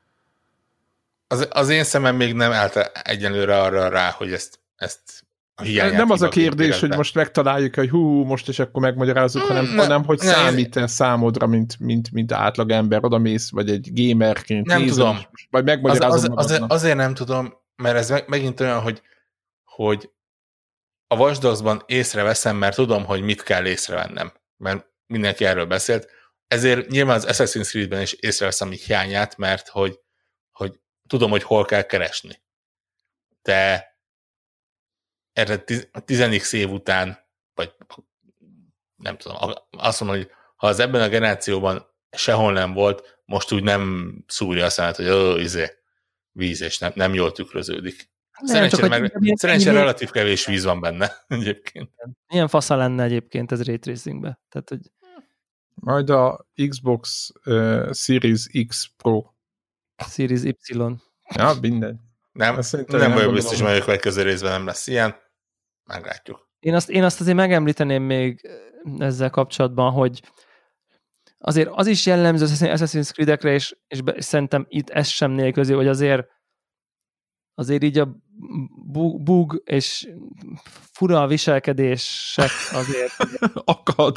Az én szemem még nem állt egyenlőre arra rá, hogy ezt a hiányát... Nem az a kérdés, hogy most megtaláljuk, hogy most és akkor megmagyarázzuk, hanem hogy számít-e számodra, mint átlag ember, odamész, vagy egy gamerként nem nézed, tudom. Vagy megmagyarázom azért nem tudom, mert ez megint olyan, hogy a Watch Dogs-ban észreveszem, mert tudom, hogy mit kell észrevennem, mert mindenki erről beszélt. Ezért nyilván az Assassin's Creed-ben is észreveszem a hiányát, mert hogy tudom, hogy hol kell keresni. De erre 10x év után, vagy nem tudom, azt mondom, hogy ha az ebben a generációban sehol nem volt, most úgy nem szúrja a szemet, hogy víz, és nem jól tükröződik. Szerencsére relatív kevés víz van benne egyébként. Milyen fasza lenne egyébként ez Ray Tracingbe? Tehát, hogy... Majd a Xbox Series X Pro. Series Y. Ja, minden. Nem vagyok biztos, hogy a következő részben nem lesz ilyen. Meglátjuk. Én azt azért megemlíteném még ezzel kapcsolatban, hogy azért az is jellemző az Assassin's Creed-ekre, és szerintem itt ez sem nélküli, hogy azért így a bug és fura viselkedések azért. Akad.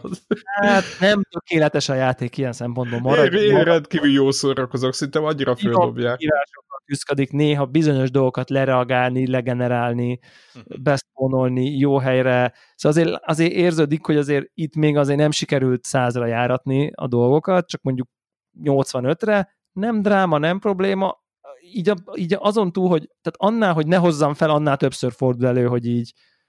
Hát nem tökéletes a játék ilyen szempontból. Marad. Én rendkívül jó szórakozok, szinte annyira földobják. Írásokkal küszködik, néha bizonyos dolgokat lereagálni, legenerálni, beszpónolni jó helyre. Szóval azért érződik, hogy azért itt még azért nem sikerült 100-ra járatni a dolgokat, csak mondjuk 85-re. Nem dráma, nem probléma. Így azon túl, hogy tehát annál, hogy ne hozzam fel, annál többször fordul elő, hogy így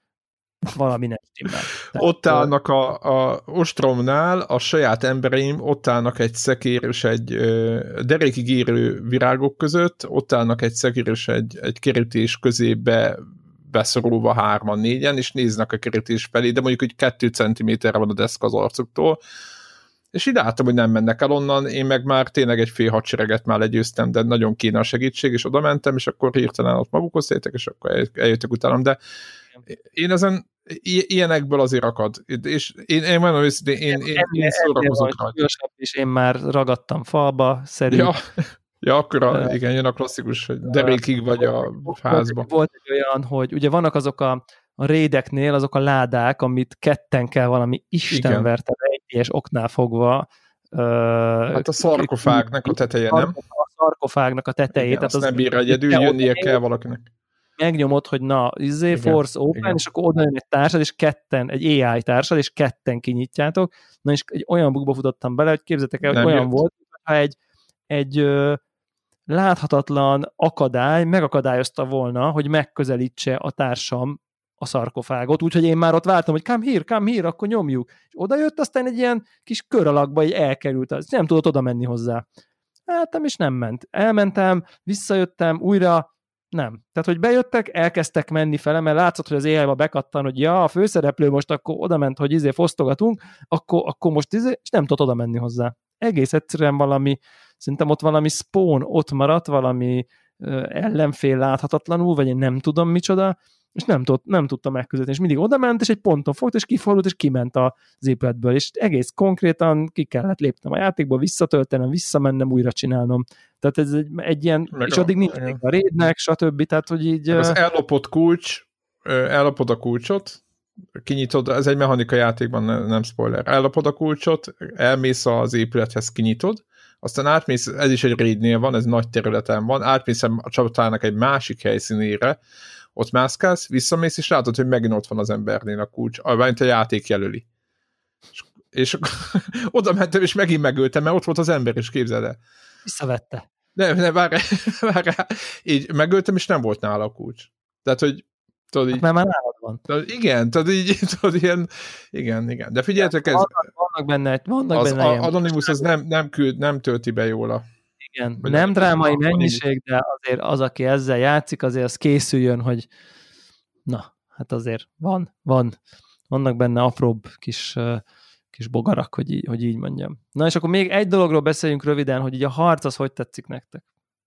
valami nem stimmel. Ott állnak a ostromnál, a saját embereim, ott állnak egy szekér és egy derékig érő virágok között, ott állnak egy szekér és egy kerítés közébe beszorulva 3-4-en, és néznek a kerítés felé, de mondjuk, hogy 2 centiméterre van a deszka az arcuktól, és így láttam, hogy nem mennek el onnan, én meg már tényleg egy fél hadsereget már legyőztem, de nagyon kéne a segítség, és oda mentem, és akkor hirtelen ott magukhoz értek, és akkor eljöttek utánam, de én ezen ilyenekből azért akad. És én mondom őszintén, én szórakozok rajta. És én már ragadtam falba, szerint. Ja, akkor igen, jön a klasszikus, hogy derékig vagy a házba. Volt egy olyan, hogy ugye vannak azok a raideknél azok a ládák, amit ketten kell valami istenverte egyes oknál fogva. Hát a szarkofágnak a teteje, nem? A szarkofágnak a tetejét. Igen, azt nem bírja egyedül, jönnie kell valakinek. Megnyomod, hogy force open, igen. És akkor oda jön egy társad, és ketten, egy AI társad, és ketten kinyitjátok. Na és egy olyan bugba futottam bele, hogy képzeljétek el, hogy nem olyan jött. Volt, ha egy láthatatlan akadály megakadályozta volna, hogy megközelítse a társam a szarkofágot, úgyhogy én már ott vártam, hogy come here, akkor nyomjuk. És oda jött, aztán egy ilyen kis kör alakba így elkerült, nem tudott oda menni hozzá. Hát és nem ment. Elmentem, visszajöttem, újra nem. Tehát, hogy bejöttek, elkezdtek menni fele, mert látszott, hogy az AI-ba bekattan, hogy ja, a főszereplő most akkor oda ment, hogy fosztogatunk, akkor most és nem tudott oda menni hozzá. Egész egyszerűen szerintem ott valami spawn ott maradt, valami ellenfél láthatatlanul, vagy én nem tudom micsoda, és nem tudta megközelíteni, és mindig oda ment, és egy ponton fogta, és kifordult, és kiment az épületből, és egész konkrétan ki kellett lépnem a játékból, visszatöltenem, visszamennem, újra csinálnom. Tehát ez egy ilyen, meg és addig nincs a raidnek, stb. Tehát, hogy így... Az ellopott kulcs, ellopod a kulcsot, kinyitod, ez egy mechanika játékban, nem spoiler, ellopod a kulcsot, elmész az épülethez, kinyitod, aztán átmész, ez is egy raidnél van, ez nagy területen van, átmész a csapatának egy másik helyszínére, ott mászkálsz, visszamész, és látod, hogy megint ott van az embernél a kulcs, amint a játék jelöli. És oda mentem, és megint megöltem, mert ott volt az ember, és képzeld el. Visszavette. Nem, várj, így megöltem, és nem volt nála a kulcs. Tehát, hogy tudod így... Mert már nálad van. Igen, tudod így, tudod ilyen... Igen. De figyeljetek, ez... Vannak benne Anonymous az nem tölti be jól a... Igen, nem drámai mennyiség, de azért az, aki ezzel játszik, azért az készüljön, hogy na, hát azért vannak benne apróbb kis bogarak, hogy így mondjam. Na és akkor még egy dologról beszéljünk röviden, hogy így a harc az hogy tetszik nektek?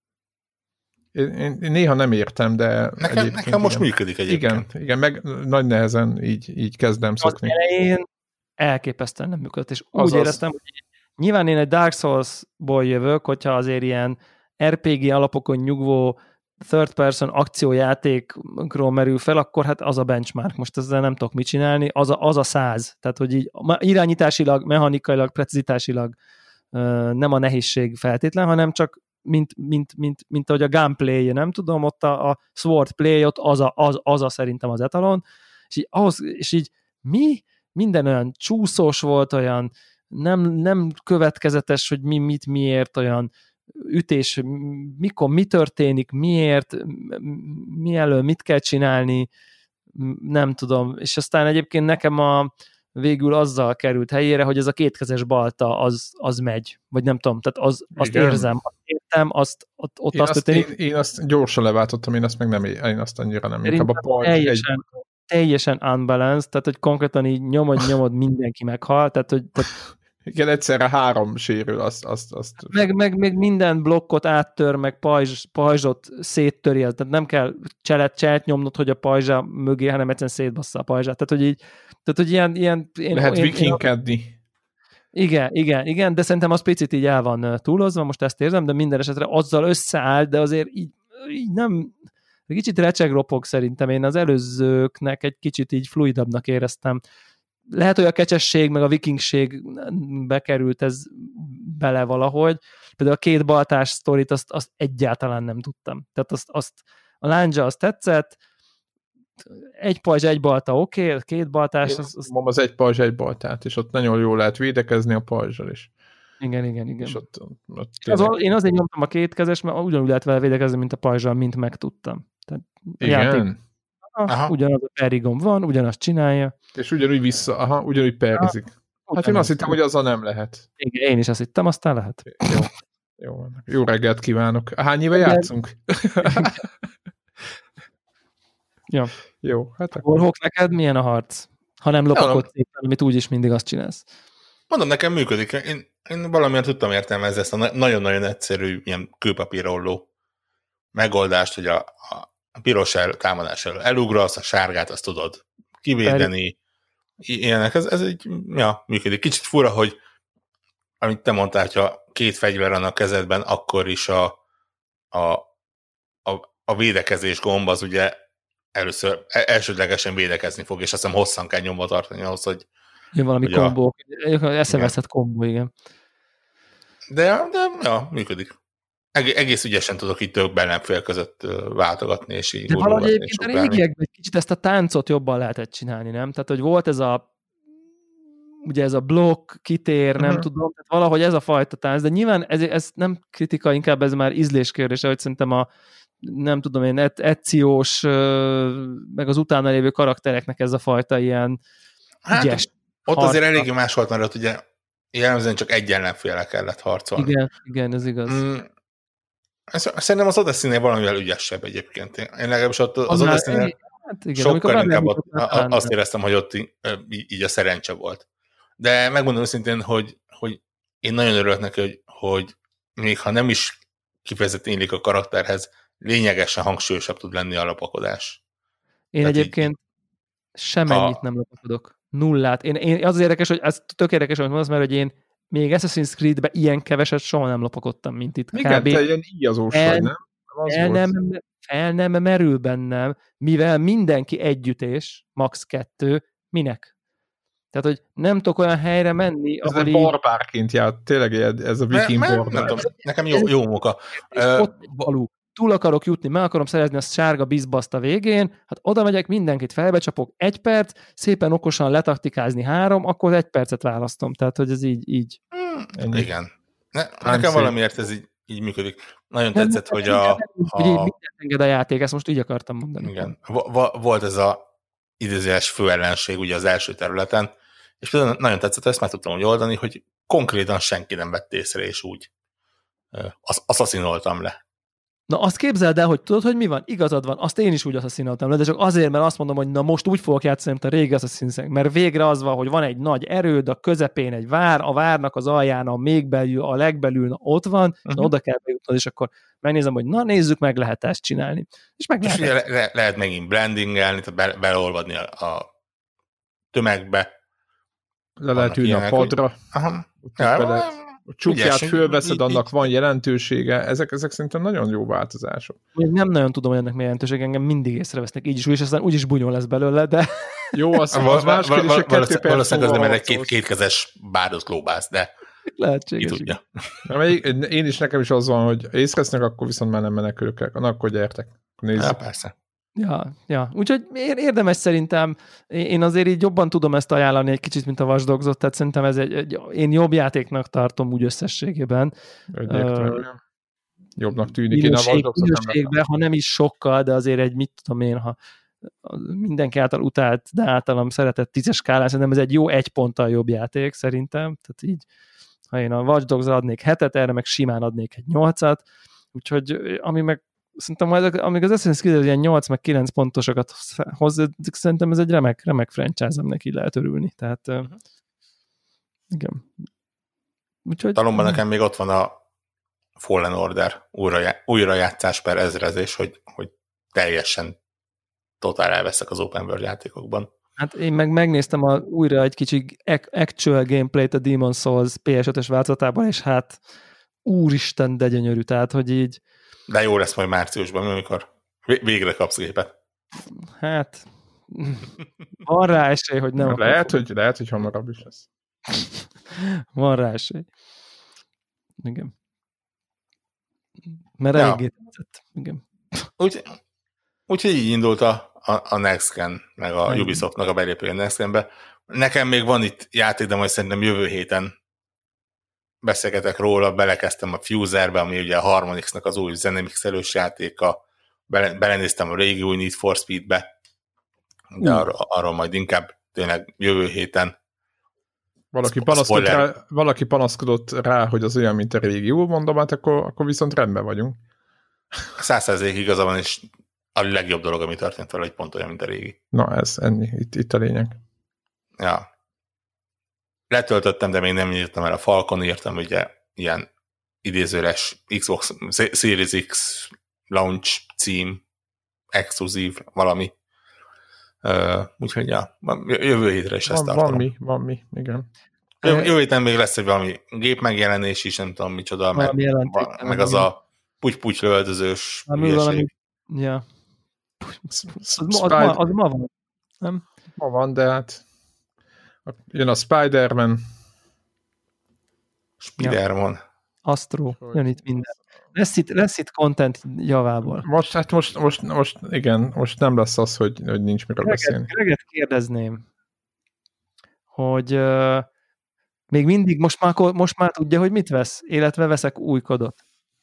Én néha nem értem, de nekem most működik egyébként. Igen, meg nagy nehezen így kezdem szokni. Az elején elképesztően nem működött, és úgy éreztem, hogy nyilván én egy Dark Souls-ból jövök, hogyha azért ilyen RPG alapokon nyugvó third person akciójátékról merül fel, akkor hát az a benchmark. Most ezzel nem tudok mit csinálni, az a 100. Tehát, hogy így irányításilag, mechanikailag, precizitásilag nem a nehézség feltétlen, hanem csak mint ahogy a gunplay, nem tudom, ott a sword play, ott az a szerintem az etalon, és így minden olyan csúszós volt, olyan nem következetes, hogy miért, olyan ütés, mikor, mi történik, miért, mielőtt mit kell csinálni, nem tudom. És aztán egyébként nekem végül azzal került helyére, hogy ez a kétkezes balta, az megy. Vagy nem tudom, tehát azt érzem, azt értem, ott történik. Én azt gyorsan leváltottam, én azt meg nem, én azt annyira nem. Inkább a teljesen unbalanced, tehát hogy konkrétan így nyomod mindenki meghal, tehát hogy... Igen, egyszerre 3 sérül, azt... Meg minden blokkot áttör, meg pajzsot széttöri, tehát nem kell cselet nyomnod, hogy a pajzsa mögé, hanem egyszerűen szétbassza a pajzsát. Tehát, hogy ilyen lehet vikingkedni. Igen, de szerintem az picit így el van túlozva, most ezt érzem, de minden esetre azzal összeáll, de azért így nem... Kicsit recseg-ropog szerintem, én az előzőknek egy kicsit így fluidabbnak éreztem. Lehet, hogy a kecsesség, meg a vikingség bekerült ez bele valahogy. Például a két baltás sztorit, azt egyáltalán nem tudtam. Tehát azt a lándzsa azt tetszett, egy pajzs, egy balta, oké, két baltás... Az egy pajzs, egy baltát, és ott nagyon jól lehet védekezni a pajzsal is. Igen. És ott én azért nyomtam a kétkezes, mert ugyanúgy lehet vele védekezni, mint a pajzsal, mint megtudtam. Tehát igen? Ugyanaz a perigom van, ugyanazt csinálja. És ugyanúgy ugyanúgy perizik. Hát én azt hittem, hogy azzal nem lehet. Igen, én is azt hittem, aztán lehet. Jó reggelt kívánok. Hány éve játszunk? Ja. Jó, hát akkor... Warhawk, neked milyen a harc? Ha nem lopakodsz szépen, amit úgyis mindig azt csinálsz. Mondom, nekem működik. Én valamilyen tudtam értelmezni ezt a nagyon-nagyon egyszerű ilyen kőpapírolló megoldást, hogy a piros támadás elől elugrasz, a sárgát azt tudod kivédeni. Ilyenek, ez így működik. Kicsit fura, hogy amit te mondtál, hogyha két fegyver van a kezedben, akkor is a védekezés gomb az ugye elsődlegesen védekezni fog, és azt hiszem hosszan kell nyomva tartani ahhoz, hogy valami kombó, eszeveszett kombó, igen. De működik. Egész ügyesen tudok itt több ellenfél között váltogatni, és így de valahogy egyébként a régiekben egy kicsit ezt a táncot jobban lehetett csinálni, nem? Tehát, hogy volt ez a blokk, kitér, nem tudom, tehát valahogy ez a fajta tánc, de nyilván ez nem kritika, inkább ez már ízléskérdése, hogy szerintem nem tudom én, Ezziós, meg az utána lévő karaktereknek ez a fajta ilyen ügyes ott harca. Azért eléggé más volt, mert ott ugye jellemzően csak egy ellenféle kellett harcolni. Igen, ez igaz. Szerintem az Odyssey-nél valamivel ügyesebb egyébként. Én legalábbis ott az Odyssey-nél sokkal inkább azt éreztem, hogy ott így a szerencse volt. De megmondom őszintén, hogy én nagyon örülök neki, hogy még ha nem is kifejezetten illik a karakterhez, lényegesen hangsúlyosabb tud lenni a lopakodás. Én tehát egyébként semennyit nem lopakodok. Nullát. Én az érdekes, hogy ez tök érdekes, hogy mondasz, mert hogy én még Assassin's Creed-ben ilyen keveset soha nem lopakodtam, mint itt. Igen, te ilyen íjazós vagy, nem? El nem merül bennem, mivel mindenki együttés, max. 2, minek? Tehát, hogy nem tudok olyan helyre menni, ez egy barbárként járt, tényleg ez a viking barbár. Nekem jó munka. Túl akarok jutni, meg akarom szerezni a sárga bizbaszt a végén, hát oda megyek, mindenkit felbecsapok 1 perc, szépen okosan letaktikázni 3, akkor 1 percet választom. Tehát, hogy ez így. Igen. Nekem valamiért ez így működik. Nagyon tetszett, hogy mindent enged a játék, ezt most így akartam mondani. Igen. Volt ez a idézőjeles főellenség ugye az első területen, és nagyon tetszett, ezt meg tudtam úgy oldani, hogy konkrétan senki nem vett észre, és úgy asszaszinoltam le. Na azt képzeld el, hogy tudod, hogy mi van? Igazad van, azt én is úgy asszaszinoltam le, de csak azért, mert azt mondom, hogy na most úgy fogok játszani, mint a régi Assassin's, mert végre az van, hogy van egy nagy erőd, a közepén egy vár, a várnak az alján a még belül, a legbelül ott van, és oda kell bejutnod, és akkor megnézem, hogy na nézzük meg, lehet ezt csinálni. És meg lehet megint blendingelni, tehát beleolvadni a tömegbe. Le lehet ülni a padra. A csukját fölveszed, annak van jelentősége. Ezek szerintem nagyon jó változások. Még nem nagyon tudom, hogy ennek mi jelentősége, engem mindig észrevesznek így is, és aztán úgyis bunyó lesz belőle, de... Jó, az más kérdés, hogy 2 perc valószínűleg az nem egy kétkezes bárdot lóbász, de lehetséges. Ki tudja. Én is, nekem is az van, hogy észrevesznek, akkor viszont már nem menekülök el. Na, akkor gyertek. Nézzük. Ja, persze. Ja. Úgyhogy érdemes szerintem, én azért így jobban tudom ezt ajánlani egy kicsit, mint a Watch Dogs-ot, tehát szerintem ez én jobb játéknak tartom úgy összességében. Jobbnak tűnik. Én a Watch Dogs-ot ha nem is sokkal, de azért egy, mit tudom én, ha mindenki által utált, de általam szeretett 10-es skálán, szerintem ez egy jó 1 ponttal jobb játék szerintem, tehát így, ha én a Watch Dogs-ra adnék 7-et, erre meg simán adnék egy 8-at, úgyhogy ami meg szerintem amíg az Assassin's Creed ilyen 8 meg 9 pontosokat hoz, szerintem ez egy remek franchise, aminek így lehet örülni. Tehát igen. Úgyhogy... Talomban nekem még ott van a Fallen Order újrajátszás per ezrezés, hogy teljesen totál elveszek az open world játékokban. Hát én meg megnéztem újra egy kicsi actual gameplayt a Demon's Souls PS5-ös változatában, és hát úristen, de gyönyörű, tehát hogy így de jó lesz majd márciusban, amikor Végre kapsz gépet. Hát, van rá esély, hogy nem. Lehet, hogy hamarabb is lesz. Van rá esély. Igen. Mert eléggé tetszett. Igen. Úgyhogy így indult a Next Gen, meg a Ubisoftnak a belépője a Next Genbe. Nekem még van itt játék, de majd szerintem jövő héten beszélgetek róla, belekezdtem a Fuserbe, ami ugye a Harmonixnak az új zenemixelős játéka, belenéztem a régi új Need for Speedbe, de arról majd inkább tényleg jövő héten. Valaki panaszkodott rá, hogy az olyan, mint a régi új, mondom, hát akkor viszont rendben vagyunk. 100% igaza van, és a legjobb dolog, ami történt vele, hogy pont olyan, mint a régi. Na ez, ennyi, itt a lényeg. Ja. Letöltöttem, de még nem írtam el a Falcon, írtam ugye ilyen idézőres Xbox Series X launch cím, exkluzív valami. Úgyhogy ja, jövő hétre is ezt tartom. Van mi, igen. Jövő héten még lesz egy valami gép megjelenés is, nem tudom micsoda, meg az a puty-puty lövöldözős hülyeség. Ja. Az ma van, nem? Ma van, de hát jön a Spider-Man. Spider-Man. Astro, jön itt minden. Lesz itt content javából. Most igen, most nem lesz az, hogy nincs miről beszélni. Greget kérdezném, hogy még mindig most már tudja, hogy mit vesz, illetve veszek új kodot.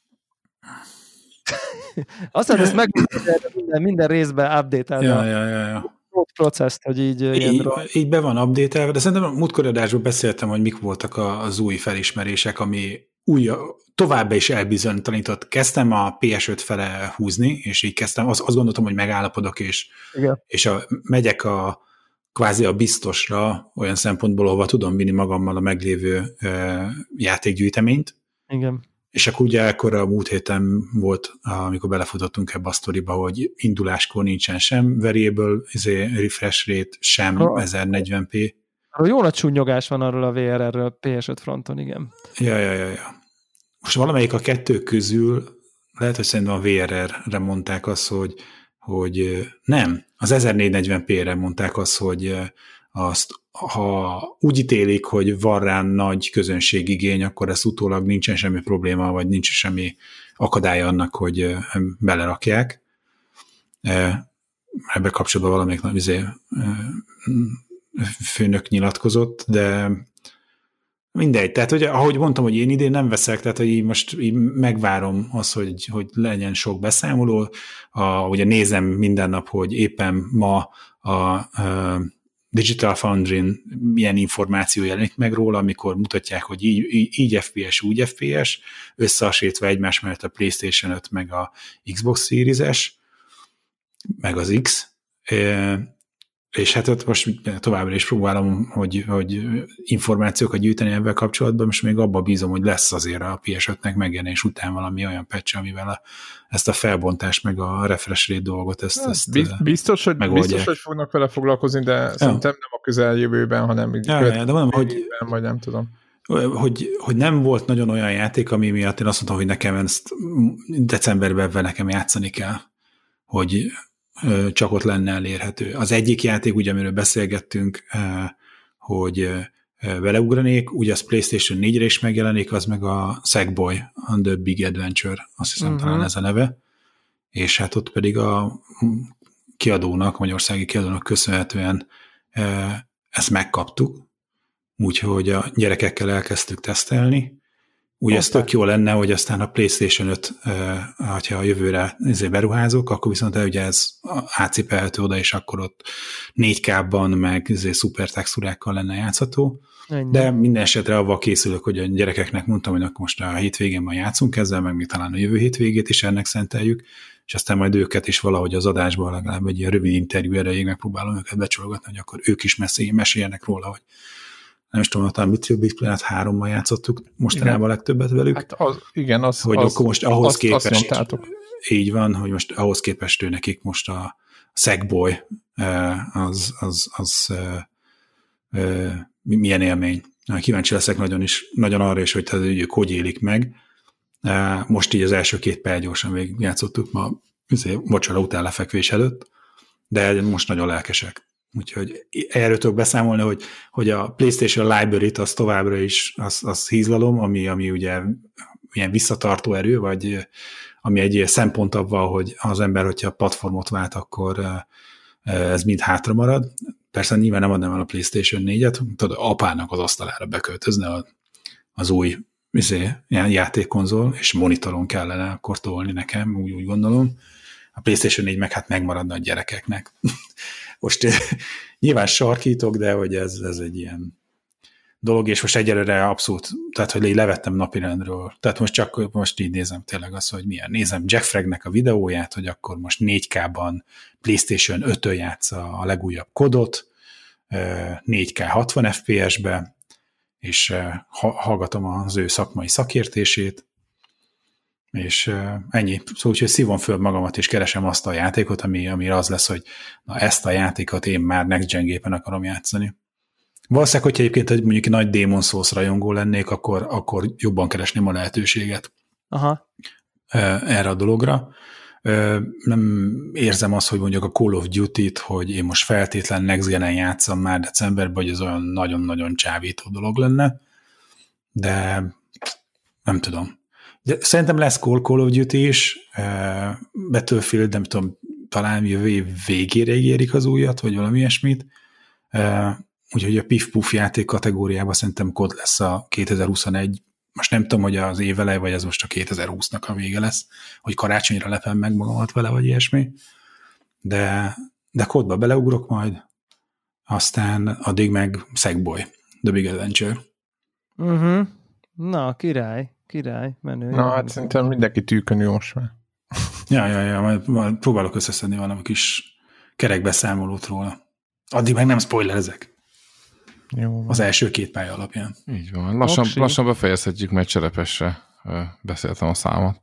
Aztán ezt minden részben update-elni Ja. processzt, hogy így be van update-elve, de szerintem a múltkori adásban beszéltem, hogy mik voltak az új felismerések, ami továbbá is elbizonytalanított. Kezdtem a PS5 fele húzni, és így kezdtem, azt gondoltam, hogy megállapodok, és megyek kvázi a biztosra, olyan szempontból, ahova tudom vinni magammal a meglévő játékgyűjteményt. Igen. És akkor ugye akkor a múlt héten volt, amikor belefutottunk ebbe a sztoriba, hogy induláskor nincsen sem variable refresh rate, sem 1040p. Jó nagy csúnyogás van arról a VRR-ről PS5 fronton, igen. Ja. Most valamelyik a kettő közül, lehet, hogy szerintem a VRR-re mondták azt, hogy nem, az 1440p-re mondták azt, hogy azt, ha úgy ítélik, hogy van rá nagy közönségigény, akkor ez utólag nincsen semmi probléma, vagy nincs semmi akadálya annak, hogy belerakják. Ebben kapcsolatban valamelyik nagy főnök nyilatkozott, de mindegy. Tehát, hogy ahogy mondtam, hogy én idén nem veszek, tehát, hogy most így megvárom azt, hogy legyen sok beszámoló. Ugye nézem minden nap, hogy éppen ma a Digital Foundry-n milyen információ jelenik meg róla, amikor mutatják, hogy így FPS, úgy FPS, összehasonlítva egymás mellett a PlayStation 5, meg a Xbox Series-es, meg az X, és hát ott most továbbra is próbálom, hogy információkat gyűjteni ebben kapcsolatban, most még abban bízom, hogy lesz azért a PS5-nek megjelenés után valami olyan patch, amivel ezt a felbontást, meg a refresh rate dolgot ezt biztos, hogy fognak vele foglalkozni, de szerintem nem a közeljövőben, hanem de mondom, vagy nem tudom. Hogy nem volt nagyon olyan játék, ami miatt én azt mondtam, hogy nekem ezt decemberben nekem játszani kell, hogy csak ott lenne elérhető. Az egyik játék, ugye, amiről beszélgettünk, hogy beleugranék, ugye az PlayStation 4-re is megjelenik, az meg a Sackboy and the Big Adventure, azt hiszem talán ez a neve, és hát ott pedig a kiadónak, magyarországi kiadónak köszönhetően ezt megkaptuk, úgyhogy a gyerekekkel elkezdtük tesztelni. Ugye ez tök jó lenne, hogy aztán a PlayStation 5, ha a jövőre beruházok, akkor viszont ugye ez átcipelhető oda, és akkor ott 4K-ban, meg szuper textúrákkal lenne játszható. Ennyi. De minden esetre avval készülök, hogy a gyerekeknek mondtam, hogy akkor most a hétvégén majd játszunk ezzel, meg még talán a jövő hétvégét is ennek szenteljük, és aztán majd őket is valahogy az adásban legalább egy ilyen rövid interjú erejéig megpróbálom őket becsologatni, hogy akkor ők is meséljenek róla, hogy nem is tudom, talán Bit Planet 3-mal játszottuk mostanában a legtöbbet velük. Hát az, hogy akkor most ahhoz képest azt így van, hogy most ahhoz képest ő nekik most a Sackboy milyen élmény. Kíváncsi leszek nagyon arra is, hogy ők hogy élik meg. Most így az első 2 perc gyorsan végigjátszottuk ma vacsora után lefekvés előtt, de most nagyon lelkesek. Úgyhogy erről tudok beszámolni, hogy a PlayStation Library-t az továbbra is az hízlalom, ami ugye ilyen visszatartó erő, vagy ami egy szempont avval, hogy az ember, hogyha platformot vált, akkor ez mind hátra marad. Persze nyilván nem adnám el a PlayStation 4-et, tudod, apának az asztalára beköltözne az új játékkonzol, és monitoron kellene akkor tolni nekem, úgy gondolom. A PlayStation 4 meg hát megmaradna a gyerekeknek. Most nyilván sarkítok, de hogy ez egy dolog, és most egyelőre abszolút, tehát hogy levettem napirendről. Tehát most így nézem tényleg azt, hogy milyen. Nézem Jack Fragnek a videóját, hogy akkor most 4K-ban PlayStation 5-ön játsza a legújabb kodot, 4K 60 FPS-be, és hallgatom az ő szakmai szakértését, és ennyi. Szóval úgyhogy szívom föl magamat, és keresem azt a játékot, amire az lesz, hogy na ezt a játékot én már Next Gen gépen akarom játszani. Valószínűleg, hogyha egyébként mondjuk egy nagy Demon's Souls rajongó lennék, akkor jobban keresném a lehetőséget. Aha. Erre a dologra. Nem érzem azt, hogy mondjuk a Call of Duty-t, hogy én most feltétlen Next Gen-en játszom már decemberben, hogy ez olyan nagyon-nagyon csábító dolog lenne, de nem tudom. De szerintem lesz Call of Duty is, Battlefield, nem tudom, talán jövő év végére ígérik az újat, vagy valami ilyesmit. Úgyhogy a Pif-Puf játék kategóriában szerintem COD lesz a 2021. Most nem tudom, hogy az év eleje, vagy ez most a 2020-nak a vége lesz, hogy karácsonyra lepem meg magamat vele, vagy ilyesmi. De COD-ba beleugrok majd, aztán addig meg Sackboy, The Big Adventure. Uh-huh. Na, király, menő. Na, hát szerintem mindenki tűkönő most már. Ja, majd próbálok összeszedni valami kis kerekbeszámolót róla. Addig meg nem spoilerezek. Jó, az első 2 pálya alapján. Így van. Lassan befejezhetjük, mert Cserepesre beszéltem a számot.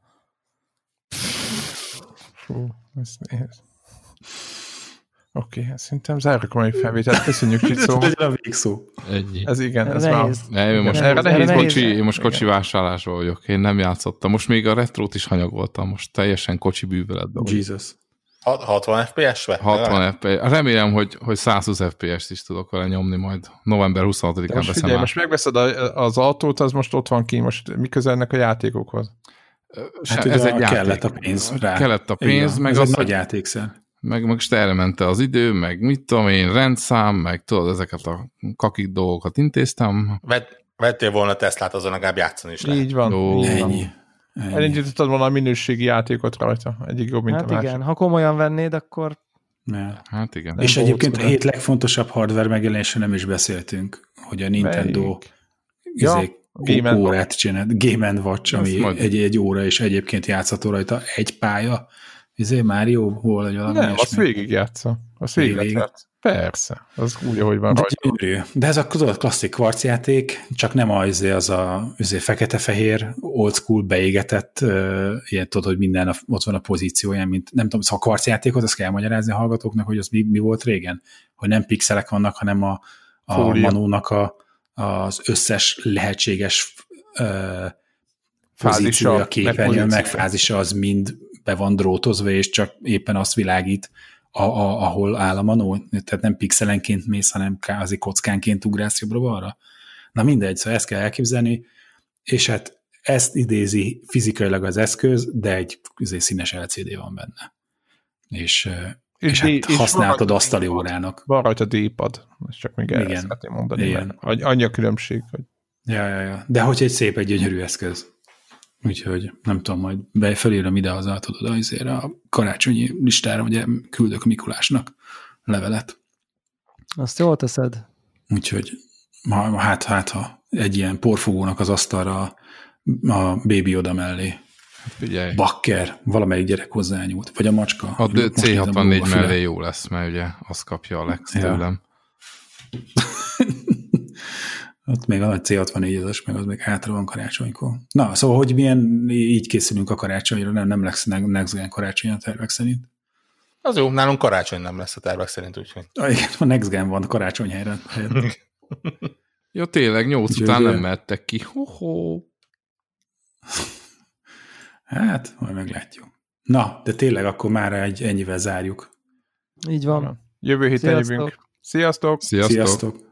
Oké, hát szerintem zárjuk a mai felvételt. Köszönjük, Csicó. Ez legyen a végszó. Ez igen, ez nehéz. már... Most kocsi vásárlásban vagyok. Én nem játszottam. Most még a retrót is hanyagoltam. Most teljesen kocsi bűvöletben vagyok. Jesus. 60 FPS-be? 60 FPS. Remélem, hogy 120 FPS-t is tudok vele nyomni majd. November 26-án veszem át. Most megveszed az autót, az most ott van ki. Most mi közel ennek a játékokhoz? Hát ez egy kellett a pénz rá. Kellett a pénz, meg az egy nagy játékszer. Meg most erre ment az idő, meg mit tudom én, rendszám, meg tudod, ezeket a kakik dolgokat intéztem. Vettél volna Teslát, azon legalább játszani is lehet. Így van. Ennyi. Elindítottad volna a minőségi játékot rajta. Egyik jobb, mint hát a másik. igen, ha komolyan vennéd, akkor... Hát igen. És egyébként a 7 legfontosabb hardware megjelenésre nem is beszéltünk, hogy a Nintendo órát csinált, Game & Watch, ami egy óra, és egyébként játszható rajta egy pálya. Mario-ból, vagy valami nem, azt végigjátsza. Azt végig. Persze, az úgy, ahogy van rajta. De ez a klasszik kvarcjáték, csak nem az a fekete-fehér, old school beégetett, ilyen tudod, hogy minden ott van a pozícióján, mint nem tudom, szóval a kvarcjátékot, azt kell magyarázni a hallgatóknak, hogy az mi volt régen? Hogy nem pixelek vannak, hanem a Manónak az összes lehetséges pozíciója, képernyőn, megfázisa az mind be van drótozva, és csak éppen azt világít, ahol áll a manó. Tehát nem pixelenként mész, hanem kázi kockánként ugrálsz jobbra-balra. Na mindegy, szóval ezt kell elképzelni, és hát ezt idézi fizikailag az eszköz, de egy színes LCD van benne. És hát használtad asztali órának. Van rajta D-pad, ezt csak még el szeretném mondani. Annyi a különbség. Hogy... Ja. De hogy egy szép, egy gyönyörű eszköz. Úgyhogy nem tudom, majd felírom ide-haza, tudod, a karácsonyi listára, ugye küldök Mikulásnak levelet. Azt jól teszed. Úgyhogy ha egy ilyen porfogónak az asztalra a Baby oda mellé. Figyelj. Bakker, valamelyik gyerek hozzányúlt, vagy a macska. A C64 mellé jó lesz, mert ugye azt kapja a Lex tőlem. Ott még a nagy C64-es, meg az még hátra van karácsonykor. Na, szóval, hogy milyen így készülünk a karácsonyra, nem lesz Next Gen karácsony a tervek szerint. Az jó, nálunk karácsony nem lesz a tervek szerint, úgyhogy. Igen, a Next Gen van karácsony helyre. Jó, tényleg, 8 után nem mehettek ki. Hát, majd meglátjuk. Na, de tényleg akkor már ennyivel zárjuk. Így van. Jövő héten jövünk. Sziasztok! Sziasztok!